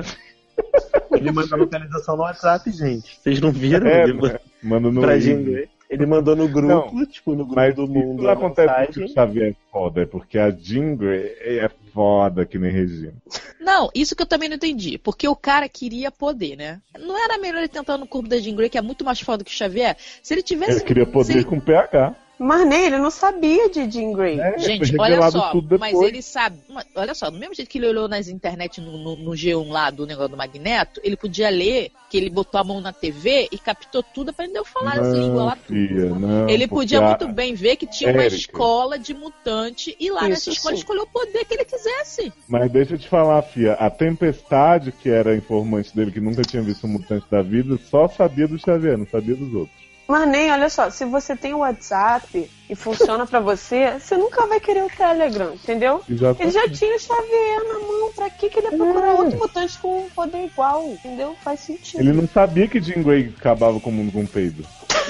Ele mandou a localização no WhatsApp, gente. Vocês não viram? É, ele mandou manda no pra e- Jean Grey. Ele mandou no grupo, Não, tipo, no grupo Mas do mundo. isso a acontece porque mensagem. o Xavier é foda, é porque a Jean Grey é foda que nem Regina. Não, isso que eu também não entendi. Porque o cara queria poder, né? Não era melhor ele tentar no corpo da Jean Grey, que é muito mais foda que o Xavier? Se ele tivesse... Ele queria se poder ele- com P H. Mas nem ele não sabia de Jean Grey. É, Gente, foi olha revelado só, tudo mas depois. ele sabe. mas Olha só, do mesmo jeito que ele olhou nas internet no, no, no G um lá do negócio do Magneto, ele podia ler que ele botou a mão na T V e captou tudo pra ele falar as línguas lá. Filha, não, Ele porque podia a- muito bem ver que tinha uma Érica. escola de mutante e lá nessa Isso escola sim. escolheu o poder que ele quisesse. Mas deixa eu te falar, Fia, a Tempestade, que era a informante dele, que nunca tinha visto um mutante da vida, só sabia do Xavier, não sabia dos outros. Mas nem, olha só, se você tem o WhatsApp e funciona pra você, você nunca vai querer o Telegram, entendeu? Exatamente. Ele já tinha o Xavier na mão, pra que que ele ia procurar outro mutante com um poder igual, entendeu? Faz sentido. Ele não sabia que Jean Grey acabava com o mundo com peido.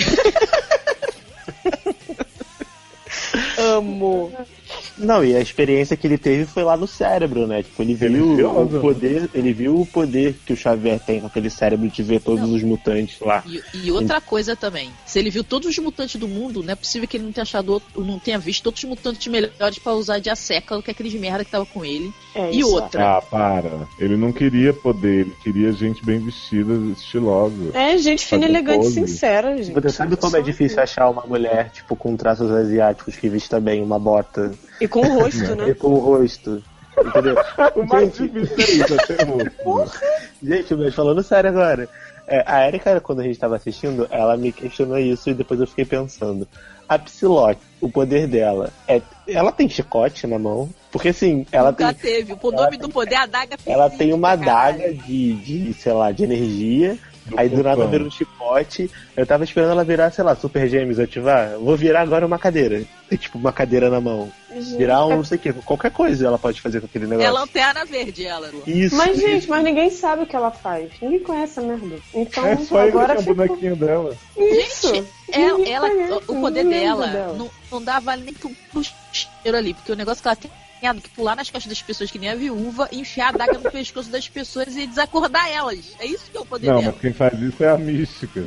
Amo. Não, e a experiência que ele teve foi lá no cérebro, né? Tipo, ele viu Deliciosa. o poder, ele viu o poder que o Xavier tem com aquele cérebro de ver todos Não. os mutantes lá. E, e outra coisa também, se ele viu todos os mutantes do mundo, não é possível que ele não tenha achado outro, não tenha visto todos os mutantes melhores pra usar de acécalo que aqueles merda que tava com ele. É E isso. outra. Ah, para. Ele não queria poder, ele queria gente bem vestida, estilosa. É, gente fina, Fazer elegante, pose. sincera, gente. Você sabe como é difícil achar uma mulher, tipo, com traços asiáticos que vista bem, uma bota E com o rosto, né? e com o rosto. Entendeu? O mais Gente, difícil é isso, até rosto. Gente, mas falando sério agora, é, a Erika, quando a gente tava assistindo, ela me questionou isso e depois eu fiquei pensando. A Psylocke, o poder dela, é, ela tem chicote na mão? Porque assim, ela Nunca tem, teve. O nome do poder é adaga física. ela tem uma caralho. adaga de, de, sei lá, de energia. Do Aí do nada cocão. vira um chicote. Eu tava esperando ela virar, sei lá, Super Gêmeos, ativar. Vou virar agora uma cadeira. Tem tipo uma cadeira na mão. Virar um não sei o que. Qualquer coisa ela pode fazer com aquele É negócio. lanterna verde, ela. Isso. Mas, isso. gente, mas ninguém sabe o que ela faz. Ninguém conhece a merda. Então, É só ele que agora é o ficou... bonequinho dela. Isso. Gente, ela, Ninguém ela- conhece, o poder ninguém lembra dela, dela. Não, não dava nem pro, pro cheiro ali, porque o negócio que ela tem é que pular nas costas das pessoas que nem a viúva, enfiar a adaga no pescoço das pessoas e desacordar elas. É isso que é o poder Não, dela. mas quem faz isso é a mística.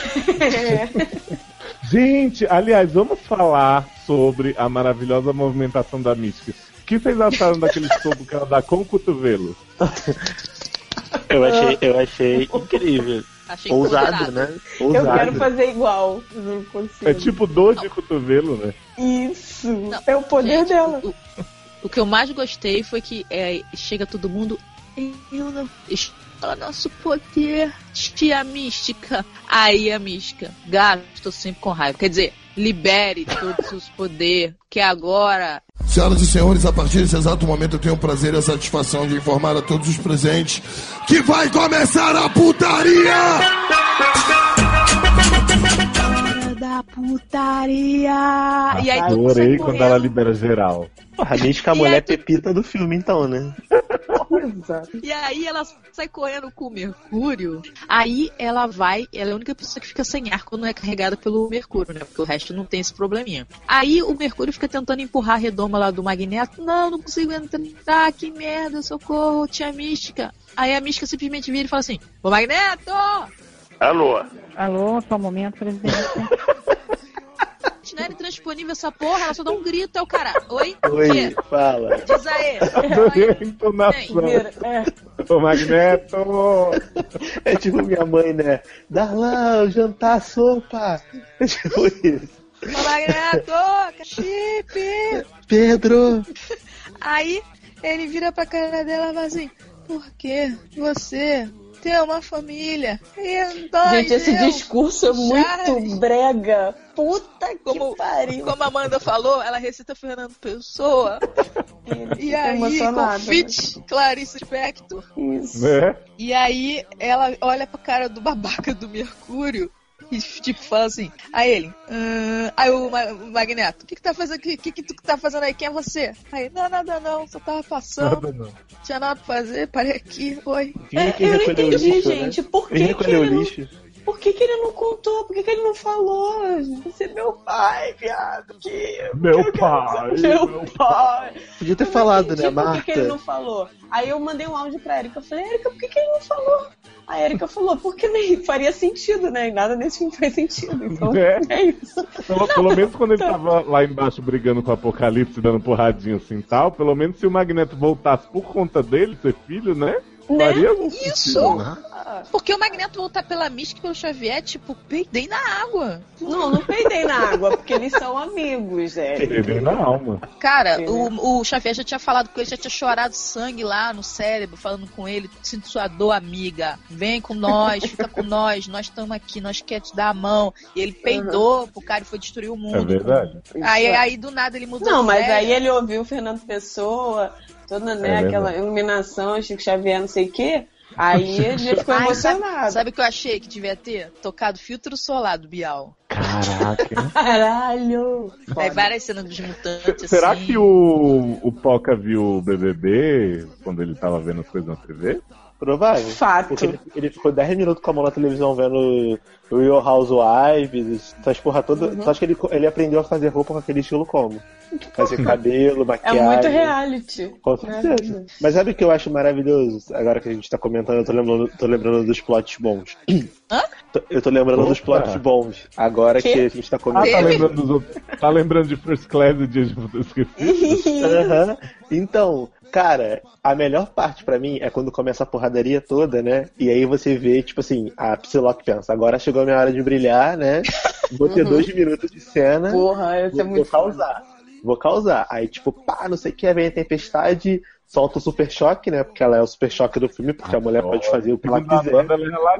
É. Gente, aliás, vamos falar sobre a maravilhosa movimentação da mística. O que vocês acharam daquele soco que ela dá com o cotovelo? Eu achei, eu achei incrível. Achei Ousado, colorado. né? Eu Ousado. quero fazer igual. Não consigo. É tipo dor de cotovelo, né? Isso. Não, É o poder gente, dela. O, o que eu mais gostei foi que é, chega todo mundo. Eu não. É o nosso poder, tia mística. Aí a mística. Gato, estou sempre com raiva. Quer dizer, libere todos os poderes, que agora. Senhoras e senhores, a partir desse exato momento eu tenho o prazer e a satisfação de informar a todos os presentes que vai começar a putaria! Da putaria. Ah, E aí adorei quando ela libera geral. A Mística é a mulher aí, pepita do filme, então, né? E aí ela sai correndo com o Mercúrio. Aí ela vai, ela é a única pessoa que fica sem ar quando é carregada pelo Mercúrio, né? Porque o resto não tem esse probleminha. Aí o Mercúrio fica tentando empurrar a redoma lá do Magneto. Não, não consigo entrar, que merda, socorro, tia Mística. Aí a Mística simplesmente vira e fala assim: ô Magneto! Alô? Alô, só um momento, presidente. Não era intransponível essa porra, ela só dá um grito, é o cara. Oi? Oi, quê? fala. Diz aí. Adorei a entonação. É. Ô Magneto! É tipo minha mãe, né? Darlan, jantar, sopa. É tipo isso. Ô Magneto, chip. Pedro. Aí ele vira pra cara dela e fala assim: por que você tem uma família? E nós, gente, esse eu, discurso é muito Charlie. brega. Puta como, que pariu. Como a Amanda falou, ela recita Fernando Pessoa. E aí, com Fit, Clarice Lispector. Isso. É. E aí, ela olha pra cara do babaca do Mercúrio e tipo fala assim, aí ele, uh, aí o, Ma- o Magneto, o que que tá fazendo aqui? O que que tu tá fazendo aí? Quem é você? Aí, não, nada não, só tava passando. Nada não. Não tinha nada pra fazer, parei aqui, oi. É, eu não entendi, lixo, gente, né? Por que, que ele o não... lixo? Por que, que ele não contou? Por que, que ele não falou? Você é meu pai, viado. Que... Meu que pai. Meu, meu pai. Podia ter eu falado, né, Por Marta? que, que ele não falou? Aí eu mandei um áudio pra Erika. Eu falei, Erika, por que, que ele não falou? A Erika falou, porque nem faria sentido, né? E nada nesse filme faz sentido. Então, é, é isso. Pelo, não, pelo menos quando ele então... tava lá embaixo brigando com o Apocalipse, dando porradinha assim e tal, pelo menos se o Magneto voltasse por conta dele, ser filho, né? Né? Faria algum Isso! sentido, né? Porque o Magneto voltar pela Mística e pelo Xavier, tipo, peidei na água. Não, não peidei na água, porque eles são amigos, é. Peidei na alma. Cara, o, o Xavier já tinha falado com ele, já tinha chorado sangue lá no cérebro, falando com ele, sinto sua dor, amiga. Vem com nós, fica com nós, nós estamos aqui, nós queremos te dar a mão. E ele peidou uhum. pro cara e foi destruir o mundo. É verdade. Aí, aí do nada ele mudou. Não, de mas ideia. aí ele ouviu o Fernando Pessoa, toda, né, é aquela iluminação, Chico Xavier, não sei o quê. Aí ele já ficou Ai, emocionado. Sabe, sabe o que eu achei que devia ter? Tocado Filtro Solar do Bial. Caraca. Caralho. Aí várias cenas dos mutantes. Será assim. que o, o Poca viu o B B B quando ele tava vendo as coisas na T V? Provável. Fato. Porque ele, ele ficou dez minutos com a mão na televisão vendo o Real Housewives, essas porra toda. Uhum. Só acho que ele, ele aprendeu a fazer roupa com aquele estilo como? Fazer cabelo, maquiagem. É muito reality. Com certeza. É. Mas sabe o que eu acho maravilhoso? Agora que a gente tá comentando, eu tô lembrando, tô lembrando dos plots bons. Hã? Eu tô lembrando Opa. dos plots bons. Agora que? que a gente tá comentando. Ah, tá lembrando dos outros. Tá lembrando de First Class e Dias de Futuro Esquecido? Aham. Então, cara, a melhor parte pra mim é quando começa a porradaria toda, né? E aí você vê, tipo assim, a Psylocke pensa, agora chegou a minha hora de brilhar, né? Vou ter uhum. dois minutos de cena. Porra, esse vou, é muito vou causar. Vou causar. Aí, tipo, pá, não sei o que, vem a tempestade, solta o super choque, né? Porque ela é o super choque do filme, porque ah, a mulher ó, pode fazer o que ela quiser. Ela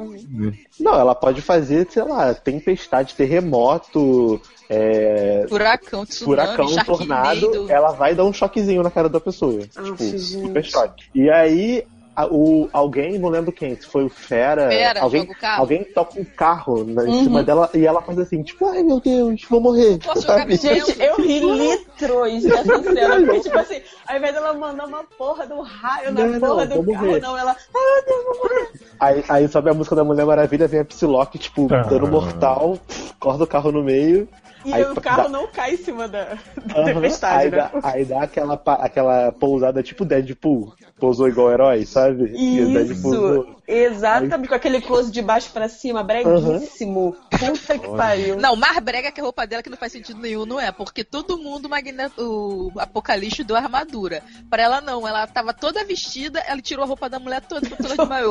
é não, ela pode fazer, sei lá, tempestade, terremoto, é... furacão, tsunami, furacão, tornado. Ela vai dar um choquezinho na cara da pessoa. Ah, tipo, super choque. E aí, a, o, alguém, não lembro quem, se foi o Fera, Fera alguém, joga o carro. alguém toca um carro na, em uhum. cima dela e ela faz assim, tipo, ai meu Deus, vou morrer. Posso jogar gente, eu ri litros dessa cena, porque tipo assim, ao invés dela mandar uma porra do raio na não, porra não, do carro, morrer. não, ela, ai meu Deus, vou morrer. Aí, aí sobe a música da Mulher Maravilha, vem a Psylocke, tipo, ah. dando mortal, corta o carro no meio. E aí, o carro dá... não cai em cima da, da uhum. tempestade, aí né? Dá, aí dá aquela, aquela pousada tipo Deadpool. Pousou igual herói, sabe? Isso, exatamente, aí... com aquele close de baixo pra cima, breguíssimo. Uhum. Puta que pariu. Não, mais brega que a roupa dela, que não faz sentido nenhum, não é? Porque todo mundo, Magneto, o Apocalipse deu armadura. Pra ela não, ela tava toda vestida, ela tirou a roupa da mulher toda, toda de maiô.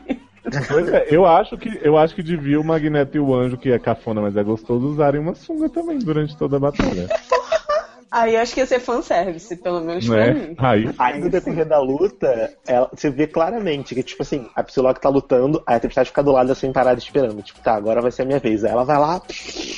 Pois é, eu acho que eu acho que devia o Magneto e o Anjo, que é cafona, mas é gostoso, usarem uma sunga também durante toda a batalha. Aí eu acho que ia ser fanservice, pelo menos pra é? mim. Aí, aí no decorrer da luta, ela, você vê claramente que, tipo assim, a Psylocke tá lutando, aí a Tempestade fica do lado assim, parada esperando. Tipo, tá, agora vai ser a minha vez. Aí ela vai lá,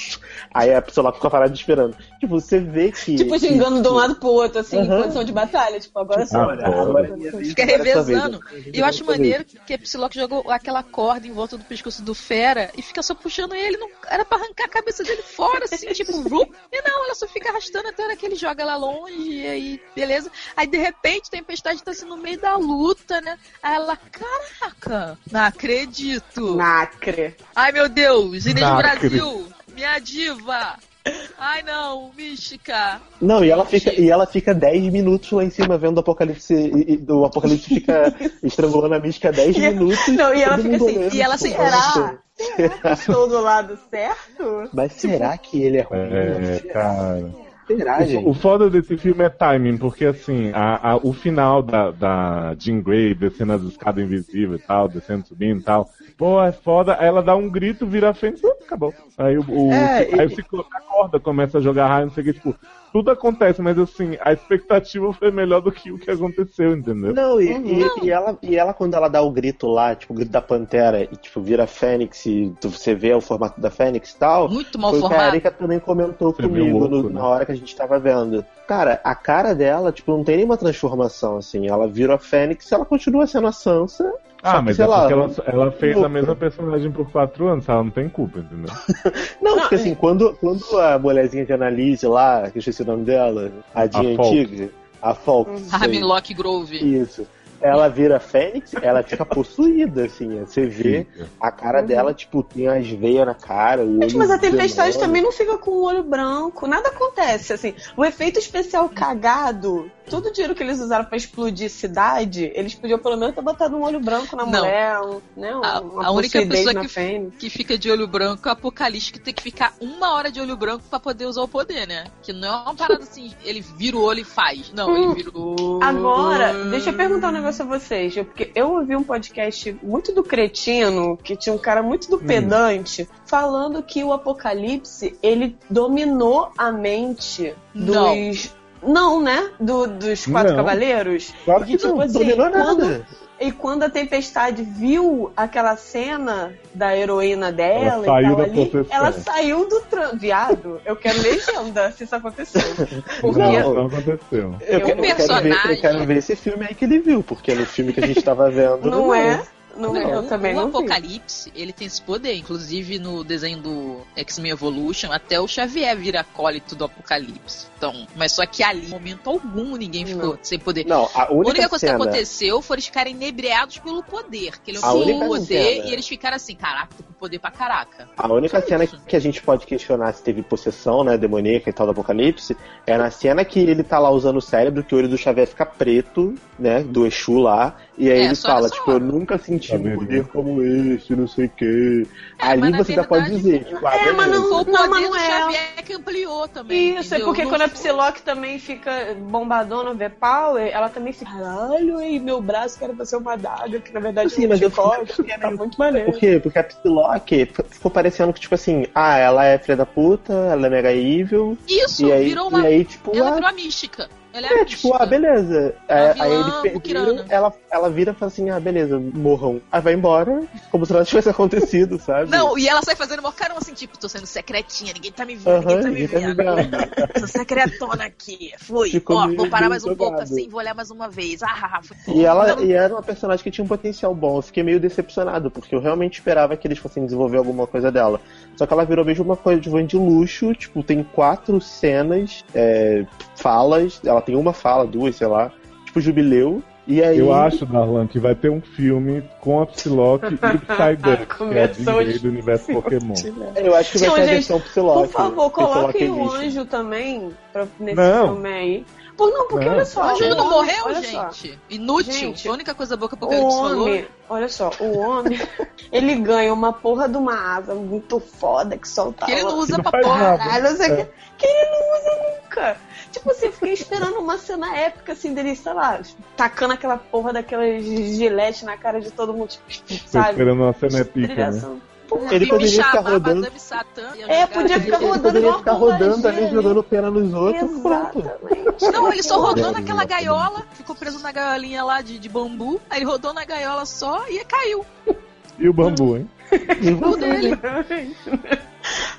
Aí a Psylocke fica parada esperando. Tipo, você vê que... Tipo, gingando que... de um lado pro outro, assim, uhum. em posição de batalha. Tipo, agora tipo, só. Olha, agora fica revezando. E eu acho maneiro que a Psylocke jogou aquela corda em volta do pescoço do Fera e fica só puxando ele. Não... Era pra arrancar a cabeça dele fora, assim, tipo, rup. E não, ela só fica arrastando até hora que ele joga lá longe, e aí, beleza. Aí, de repente, a Tempestade tá assim no meio da luta, né? Aí ela, caraca, não acredito. Nacre. Ai, meu Deus, Inês Nacre. Brasil, minha diva. Ai, não, mística. Não, e ela fica, e ela fica dez minutos lá em cima vendo o Apocalipse. E, e, o Apocalipse fica estrangulando a mística dez minutos. Não, e ela fica assim, olhando, e ela assim, será? Será que estou do lado certo? Mas será que ele é ruim? É, cara. Será, gente? O, o foda desse filme é timing, porque assim, a, a, o final da, da Jean Grey descendo as escadas invisíveis e tal, descendo, subindo e tal. Pô, é foda. Aí ela dá um grito, vira a frente, uh, acabou. Aí o, o É, aí e- o a corda começa a jogar raio, não sei o que, tipo, tudo acontece, mas assim, a expectativa foi melhor do que o que aconteceu, entendeu? Não, e, e, e ela, e ela, quando ela dá o grito lá, tipo, o grito da Pantera, e tipo, vira a Fênix, e tu- você vê o formato da Fênix e tal. Muito mal foi o que formado. a Erika também comentou Você viu comigo louco, no- né? na hora que a gente tava vendo. Cara, a cara dela, tipo, não tem nenhuma transformação, assim. Ela vira a Fênix e ela continua sendo a Sansa. Ah, só que, mas sei é lá, porque ela, ela fez louca. a mesma personagem por quatro anos, ela não tem culpa, entendeu? Não, porque assim, quando, quando a mulherzinha de Annalise lá, que eu esqueci o nome dela, a Jean Falk. antiga, a Falk. A Hemlock Grove. Isso. Ela vira a Fênix, ela fica possuída, assim. Você vê a cara dela, tipo, tem as veias na cara, o olho. Gente, mas a Tempestade demônio. também não fica com o olho branco, nada acontece, assim. O efeito especial cagado, todo o dinheiro que eles usaram pra explodir cidade, eles podiam pelo menos ter botado um olho branco na Não. mulher, um, né? Um, A, uma a única possuidez pessoa na que, Fênix. que fica de olho branco é o Apocalipse, que tem que ficar uma hora de olho branco pra poder usar o poder, né? Que não é uma parada assim, ele vira o olho e faz. Não, Hum. ele vira o... Agora, deixa eu perguntar um negócio a vocês. eu- Porque eu ouvi um podcast muito do cretino, que tinha um cara muito do pedante, falando que o Apocalipse, ele dominou a mente Não. dos... Não, né? Do- dos quatro Não. cavaleiros. Claro que E, tipo não, assim, dominou quando- nada. E quando a Tempestade viu aquela cena da heroína dela Ela saiu e tal da ali, possessão. ela saiu do tran... Viado, eu quero legenda se isso aconteceu. Porque Não, não aconteceu. Eu, Eu- quero, eu, quero ver, personagem- eu quero ver esse filme aí que ele viu, porque no filme que a gente tava vendo. não é... Não, é, eu o, também o não vi. Apocalipse, ele tem esse poder. Inclusive, no desenho do X-Men Evolution, até o Xavier vira acólito do Apocalipse. Então, mas só que ali, em momento algum, ninguém ficou Não. sem poder. Não, a A única, única coisa cena, que aconteceu foi eles ficarem inebriados pelo poder. Que ele A usou única o poder cena- e eles ficaram assim, caraca, tô com poder pra caraca. A única cena que, que a gente pode questionar se teve possessão, né, demoníaca e tal do Apocalipse, é na cena que ele tá lá usando o cérebro, que o olho do Xavier fica preto, né, do Exu lá, e aí É, ele só fala, nessa tipo, hora. eu nunca senti Tá um vendo? poder como esse, não sei o quê. É, Ali mas na você ainda pode verdade- dizer, tipo, ah, É, mas beleza. não- Foi o Não, poder mas do não é. Xavier que ampliou também. Isso, é entendeu? porque Não quando a foi- Psylocke também fica bombadona, vê power, ela também fica, caralho, e meu braço que era pra ser uma adaga, que na verdade Sim, é um mas eu chicote, que tá muito maneiro. Por quê? Porque a Psylocke f- ficou parecendo que, tipo assim, ah, ela é filha da puta, ela é mega evil. Isso, e aí, virou uma. E aí, tipo, Ela ah, virou a mística. Ela é, é, a tipo, mística. ah, beleza. A É, vilã aí ele perdeu, Mukirana. ela, ela vira e fala assim, ah, beleza, morram. Aí vai embora, como se nada tivesse acontecido, sabe? Não, e ela sai fazendo mó carão assim, tipo, tô sendo secretinha, ninguém tá me vendo, Aham, ninguém tá me ninguém tá me vendo. vendo. Tô secretona aqui. Fui. Ficou Ó, meio vou parar mais um jogado. pouco assim, vou olhar mais uma vez. Ah, ah, ah. E ela e era uma personagem que tinha um potencial bom. Eu fiquei meio decepcionado, porque eu realmente esperava que eles fossem desenvolver alguma coisa dela. Só que ela virou mesmo uma coisa de van de luxo, tipo, tem quatro cenas, é, falas, ela tem uma fala, duas, sei lá, tipo jubileu. E aí... Eu acho, Darlan, que vai ter um filme com a Psylocke e o Psyduck, que é a Jean Grey do universo Pokémon. Eu acho que vai Não, ser a gente, versão Psylocke. Por favor, Psylocke coloquem o Edition. anjo também pra, nesse Não. filme aí. Por, não, porque Não. olha só. O anjo o não homem- morreu, olha só. gente. Inútil. Gente, Foi a única coisa boa que o O Apocalipse falou. homem, olha só, o homem, ele ganha uma porra de uma asa muito foda que solta Que ele não ela. usa não pra faz porra. nada. Caralho, não sei o que, que ele não usa nunca. Tipo assim, eu fiquei esperando uma cena épica, assim, dele, sei lá, tacando aquela porra daquela gilete na cara de todo mundo, tipo, Tô sabe? esperando uma cena épica, né? Brilhação. Porra, Ele E poderia me ficar chamar, rodando. Madame Satã, ia É, jogar podia ali. ficar Ele rodando poderia igual ficar uma pombagira rodando ali, ali. jogando pena nos outros, pronto. Exatamente. Não, ele só rodou Não, naquela não. gaiola, ficou preso na gaiolinha lá de, de bambu, aí ele rodou na gaiola só e caiu. E o bambu, hein? O dele.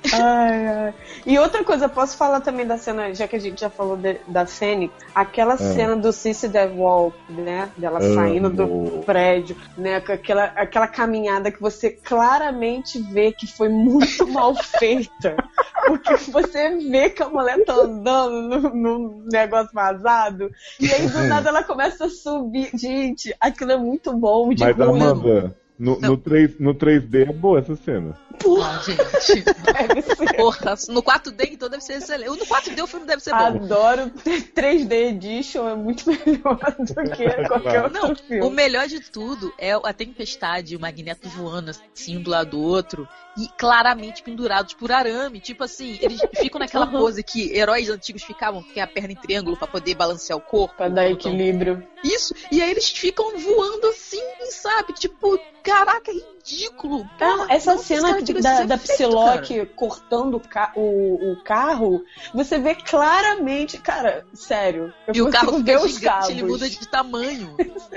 Ai, ai. E outra coisa, posso falar também da cena, já que a gente já falou de, da Fênix, aquela é. cena do Cici DeVol, né? Dela é. saindo do prédio, né? Com aquela, aquela caminhada que você claramente vê que foi muito mal feita. Porque você vê que a mulher tá andando num, num negócio vazado, e aí do nada ela começa a subir. Gente, aquilo é muito bom de Mas, ruim. Amanda, no, no, três, no três D é boa essa cena. Porra, ah, gente. Deve ser. Porra, no quatro D então deve ser excelente. No quatro D o filme deve ser bom. Adoro três D Edition, é muito melhor do que qualquer outro Não, filme. O melhor de tudo é a tempestade, o Magneto voando assim um do lado do outro e claramente pendurados por arame. Tipo assim, eles ficam naquela pose que heróis antigos ficavam, que é a perna em triângulo pra poder balancear o corpo. Pra dar equilíbrio. Isso, e aí eles ficam voando assim, sabe? Tipo, caraca, é ridículo. Ah, essa cena da, da Psylocke cortando o, ca- o, o carro, você vê claramente, cara, sério. Eu e o carro ver fica os gigante, cabos. Ele muda de tamanho.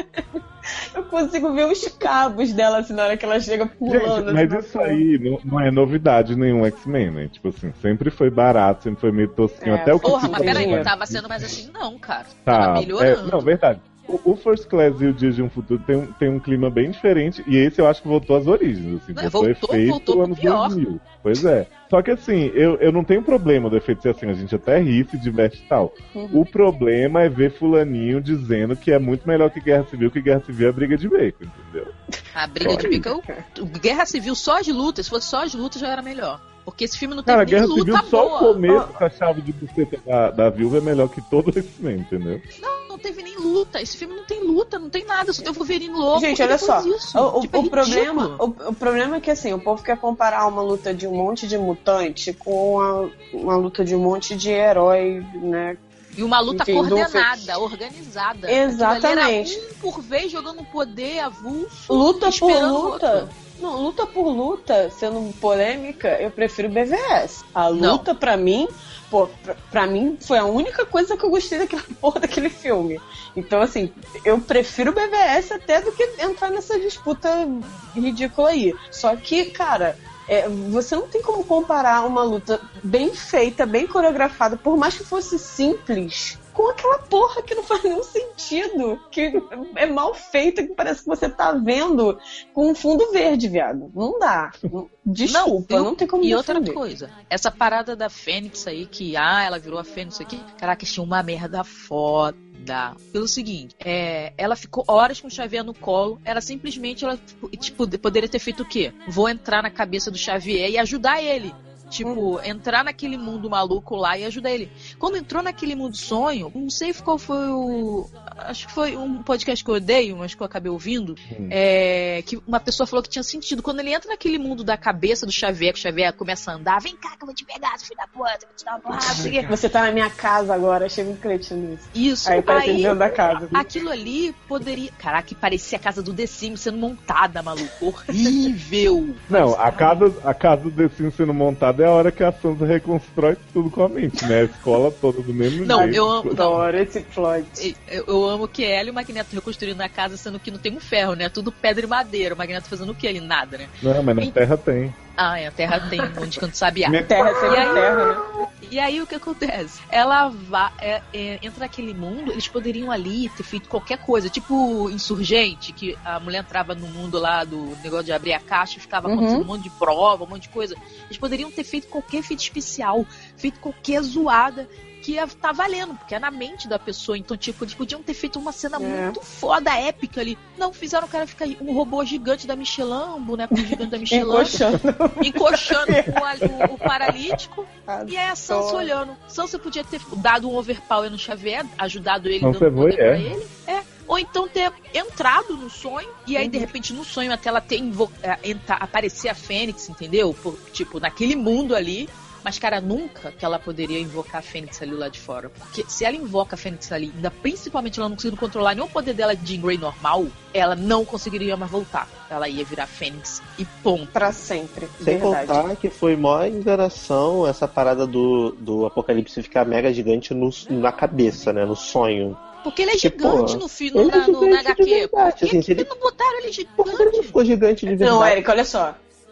Eu consigo ver os cabos dela assim, na hora que ela chega pulando. Gente, mas assim, isso aí não, não é novidade nenhum X-Men, né? Tipo assim, sempre foi barato, sempre foi meio tosquinho. É, até o que porra, mas peraí, não tava sendo mais assim, não, cara. Tá, tava melhorando. É, não, verdade. O, o First Class e o Dias de um Futuro tem um, tem um clima bem diferente, e esse eu acho que voltou às origens, assim, Não, voltou, voltou, efeito voltou anos pior. dois mil. Pois é. Só que assim, eu, eu não tenho problema do efeito ser assim, a gente até ri, se diverte e tal. Uhum. O problema é ver fulaninho dizendo que é muito melhor que Guerra Civil, que Guerra Civil é briga de bacon, entendeu? A briga só de bacon, Guerra Civil só de luta, se fosse só de luta já era melhor. Porque esse filme não tem Cara, nem Guerra luta Civil, boa. Só o começo com a chave de buceta da, da viúva é melhor que todo esse filme, entendeu? Não, não teve nem luta. Esse filme não tem luta, não tem nada. Só tem o Wolverine louco. Gente, olha só. Isso. O, tipo, o, é problema, o, o problema é que assim, o povo quer comparar uma luta de um monte de mutante com uma, uma luta de um monte de herói, né? E uma luta Enfim, coordenada, organizada. Exatamente. Era um por vez jogando poder avulso. Luta por luta. Outro. Não, luta por luta, sendo polêmica, eu prefiro B V S. A luta, não. pra mim, pô, pra, pra mim, foi a única coisa que eu gostei daquela porra daquele filme. Então, assim, eu prefiro B V S até do que entrar nessa disputa ridícula aí. Só que, cara, é, você não tem como comparar uma luta bem feita, bem coreografada, por mais que fosse simples, com aquela porra que não faz nenhum sentido, que é mal feita, que parece que você tá vendo com um fundo verde, viado. Não dá. Desculpa, não, não tem como E defender. outra coisa, essa parada da Fênix aí, que ah, ela virou a Fênix aqui, caraca, tinha uma merda foda. Pelo seguinte, é, ela ficou horas com o Xavier no colo, era simplesmente, ela tipo, poderia ter feito o quê? Vou entrar na cabeça do Xavier e ajudar ele. Tipo, entrar naquele mundo maluco lá e ajudar ele. Quando entrou naquele mundo sonho, não sei qual foi o... Acho que foi um podcast que eu odeio, mas que eu acabei ouvindo. Hum. É, que uma pessoa falou que tinha sentido. Quando ele entra naquele mundo da cabeça do Xavier, que o Xavier começa a andar, vem cá que eu vou te pegar, filho da puta, vou te dar uma porrada. Você tá na minha casa agora, achei muito cretino isso. Isso. Aí tá dentro da casa. Aquilo ali poderia... Caraca, parecia a casa do The Sims sendo montada, maluco. Horrível. Não, a casa, a casa do The Sims sendo montada é a hora que a Sansa reconstrói tudo com a mente, né? A escola toda do mesmo não, jeito. Eu amo, não, eu amo esse plot. Eu, eu amo que ela e o Magneto reconstruindo a casa, sendo que não tem um ferro, né? Tudo pedra e madeira. O Magneto fazendo o que ali? Nada, né? Não, mas na e... Terra tem. Ah, é, a Terra tem onde canto sabiá. Minha terra é sempre aí, terra, né? E aí o que acontece? Ela vai, é, é, entra naquele mundo, eles poderiam ali ter feito qualquer coisa, tipo Insurgente, que a mulher entrava no mundo lá do negócio de abrir a caixa e ficava Uhum. acontecendo um monte de prova, um monte de coisa. Eles poderiam ter feito qualquer feito especial, feito qualquer zoada, que ia tá valendo, porque é na mente da pessoa. Então, tipo, eles podiam ter feito uma cena é. muito foda, épica ali. Não, fizeram o cara ficar aí, um robô gigante da Michelin, um boneco gigante da Michelin. encoxando. Encoxando o, o, o paralítico. Ah, e aí a Sansa tô... olhando. Sansa podia ter dado um overpower no Xavier, ajudado ele, não dando poder é. pra ele. É. Ou então ter entrado no sonho, e aí, uhum. de repente, no sonho, até ela ter invo- entrar, aparecer a Fênix, entendeu? Por, tipo, naquele mundo ali. Mas, cara, nunca que ela poderia invocar a Fênix ali lá de fora. Porque se ela invoca a Fênix ali, ainda principalmente ela não conseguindo controlar nenhum poder dela de Jean Grey normal, ela não conseguiria mais voltar. Ela ia virar Fênix e ponto. Pra sempre. Sem verdade. contar que foi maior enganação essa parada do, do Apocalipse ficar mega gigante no, na cabeça, né? No sonho. Porque ele é gigante tipo, no filme, no, é no, na H Q. Por que, assim, que ele... não botaram ele gigante? Por que ele não ficou gigante de verdade? Não, Érica, olha só.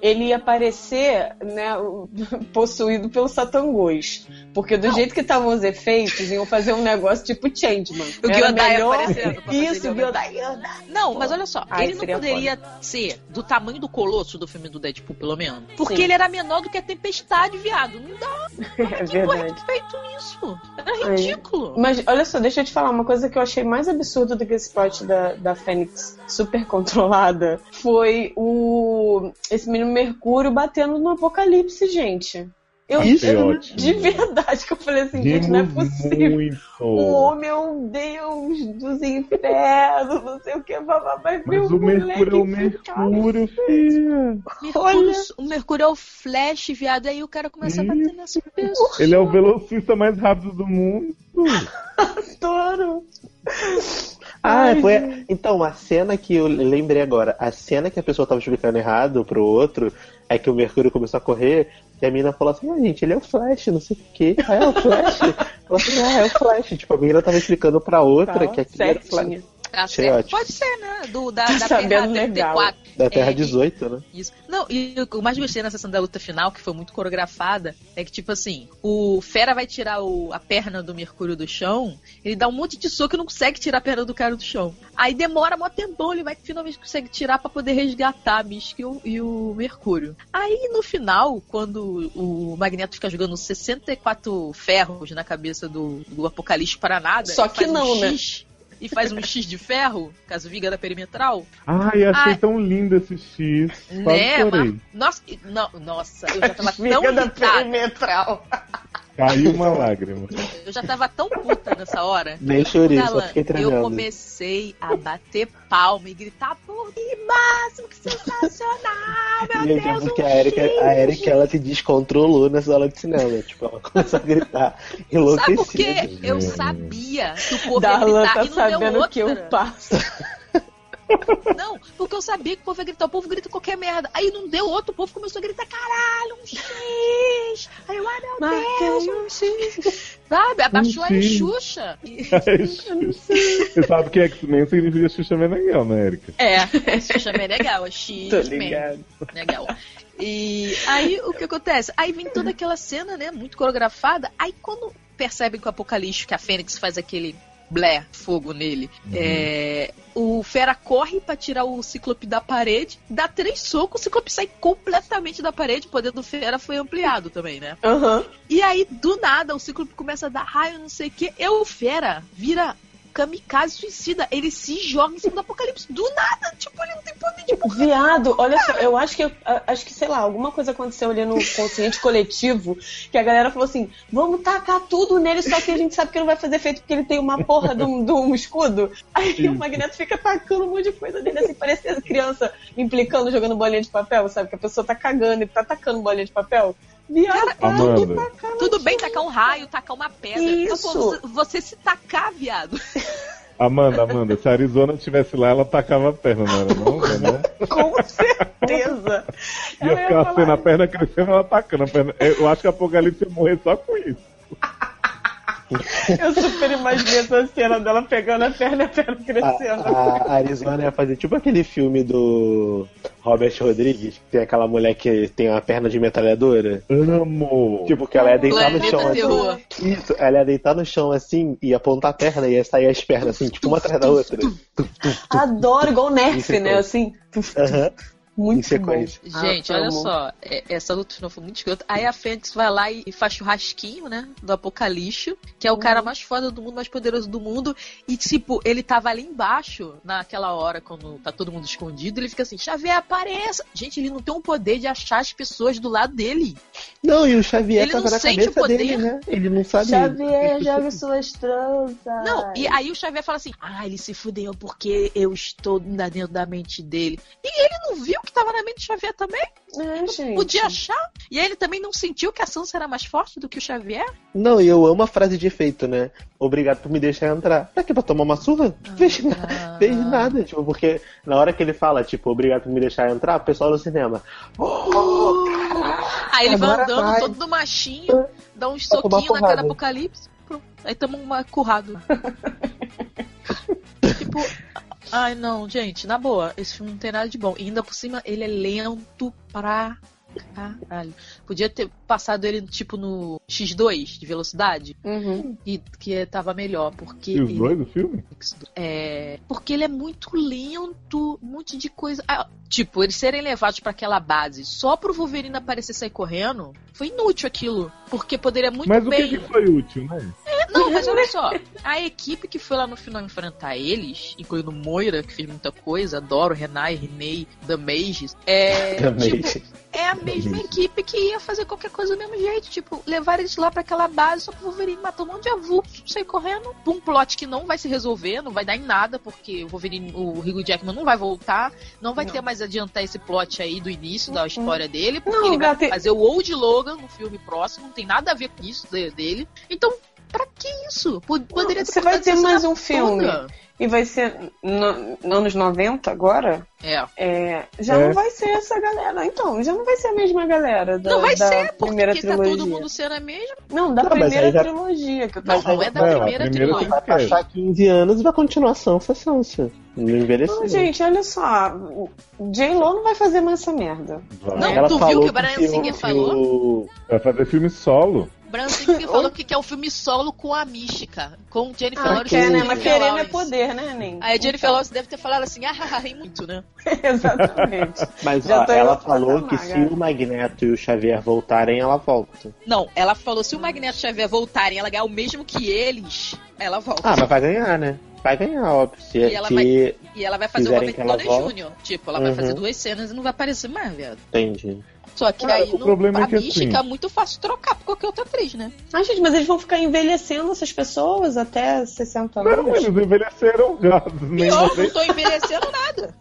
ele ia aparecer, né, possuído pelo Satangos. Porque do não. jeito que estavam os efeitos, iam fazer um negócio tipo Changeman. O Gyodai melhor... aparecendo. Isso, o Gyodai. Não, mas olha só, Ai, ele não poderia foda. ser do tamanho do Colosso do filme do Deadpool, pelo menos. Porque Sim. ele era menor do que a Tempestade, viado. Não dá. É verdade. Não feito isso. Era ridículo. Ai. Mas olha só, deixa eu te falar, uma coisa que eu achei mais absurda do que esse plot da, da Fênix super controlada foi o esse menino Mercúrio batendo no Apocalipse, gente. Eu, Isso é eu ótimo. De verdade que eu falei assim, gente, não é possível. Muito. O homem é um deus dos infernos, não sei o que, vai ver o Mercúrio é o Mercúrio, filha. Mercúrio, o Mercúrio é o Flash, viado, aí o cara começa Isso. a bater nessa pessoa. Ele é o velocista mais rápido do mundo. Adoro. Ah, Ai, foi. Então, a cena que eu lembrei agora, a cena que a pessoa tava explicando errado pro outro, é que o Mercúrio começou a correr, e a menina falou assim, ah, gente, ele é o Flash, não sei o quê. Ah, é o Flash? Ela falou, ah, é o Flash. Tipo, a menina tava explicando pra outra tá, que aquilo era o Flash. Tá certo. Pode ser, né? Do, da, tá da Terra trinta e quatro. Da Terra é, dezoito, né? Isso. Não, e o que eu mais gostei na sessão da luta final, que foi muito coreografada, é que, tipo assim, o Fera vai tirar o, a perna do Mercúrio do chão, ele dá um monte de soco e não consegue tirar a perna do cara do chão. Aí demora mó tempão, ele vai que finalmente consegue tirar pra poder resgatar a Mística e o, e o Mercúrio. Aí, no final, quando o Magneto fica jogando sessenta e quatro ferros na cabeça do, do Apocalipse para nada... Só que não, um né? X, e faz um X de ferro, caso viga da perimetral. Ai, achei Ai, tão lindo esse X. Né, mas, nossa, não, nossa, eu já tava tão viga da perimetral. Caiu uma lágrima. Eu já tava tão puta nessa hora. Nem chorei, só fiquei tremendo. Eu comecei a bater palma e gritar, por que máximo, que sensacional, meu Gente, Deus, porque um a Erika, X. a Erika, ela se descontrolou na sala de cinema. Tipo, ela começou a gritar enlouquecida. Sabe por quê? Eu sabia que o povo Darlan ia gritar tá e não deu sabendo outra. que eu passo. Não, porque eu sabia que o povo ia gritar. O povo grita qualquer merda. Aí não deu outro, o povo começou a gritar, caralho, um X. Aí eu, ai meu Marquei Deus, um X. Sabe, abaixou Um a X. Xuxa. Você sabe que X-Men significa Xuxa Meneghel, né, Erika? É, Xuxa Meneghel, é X-Men. Legal. E aí o que acontece? Aí vem toda aquela cena, né, muito coreografada. Aí quando percebem que o Apocalipse, que a Fênix faz aquele blé, fogo nele, uhum. é, o Fera corre pra tirar o Cíclope da parede, dá três socos, o Cíclope sai completamente da parede, o poder do Fera foi ampliado também, né? Uhum. E aí, do nada, o Cíclope começa a dar raio, não sei o que, e o Fera vira kamikaze suicida, ele se joga em cima do Apocalipse, do nada, tipo, ele não tem poder de morrer. Viado, olha só, eu acho que, eu, acho que, sei lá, alguma coisa aconteceu ali no consciente coletivo, que a galera falou assim, vamos tacar tudo nele, só que a gente sabe que não vai fazer efeito porque ele tem uma porra de um, de um escudo. Aí Sim. o Magneto fica tacando um monte de coisa nele, assim, parecendo criança implicando, jogando bolinha de papel, sabe? Que a pessoa tá cagando e tá tacando bolinha de papel. Viado, cara, tudo, tudo bem tacar um raio, tacar uma pedra. Isso. Então, você se tacar, viado. Amanda, Amanda, se a Arizona estivesse lá, ela tacava a perna, não era não? não? Com certeza. Ia ficar assim, na perna crescendo, ela atacando a perna. Eu acho que a Apocalipse ia morrer só com isso. Eu super imaginei essa cena dela pegando a perna e a perna crescendo. A, a Arizona ia fazer tipo aquele filme do Robert Rodrigues, que tem aquela mulher que tem uma perna de metralhadora. Amo! Tipo, que ela ia deitar Planeta no chão assim. Isso, ela ia deitar no chão assim, ia apontar a perna e ia sair as pernas assim, tipo uma atrás da outra. Adoro, igual Nerf, né? Assim. Aham. Uhum. Muito bom. Gente, ah, olha só, essa luta final foi muito escrota. Aí a Fênix vai lá e faz churrasquinho, né? Do Apocalipse, que é o uhum. cara mais foda do mundo, mais poderoso do mundo. E tipo, ele tava ali embaixo, naquela hora, quando tá todo mundo escondido, ele fica assim, Xavier, apareça! Gente, ele não tem o poder de achar as pessoas do lado dele. Não, e o Xavier ele tava não na sente cabeça o poder. dele, né? Ele não sabe. Xavier, joga suas tranças. Não, e aí o Xavier fala assim, ah, ele se fudeu porque eu estou dentro da mente dele. E ele não viu que tava na mente do Xavier também? É, gente. Podia achar. E aí ele também não sentiu que a Sansa era mais forte do que o Xavier? Não, e eu amo a frase de efeito, né? Obrigado por me deixar entrar. Pra quê? Pra tomar uma surra? Não fez, Ah. fez nada, tipo, porque na hora que ele fala, tipo, obrigado por me deixar entrar, o pessoal no cinema. Oh, aí ele vai agora andando vai. todo machinho, dá uns Vai tomar soquinhos na cara do porrada. Apocalipse. Pronto. Aí tamo uma currado. Tipo, Ai, não, gente, na boa, esse filme não tem nada de bom. E ainda por cima, ele é lento pra caralho. Podia ter passado ele, tipo, no xis dois de velocidade. Uhum. E que tava melhor, porque... xis dois ele... do filme? É... Porque ele é muito lento, um monte de coisa... Ah, tipo, eles serem levados pra aquela base só pro Wolverine aparecer e sair correndo, foi inútil aquilo. Porque poderia muito mas bem... Mas o que, que foi útil, né? É, não, mas olha só. A equipe que foi lá no final enfrentar eles, incluindo Moira, que fez muita coisa, adoro, Renai, Renei, Damages, é... tipo, é a mesma equipe que ia fazer qualquer coisa do mesmo jeito. Tipo, levar eles lá pra aquela base só pro Wolverine matar um monte de avulso, sair correndo. Um plot que não vai se resolver, não vai dar em nada, porque o Wolverine, o Hugh Jackman não vai voltar, não vai não. ter mais adiantar esse plot aí do início da história dele, porque não, ele vai ter... fazer o Old Logan no filme próximo, não tem nada a ver com isso dele. Então, pra que isso? Poderia ter Você vai ter mais um filme. Toda. E vai ser no, no anos noventa agora? É. é já é. não vai ser essa galera. Então, já não vai ser a mesma galera da, não vai da ser, primeira porque trilogia. Tá todo mundo sendo a mesma. Não, da não, primeira já... trilogia. Que eu tô não, não é da não, primeira, primeira trilogia. Vai passar quinze anos e vai continuar Sansa Sansa. Não envelheceu. Não, gente, olha só. J-Lo não vai fazer mais essa merda. Não, Ela tu viu que o Brian Singer falou? Vai fazer filme solo. Branson que falou que quer um filme solo com a Mística, com Jennifer ah, Lawrence. Quer, né? Mas querendo é poder, né, Nen? Aí a Jennifer Lawrence deve ter falado assim, ah, ri muito, né? Exatamente. Mas ó, ela falou que se o Magneto e o Xavier voltarem, ela volta. Não, ela falou se o Magneto e o Xavier voltarem, ela ganhar o mesmo que eles, ela volta. Ah, mas vai ganhar, né? Vai ganhar, óbvio. Se, e, ela se vai, e ela vai fazer o Robert Downey Júnior Tipo, ela uhum. vai fazer duas cenas e não vai aparecer mais, viado. Entendi. Só que Cara, aí o no, problema a é que, Mística assim, é muito fácil trocar por qualquer outra atriz, né? Ah, gente, mas eles vão ficar envelhecendo essas pessoas até sessenta anos? Não, eles envelheceram já. Pior, não tô envelhecendo nada.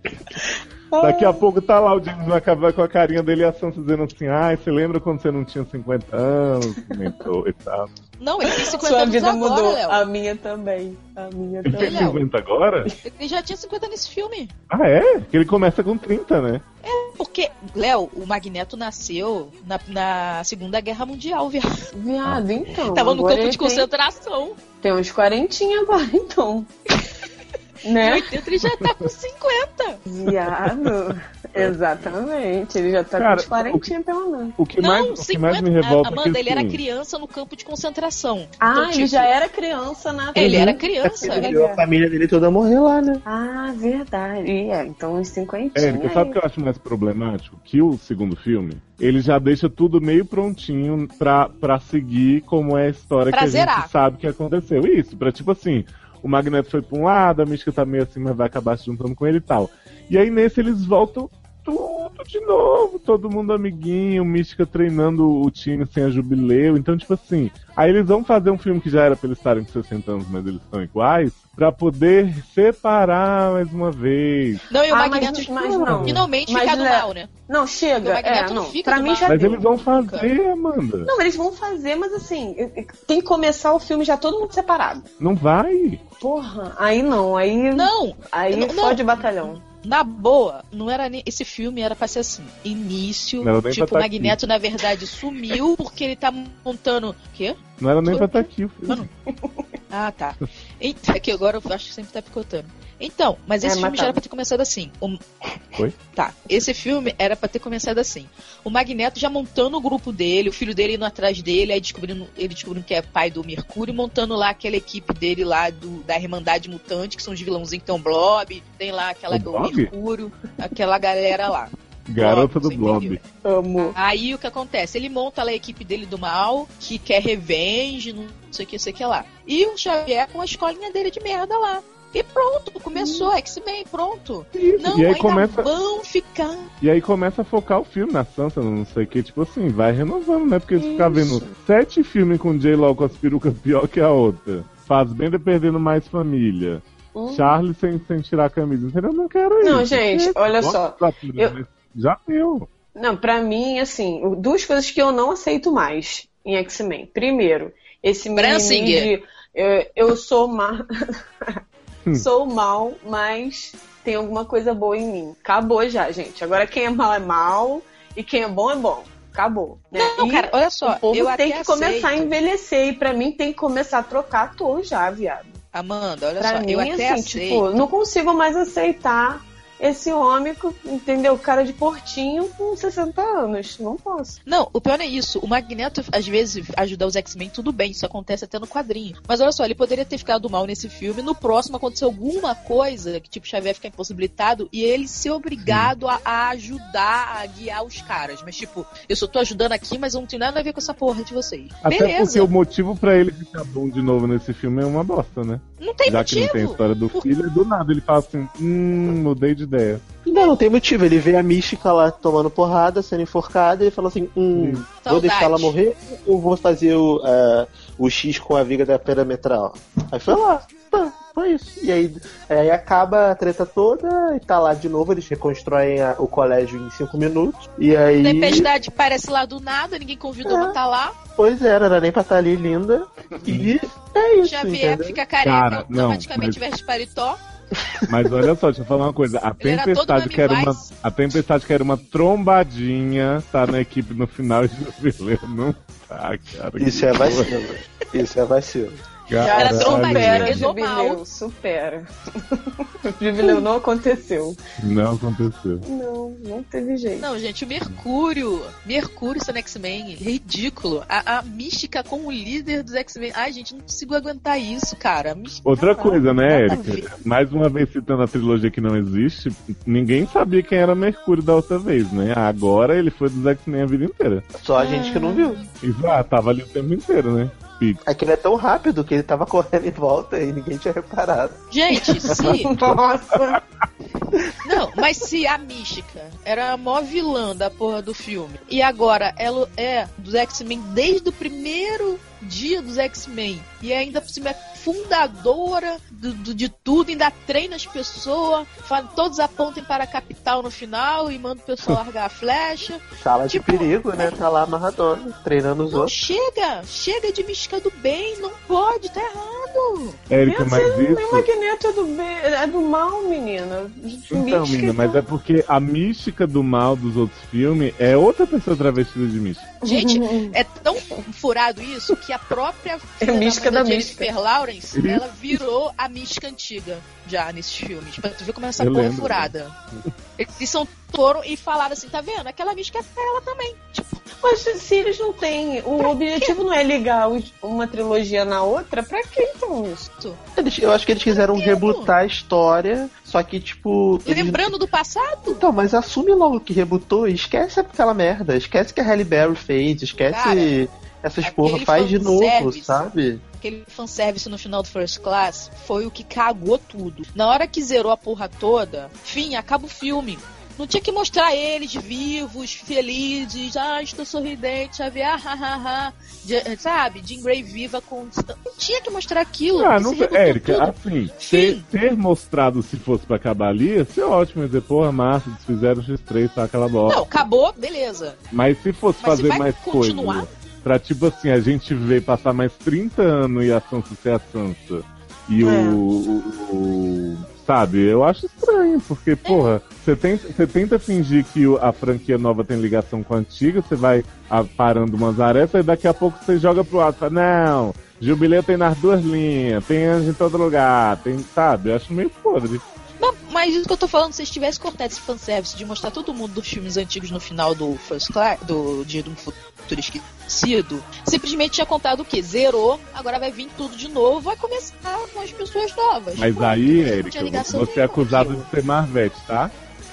Daqui a pouco tá lá o James vai acabar com a carinha dele e a Sansa dizendo assim, ai, você lembra quando você não tinha cinquenta anos? Comentou e tal. Não, ele tem cinquenta Sua anos vida agora, mudou. Léo. A minha também. A minha ele também. tem cinquenta agora? Ele já tinha cinquenta nesse filme. Ah, é? Ele começa com trinta, né? É, porque, Léo, o Magneto nasceu na, na Segunda Guerra Mundial, viado. Viado, então. Tava no campo de tem... concentração. Tem uns quarentinha agora, então. Né? Em oitenta ele já tá com cinquenta. Viado. Exatamente. Ele já tá Cara, com uns quarentinha pelo menos. O que, não, mais, o que mais me revolta Amanda, é que, ele era assim, criança no campo de concentração. Ah, então, ele tipo, já era criança na... Ele uhum. era criança. Ele viu a família dele toda morrer lá, né? Ah, verdade. É, então uns cinquentinha. É, porque sabe o que eu acho mais problemático? Que o segundo filme, ele já deixa tudo meio prontinho pra, pra seguir como é a história pra que zerar. a gente sabe que aconteceu. Isso, pra tipo assim, o Magneto foi pra um lado, a Mística tá meio assim, mas vai acabar se juntando com ele e tal. E aí nesse eles voltam tudo de novo, todo mundo amiguinho, Mística treinando o time sem a Jubileu. Então, tipo assim, aí eles vão fazer um filme que já era pra eles estarem com sessenta anos, mas eles estão iguais, pra poder separar mais uma vez. Não, e o ah, Magneto mas, mas não. finalmente mas fica do é... mal, né? Não, chega. O Magneto é, não não. fica pra do mim mal. já Mas deu. eles vão fazer, Amanda. Não, eles vão fazer, mas assim, tem que começar o filme já todo mundo separado. Não vai. Porra, aí não, aí... Não. Aí não, fode não. batalhão. Na boa, não era nem. Esse filme era pra ser assim. Início, não, tipo, o Magneto, na verdade, sumiu porque ele tá montando. O quê? Não era nem pra estar aqui o filme. Ah, tá. Então, aqui agora eu acho que sempre tá picotando. Então, mas esse é, filme mas já tá. era pra ter começado assim. O... Oi? Tá. Esse filme era pra ter começado assim. O Magneto já montando o grupo dele, o filho dele indo atrás dele, aí descobrindo, ele descobrindo que é pai do Mercúrio, montando lá aquela equipe dele lá do, da Irmandade Mutante, que são os vilãozinhos que tem o Blob, tem lá aquela o, o Mercúrio, aquela galera lá. Garota Blob, do Blob. Amo. Aí o que acontece? Ele monta lá a equipe dele do mal, que quer revenge, não sei o que, não sei o que lá. E o Xavier com a escolinha dele de merda lá. E pronto, começou, hum. X-Men, pronto. Isso. Não, e aí ainda começa... vão ficar. E aí começa a focar o filme na Sansa, não sei o que, tipo assim, vai renovando, né? Porque eles ficam vendo sete filmes com J-Lo com as perucas pior que a outra. Faz bem de perdendo mais família. Hum. Charlie sem, sem tirar a camisa. Eu não quero isso. Não, gente, olha só. Eu... Já deu. Não, pra mim, assim, duas coisas que eu não aceito mais em X-Men. Primeiro, esse mimimi de eu, eu sou má. Sou mal, mas tem alguma coisa boa em mim. Acabou já, gente. Agora quem é mal é mal e quem é bom é bom. Acabou. Né? Não, e cara, olha só. O povo eu tem até que começar aceito. a envelhecer e pra mim tem que começar a trocar ator já, viado. Amanda, olha Pra só, mim, eu até assim, aceito. tipo, não consigo mais aceitar esse homem, entendeu? Cara de portinho com sessenta anos. Não posso. Não, o pior é isso. O Magneto, às vezes, ajudar os X-Men, tudo bem. Isso acontece até no quadrinho. Mas olha só, ele poderia ter ficado mal nesse filme. No próximo aconteceu alguma coisa que, tipo, Xavier fica impossibilitado e ele ser obrigado a, a ajudar, a guiar os caras. Mas, tipo, eu só tô ajudando aqui, mas eu não tenho nada a ver com essa porra de vocês. Até Beleza. porque o motivo pra ele ficar bom de novo nesse filme é uma bosta, né? Não tem Já motivo. que não tem a história do filho, do nada ele fala assim, hum, mudei de ideia. Não, não tem motivo. Ele vê a Mística lá tomando porrada, sendo enforcada, e ele fala assim, hum, vou Saudade. deixar ela morrer ou vou fazer o, uh, o X com a viga da perimetral? Aí foi lá, pá, foi isso. E aí, aí acaba a treta toda e tá lá de novo, eles reconstroem a, o colégio em cinco minutos. E aí... Tempestade parece lá do nada, ninguém convidou É. pra estar lá. Pois é, não era nem pra estar ali linda. E é isso, Xavier entendeu? fica careca, Cara, não, automaticamente mas- veste paletó. Mas olha só, deixa eu falar uma coisa. A Ele era todo Tempestade quer Miami uma, Vice. a Tempestade quer uma trombadinha, tá na equipe no final e o Jubileiro não tá, cara. Isso que é porra. vacilo. Isso é vacilo. Caralho. Era trombadinha, Supera, rezou Jubileu, mal. supera. O Jubileu não aconteceu. Não aconteceu. Não, não teve jeito. Não, gente, o Mercúrio. Mercúrio sendo X-Men. Ridículo. A, a Mística como líder dos X-Men. Ai, gente, não consigo aguentar isso, cara. A Mística- Outra coisa, né, nada a Erika? Mais uma vez citando a trilogia que não existe, ninguém sabia quem era Mercúrio da outra vez, né? Agora ele foi dos X-Men a vida inteira. Só a gente que não viu. Exato, tava ali o tempo inteiro, né? Pico. É que ele é tão rápido que ele tava correndo em volta e ninguém tinha reparado. Gente, se. Nossa! Não, mas se a Mística era a maior vilã da porra do filme e agora ela é dos X-Men desde o primeiro dia dos X-Men e ainda por cima é fundadora do, do- de tudo, ainda treina as pessoas, fala, todos apontem para a capital no final e manda o pessoal largar a flecha. Sala Tipo, de perigo, né? Tá lá amarradona, treinando os Não, outros. chega! Chega de Mística do bem, não pode, tá errado. Érica, mas Nem isso... Magneto é do, bem, é do mal, menina. Então, menina, mas é porque a mística do mal dos outros filmes é outra pessoa travestida de mística. Gente, é tão furado isso que a própria filha É mística da, da da mística. Jennifer Lawrence, Isso. ela virou a mística antiga já nesses filmes. Pra tu ver como é essa Eu porra lembro. furada. Eles são foram e falaram assim, tá vendo? Aquela mística é pra ela também. Tipo, Mas se eles não têm. O objetivo não é ligar os- uma trilogia na outra, pra que então isso? Eles- eu acho que eles quiseram rebutar a história, só que, tipo. eles- lembrando do passado? Então, mas assume logo que rebutou e esquece aquela merda. Esquece que a Halle Berry fez, esquece Cara, essas porra, aquele faz de novo, fanservice. sabe? Aquele fanservice no final do First Class foi o que cagou tudo. Na hora que zerou a porra toda, fim, acaba o filme. Não tinha que mostrar eles vivos, felizes, ah, estou sorridente, Xavier, ah, ah, ah, de- sabe? Jean Grey viva com... Não tinha que mostrar aquilo. Ah, porque não se sei, rebutou Érica, tudo. assim, ter, ter mostrado se fosse pra acabar ali, ia ser ótimo, ia dizer, porra, massa, desfizeram o X três, tá aquela bola. Não, acabou, beleza. Mas se fosse Mas se fazer vai mais continuar? coisa, pra tipo assim, a gente ver passar mais trinta anos e a Sansa ser a Sansa, e É. o, o, o- sabe, eu acho estranho, porque, porra, você tenta, você tenta fingir que o- a franquia nova tem ligação com a antiga, você vai ah, parando umas arefas, e daqui a pouco você joga pro lado, fala, não, Jubileu tem nas duas linhas, tem anjo em todo lugar, tem, sabe, eu acho meio podre. Não, mas isso que eu tô falando, se eles tivessem cortado esse fanservice de mostrar todo mundo dos filmes antigos no final do First Class, do Dia do Futuro Esquecido, simplesmente tinha contado o quê? Zerou, agora vai vir tudo de novo, vai começar com as pessoas novas. Mas Pronto, aí, não Érica, tinha ligação você é nenhuma acusado com de ser Marvete, tá?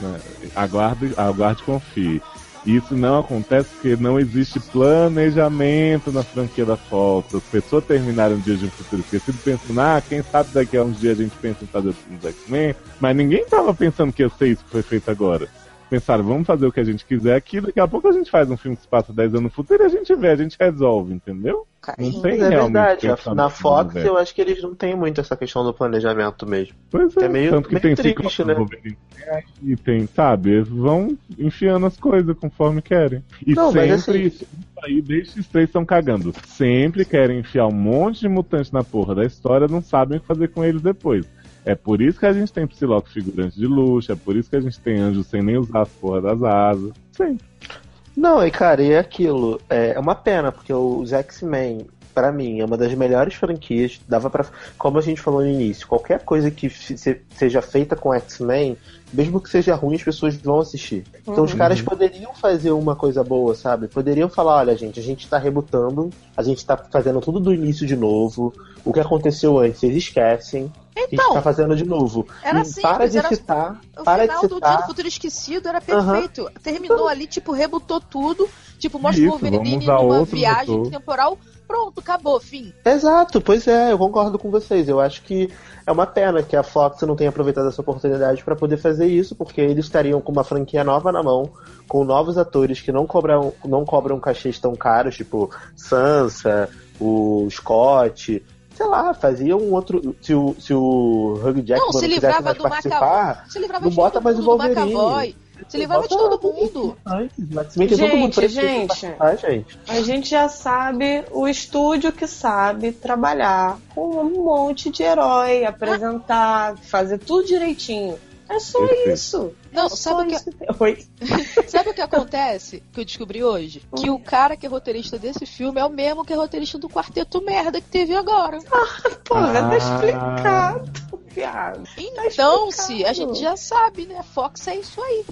Aguarde, aguarde e confie. Isso não acontece porque não existe planejamento na franquia da Fox. As pessoas terminaram o Dia de um Futuro Esquecido pensando, ah, quem sabe daqui a uns dias a gente pensa em fazer o filme do X-Men, mas ninguém tava pensando que ia ser isso que foi feito agora. Pensaram, vamos fazer o que a gente quiser aqui, daqui a pouco a gente faz um filme que se passa dez anos no futuro e a gente vê, a gente resolve, entendeu? Não tem Mas é realmente verdade, pensamento na Fox Marvete. eu acho que eles não têm muito essa questão do planejamento mesmo. Pois Que é, é meio, tanto que meio tem triste, ciclo né? do Wolverine e tem, sabe, eles vão enfiando as coisas conforme querem. E Não, mas sempre, assim- isso aí desde os três estão cagando. Sempre querem enfiar um monte de mutante na porra da história, não sabem o que fazer com eles depois. É por isso que a gente tem Psylocke figurante de luxo, é por isso que a gente tem anjos sem nem usar as porra das asas. Sempre. Não, e cara, e é aquilo, é uma pena, porque os X-Men pra mim, é uma das melhores franquias. Dava para, como a gente falou no início, qualquer coisa que se, seja feita com X-Men, mesmo que seja ruim, as pessoas vão assistir. Então uhum. os caras poderiam fazer uma coisa boa, sabe? Poderiam falar, olha, gente, a gente tá rebutando, a gente tá fazendo tudo do início de novo, o que aconteceu antes, vocês esquecem. Então, a gente tá fazendo de novo. Era e assim, para de era... citar. O para final de do citar. Dia do Futuro Esquecido era perfeito. Uhum. Terminou então... ali, tipo, rebutou tudo. Tipo, mostra o Wolverine numa viagem motor. temporal. Pronto, acabou, fim. Exato, pois é, eu concordo com vocês. Eu acho que é uma pena que a Fox não tenha aproveitado essa oportunidade para poder fazer isso, porque eles estariam com uma franquia nova na mão, com novos atores que não cobram, não cobram cachês tão caros, tipo Sansa, o Scott. Sei lá, fazia um outro. Se o, se o Hugh Jackman não, se não livrava mais do participar, Maca... se livrava não de bota todo mais o mundo, Wolverine. McAvoy. Se livrava de todo mundo. Gente, gente, gente, gente, a gente já sabe o estúdio que sabe trabalhar com um monte de herói, apresentar, fazer tudo direitinho. É só Perfeito. isso. Não, é sabe o que... Oi. Sabe o que acontece? Que eu descobri hoje? Que o cara que é roteirista desse filme é o mesmo que é roteirista do Quarteto Merda que teve agora. Ah, pô, ah. tá explicado, viado. Então, tá se a gente já sabe, né? Fox é isso aí.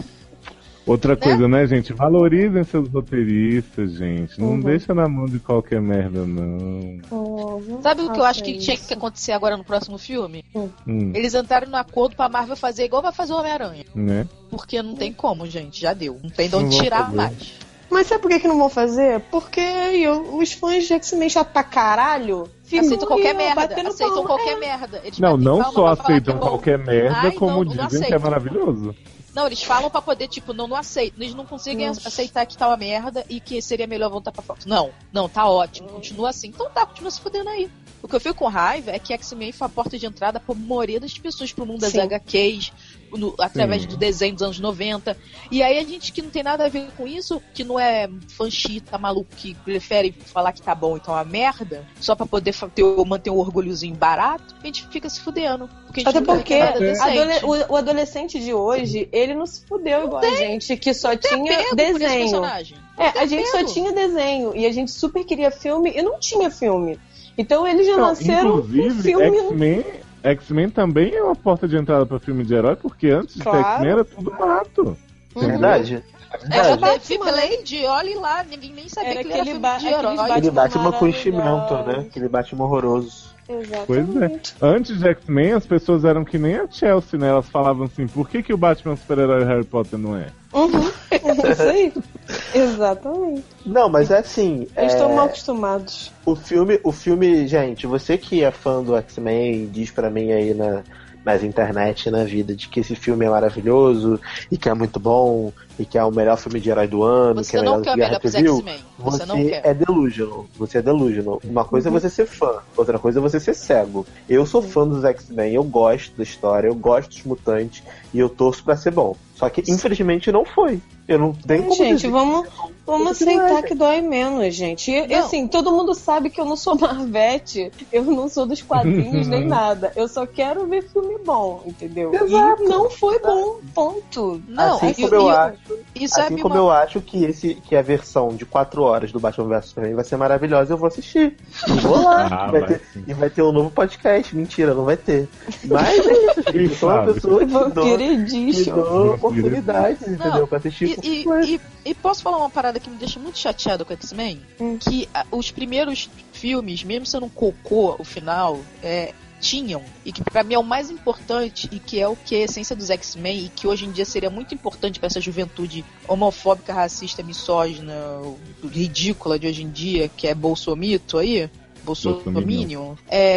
Outra né? coisa, né, gente? Valorizem seus roteiristas, gente. Não uhum. deixa na mão de qualquer merda, não. Uhum. Sabe o que eu acho que isso. tinha que acontecer agora no próximo filme? Hum. Eles entraram no acordo pra Marvel fazer igual vai fazer o Homem-Aranha. Né? Porque não tem como, gente. Já deu. Não tem de onde tirar mais. Mas sabe por que, que não vão fazer? Porque eu, os fãs de X-Men já pra caralho aceitam qualquer merda. Aceitam palma. qualquer é. merda. Eles não, não só aceitam é qualquer merda, Ai, como não, dizem não que é maravilhoso. Não, eles falam pra poder, tipo, não, não aceitam. Eles não conseguem Nossa. aceitar que tá uma merda e que seria melhor voltar pra Fox. Não, não, tá ótimo, continua assim. Então tá, continua se fudendo aí. O que eu fico com raiva é que X-Men foi a porta de entrada pra maioria das pessoas pro mundo das Sim. H Qs, no, através Sim. do desenho dos anos noventa. E aí a gente que não tem nada a ver com isso, que não é fanchita, maluco, que prefere falar que tá bom e tá uma merda, só pra poder ter, manter um orgulhozinho barato, a gente fica se fudendo. Porque a gente Até não porque adole- o, o adolescente de hoje, ele não se fudeu igual tem. a gente, que só Tem tinha apego por esse desenho. personagem. É, Tem a gente apego. só tinha desenho e a gente super queria filme e não tinha filme. Então eles já Não, nasceram com inclusive, filme. X-Men, X-Men também é uma porta de entrada pra filme de herói, porque antes Claro. de X-Men era tudo mato. Verdade. É, Batman, Fifth Lady, olhe lá, ninguém nem sabia Era que ele era aquele filme ba- de aqueles herói. Aquele Batman com enchimento, maravilhoso. né? Aquele Batman horroroso. Pois é. Exatamente. Antes de X-Men, as pessoas eram que nem a Chelsea, né? Elas falavam assim, por que, que o Batman é um super-herói e Harry Potter não é? Uhum. É isso aí. Exatamente. Não, mas é assim. Eles é... estão mal acostumados. O filme, o filme, gente, você que é fã do X-Men, diz pra mim aí na, nas internet e na vida de que esse filme é maravilhoso e que é muito bom e que é o melhor filme de herói do ano, Você que é não melhor quer do que melhor pros Guerra Civil, X-Men. Você você não quer. é delusional. Você é delusional. Uma coisa é você ser fã, outra coisa é você ser cego. Eu sou fã dos X-Men, eu gosto da história, eu gosto dos mutantes e eu torço pra ser bom. Só que, infelizmente, não foi. Eu não tenho como Gente, dizer. vamos, vamos Isso aceitar não é, que dói menos, gente. E, e assim, todo mundo sabe que eu não sou Marvete, eu não sou dos quadrinhos nem nada. Eu só quero ver filme bom, entendeu? Exato. E não foi bom, ponto. Não, assim e- como e- eu e- acho, Isso assim é como uma... eu acho que, esse, que a versão de quatro horas do Batman versus Superman vai ser maravilhosa, eu vou assistir. E vou lá. Ah, e, vai vai ter, sim. e vai ter um novo podcast. Mentira, não vai ter. Mas é isso, gente. Eu sou uma sabe? pessoa que dou, que Vampiredíssimo. dou oportunidades, entendeu? Não, Pra assistir E, qualquer e, coisa. e, e posso falar uma parada que me deixa muito chateada com X-Men? Hum. Que ah, os primeiros filmes, mesmo sendo um cocô, o final, é, tinham, e que pra mim é o mais importante, e que é o que é a essência dos X-Men, e que hoje em dia seria muito importante pra essa juventude homofóbica, racista, misógina, ridícula de hoje em dia, que é bolsomito aí, Bolsominion,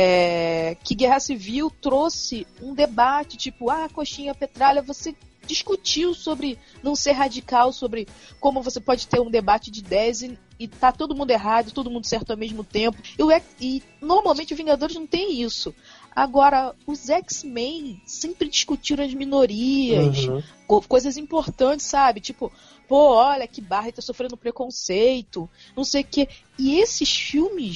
é, que Guerra Civil trouxe um debate, tipo, ah, coxinha, petralha, você discutiu sobre não ser radical, sobre como você pode ter um debate de ideias e, e tá todo mundo errado, todo mundo certo ao mesmo tempo. E, o, e normalmente os Vingadores não tem isso. Agora, os X-Men sempre discutiram as minorias, Uhum. co- coisas importantes, sabe? Tipo, pô, olha que Barry tá sofrendo preconceito, não sei o quê. E esses filmes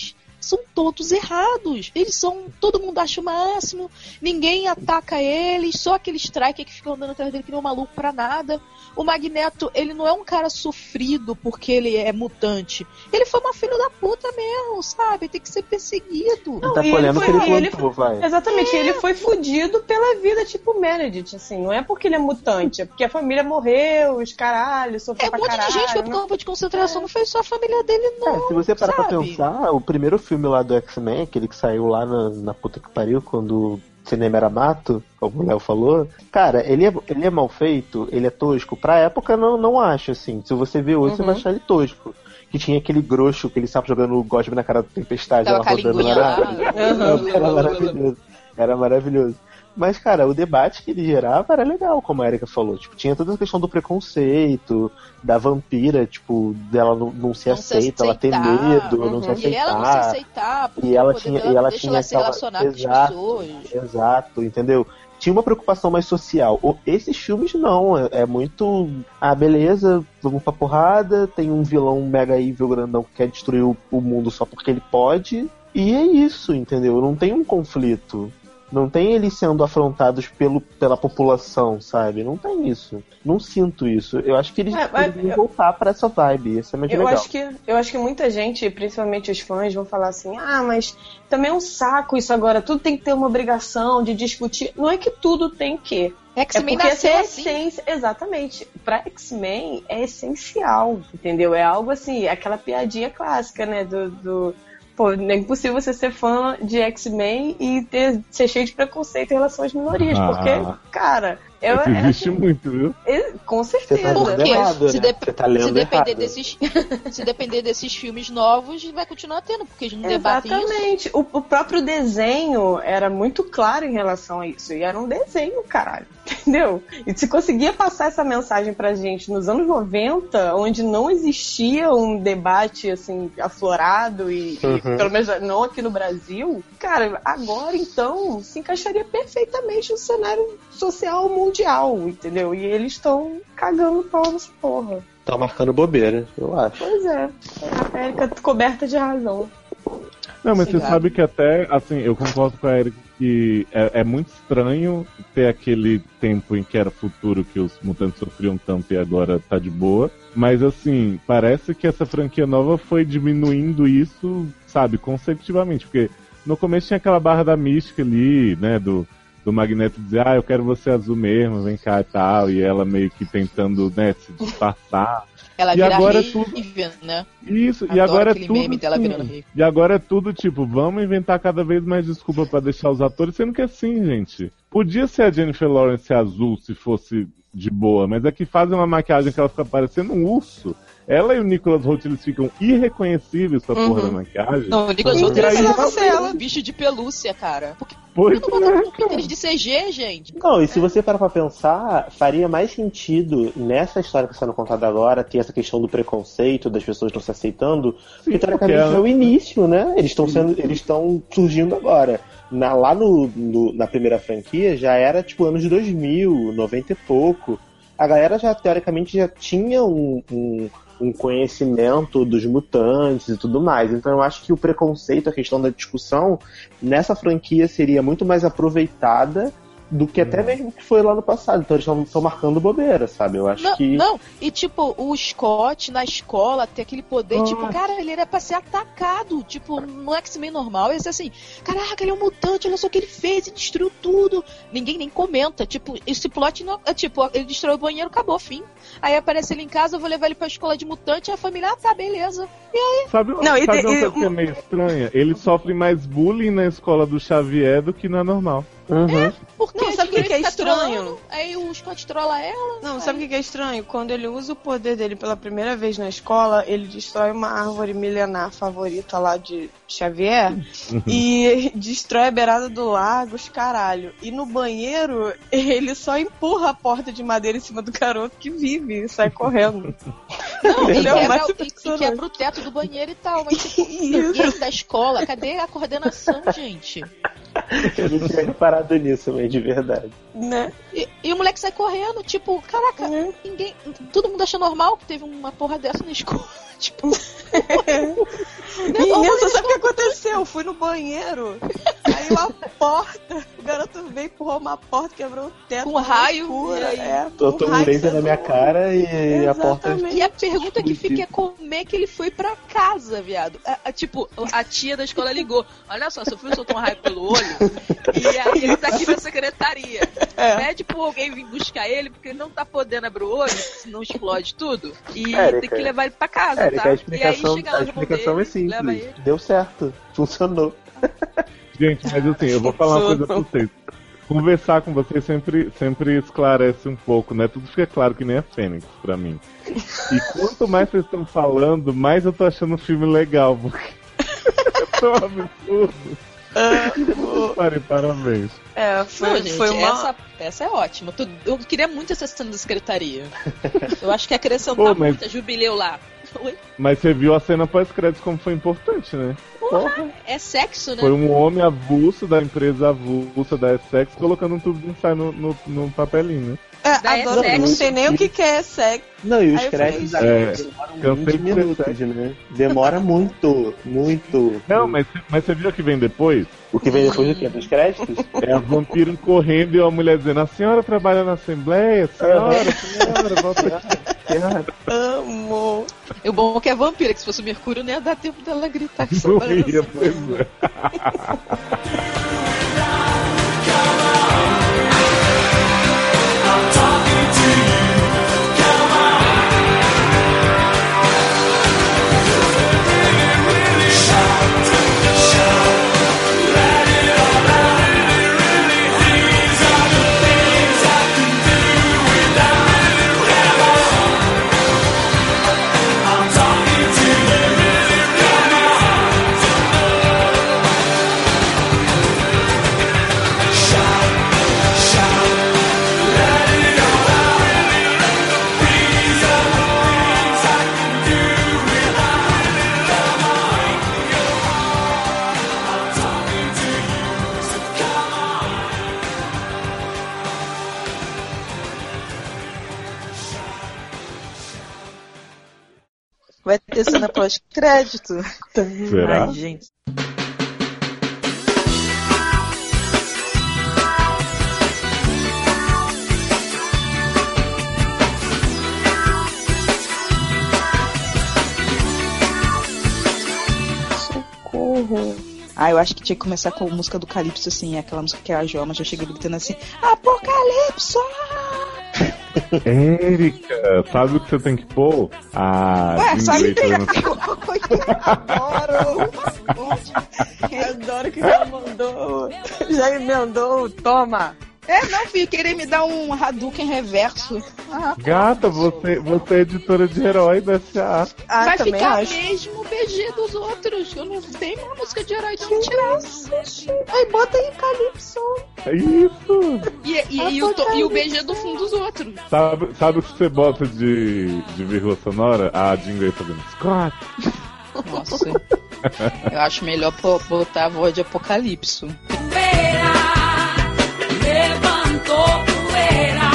são todos errados. Eles são, todo mundo acha o máximo, ninguém ataca eles, só aquele Striker que fica andando atrás dele que nem um maluco pra nada. O Magneto, ele não é um cara sofrido porque ele é mutante. Ele foi uma filha da puta mesmo, sabe? Tem que ser perseguido. Não, tá colhendo o que ele plantou, vai. Exatamente, é. Ele foi fudido pela vida, tipo Meredith, assim. Não é porque ele é mutante, é porque a família morreu, os caralhos, sofreu é, pra um monte caralho. de gente foi pro campo de concentração, é. Não foi só a família dele, não. É, se você parar sabe? pra pensar, o primeiro filme lá do X-Men, aquele que saiu lá na, na puta que pariu, quando... cinema era mato, como o Léo falou. Cara, ele é, ele é mal feito, ele é tosco. Pra época, não, não acho, assim. Se você ver hoje, uhum. você vai achar ele tosco. Que tinha aquele grosso que ele estava jogando o Gotham na cara da tempestade. Tava ela rodando lá. Uhum. Era maravilhoso. Era maravilhoso. Mas, cara, o debate que ele gerava era legal, como a Erika falou. Tipo, tinha toda a questão do preconceito, da vampira, tipo, dela não, não se não aceita, se ela tem medo, uhum. não se aceitar. E ela não se aceitar, porque e ela o poder tinha, dela e ela deixa tinha ela se aquela... relacionar exato, com as pessoas. Exato, entendeu? Tinha uma preocupação mais social. Esses filmes não, é, é muito... Ah, beleza, vamos pra porrada, tem um vilão mega evil grandão que quer destruir o, o mundo só porque ele pode, e é isso, entendeu? Não tem um conflito. Não tem eles sendo afrontados pelo, pela população, sabe? Não tem isso. Não sinto isso. Eu acho que eles é, devem eu, voltar pra essa vibe. Isso é mais eu legal. Acho que, eu acho que muita gente, principalmente os fãs, vão falar assim: ah, mas também é um saco isso agora. Tudo tem que ter uma obrigação de discutir. Não é que tudo tem que. X-Men é porque nasceu essa é a assim. essência. Exatamente. Pra X-Men é essencial, entendeu? É algo assim, aquela piadinha clássica, né? Do... do... Pô, é impossível você ser fã de X-Men e ter, ser cheio de preconceito em relação às minorias, ah. porque, cara... Eu, existe é, assim, muito, viu? É, com certeza. Porque errado, se, né? de, tá se, depender errado. desses, se depender desses filmes novos, vai continuar tendo, porque eles não debatem isso. Exatamente. O, o próprio desenho era muito claro em relação a isso. E era um desenho, caralho. Entendeu? E se conseguia passar essa mensagem pra gente nos anos noventa, onde não existia um debate, assim, aflorado e, uhum. e pelo menos não aqui no Brasil, cara, agora, então, se encaixaria perfeitamente no cenário social mundial, entendeu? E eles estão cagando pau nessa porra. Estão marcando bobeira, eu acho. Pois é. A Erika coberta de razão. Não, mas você sabe que até, assim, eu concordo com a Erika que é, é muito estranho ter aquele tempo em que era futuro que os mutantes sofriam tanto e agora tá de boa. Mas, assim, parece que essa franquia nova foi diminuindo isso, sabe, consecutivamente. Porque no começo tinha aquela barra da mística ali, né, do... do Magneto dizer, ah, eu quero você azul mesmo, vem cá e tal, e ela meio que tentando, né, se disfarçar. Ela e vira agora Raven, é tudo... né? Isso, Adoro e agora é aquele tudo meme dela assim, virando Raven. E agora é tudo tipo, vamos inventar cada vez mais desculpa pra deixar os atores, sendo que assim, gente, podia ser a Jennifer Lawrence azul se fosse de boa, mas é que fazem uma maquiagem que ela fica parecendo um urso. Ela e o Nicholas Hoult, eles ficam irreconhecíveis com a uhum. porra da maquiagem. Não, o Nicholas Hoult é ela, bicho de pelúcia, cara. Porque pois não botar um critério de C G, gente. Não, e se você parar pra pensar, faria mais sentido nessa história que está sendo contada agora, ter essa questão do preconceito, das pessoas não se aceitando, Sim, porque teoricamente é o início, né? Eles estão sendo, eles estão surgindo agora. Na, lá no, no, na primeira franquia já era tipo anos dois mil, noventa e pouco. A galera já, teoricamente, já tinha um, um, um conhecimento dos mutantes e tudo mais. Então eu acho que o preconceito, a questão da discussão, nessa franquia seria muito mais aproveitada do que até mesmo que foi lá no passado. Então eles estão marcando bobeira, sabe? Eu acho não, que... Não, e tipo, o Scott na escola tem aquele poder, ah. tipo, cara, ele era pra ser atacado, tipo, no X-Men normal, ele é assim, caraca, ele é um mutante, olha só o que ele fez, ele destruiu tudo. Ninguém nem comenta, tipo, esse plot não, é tipo, ele destruiu o banheiro, acabou, fim. Aí aparece ele em casa, eu vou levar ele pra escola de mutante, e a família, ah, tá, beleza. E aí? Sabe, não, sabe e, uma e, coisa que é meio estranha? Ele sofre mais bullying na escola do Xavier do que na normal. Uhum. É, porque não, sabe o que, que é estranho? Trolando, aí o Scott trola ela. Não, aí... sabe o que, que é estranho? Quando ele usa o poder dele pela primeira vez na escola, ele destrói uma árvore milenar favorita lá de Xavier e destrói a beirada do lago, os caralho. E no banheiro, ele só empurra a porta de madeira em cima do garoto que vive e sai correndo. Não, ele e, é quebra, e, e quebra o teto do banheiro e tal. Mas tipo, ninguém da escola, cadê a coordenação, gente? Eu não tinha reparado nisso, mas de verdade. Né? E, e o moleque sai correndo, tipo, caraca, uhum. ninguém. Todo mundo acha normal que teve uma porra dessa na escola. Tipo. Menino, você sabe o que aconteceu? Eu fui no banheiro, aí uma porta, o garoto veio, empurrou uma porta, quebrou o teto. Com raio. Escura, E aí? é, Botou um laser na minha cara e a porta... E a pergunta que fica é como é que ele foi pra casa, viado. A, a, tipo, a tia da escola ligou. Olha só, seu filho soltou um raio pelo olho e aí ele tá aqui na secretaria. É. Pede pra alguém vir buscar ele, porque ele não tá podendo abrir o olho, senão explode tudo. E Érica, tem que levar ele pra casa, Érica, tá? a explicação, e aí chega lá a explicação dele, é simples. leva ele. Deu certo. Funcionou. Gente, mas assim, eu vou falar uma coisa pra vocês. Conversar com vocês sempre, sempre esclarece um pouco, né? Tudo fica claro que nem a Fênix pra mim. E quanto mais vocês estão falando, mais eu tô achando o filme legal, porque é tão absurdo. Pare, parabéns. É, foi, Não, gente, foi uma... essa, essa é ótima. Eu queria muito essa cena da secretaria. Eu acho que acrescentar Pô, mas... muito a jubileu lá. Oi? Mas você viu a cena pós-crédito como foi importante, né? Porra, é sexo, né? Foi um homem avulso da empresa avulsa da Essex colocando um tubo de ensaio no, no, no papelinho, né? É, agora eu não sei nem o que, que é sexo. Não, e os Aí eu créditos falei, agora demoram vinte minutos, né? Demora muito, muito. Não, mas, mas você viu o que vem depois? O que vem depois do quê? Dos créditos? É a vampiro correndo e a mulher dizendo: a senhora trabalha na Assembleia? Senhora, senhora, volta aqui. Amo. O bom é que é vampira, que se fosse o Mercúrio não ia dar tempo dela gritar que Não ia, pois é. Vai ter cena pós-crédito? Será? Ai, gente. Socorro. Ah, eu acho que tinha que começar com a música do Calypso, assim, aquela música que é a Joma já chega gritando assim: Apocalipso! Érica, sabe o que você tem que pôr? A Ué, só me Jean tem Adoro! Adoro que já mandou. Já emendou, toma! É, não, filho, querer me dar um Hadouken reverso. Ah, Gata, você, você é editora de herói da S A. Ah, vai também ficar acho. mesmo o B G dos outros. Eu não tenho uma música de herói de não tirar. Aí bota aí Calypso. É isso! E, e, e, o, to- e o B G do fundo dos outros. Sabe, sabe o que você bota de, de vírgula sonora? A Jean Grey fazendo Scott. Nossa. Eu acho melhor po- botar a voz de Apocalipso. Levantou poeira.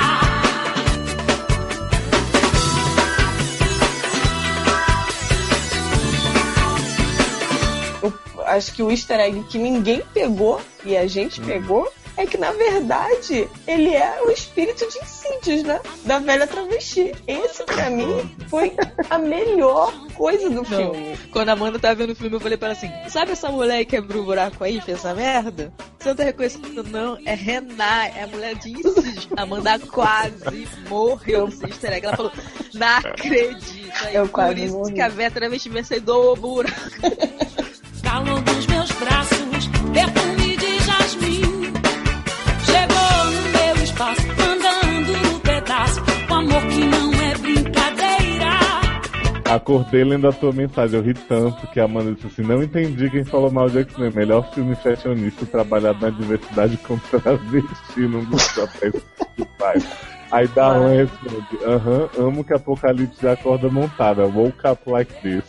Eu acho que o easter egg que ninguém pegou e a gente pegou é que, na verdade, ele é o espírito de Insidious, né? Da velha travesti. Esse, pra mim, foi a melhor coisa do filme. Quando a Amanda tava vendo o filme, eu falei pra ela assim: sabe essa mulher que quebrou o buraco aí, fez essa merda? Você não tá reconhecendo, não? É Rená, é a mulher de Insidious. A Amanda quase morreu nesse easter egg. Ela falou: não acredito. Aí, Eu por quase isso morri. que a velha travesti vencedor do buraco. Calor dos meus braços, perfume de jasmim. Chegou no meu espaço, andando no pedaço. O amor que não é brincadeira. Acordei lendo a tua mensagem, eu ri tanto que a Amanda disse assim: não entendi quem falou mal de X-Men. Melhor filme fashionista trabalhado na diversidade com travesti num dos papéis que faz. Aí Darlan responde: aham, amo que Apocalipse já acorda montada. Woke up like this.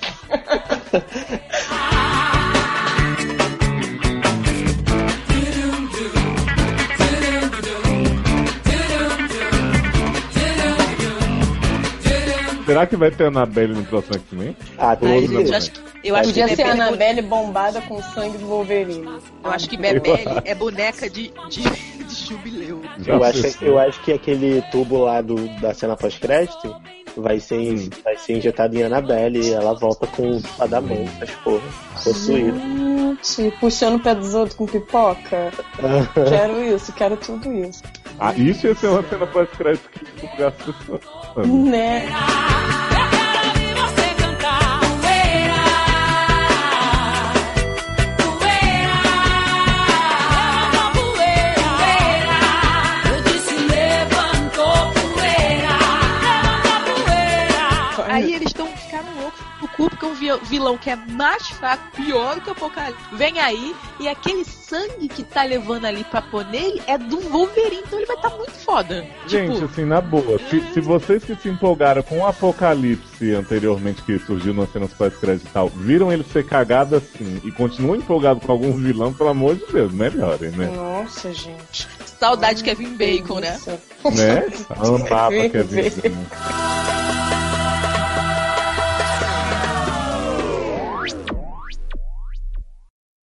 Será que vai ter Annabelle no próximo X-Men? Ah, tem Ai, que gente, ter. Acho que, Eu acho Podia que ser a Bebele é Annabelle bombada com sangue do Wolverine. Eu acho que Bebele é boneca de, de, de jubileu. Eu acho, eu acho que aquele tubo lá do, da cena pós-crédito vai ser, hum. vai ser injetado em Annabelle e ela volta com o espadamento, as porra, possuída. Gente, puxando o pé dos outros com pipoca. Quero isso, quero tudo isso. Ah, isso ia ser uma cena pós-crédito que divulgasse as pessoas. Né? Aí eles estão ficando loucos no cu, porque um vilão que é mais fraco, pior do que o Apocalipse, vem aí e aquele sangue que tá levando ali pra pôr nele é do Wolverine, então ele vai estar tá muito foda. Gente, tipo... assim, na boa, se, se vocês que se empolgaram com o Apocalipse anteriormente, que surgiu nas cenas pós-crédito e tal, viram ele ser cagado assim e continuam empolgados com algum vilão, pelo amor de Deus, melhorem, né? Nossa, gente. Saudade de Kevin Bacon, né? Né? Amava Kevin Bacon.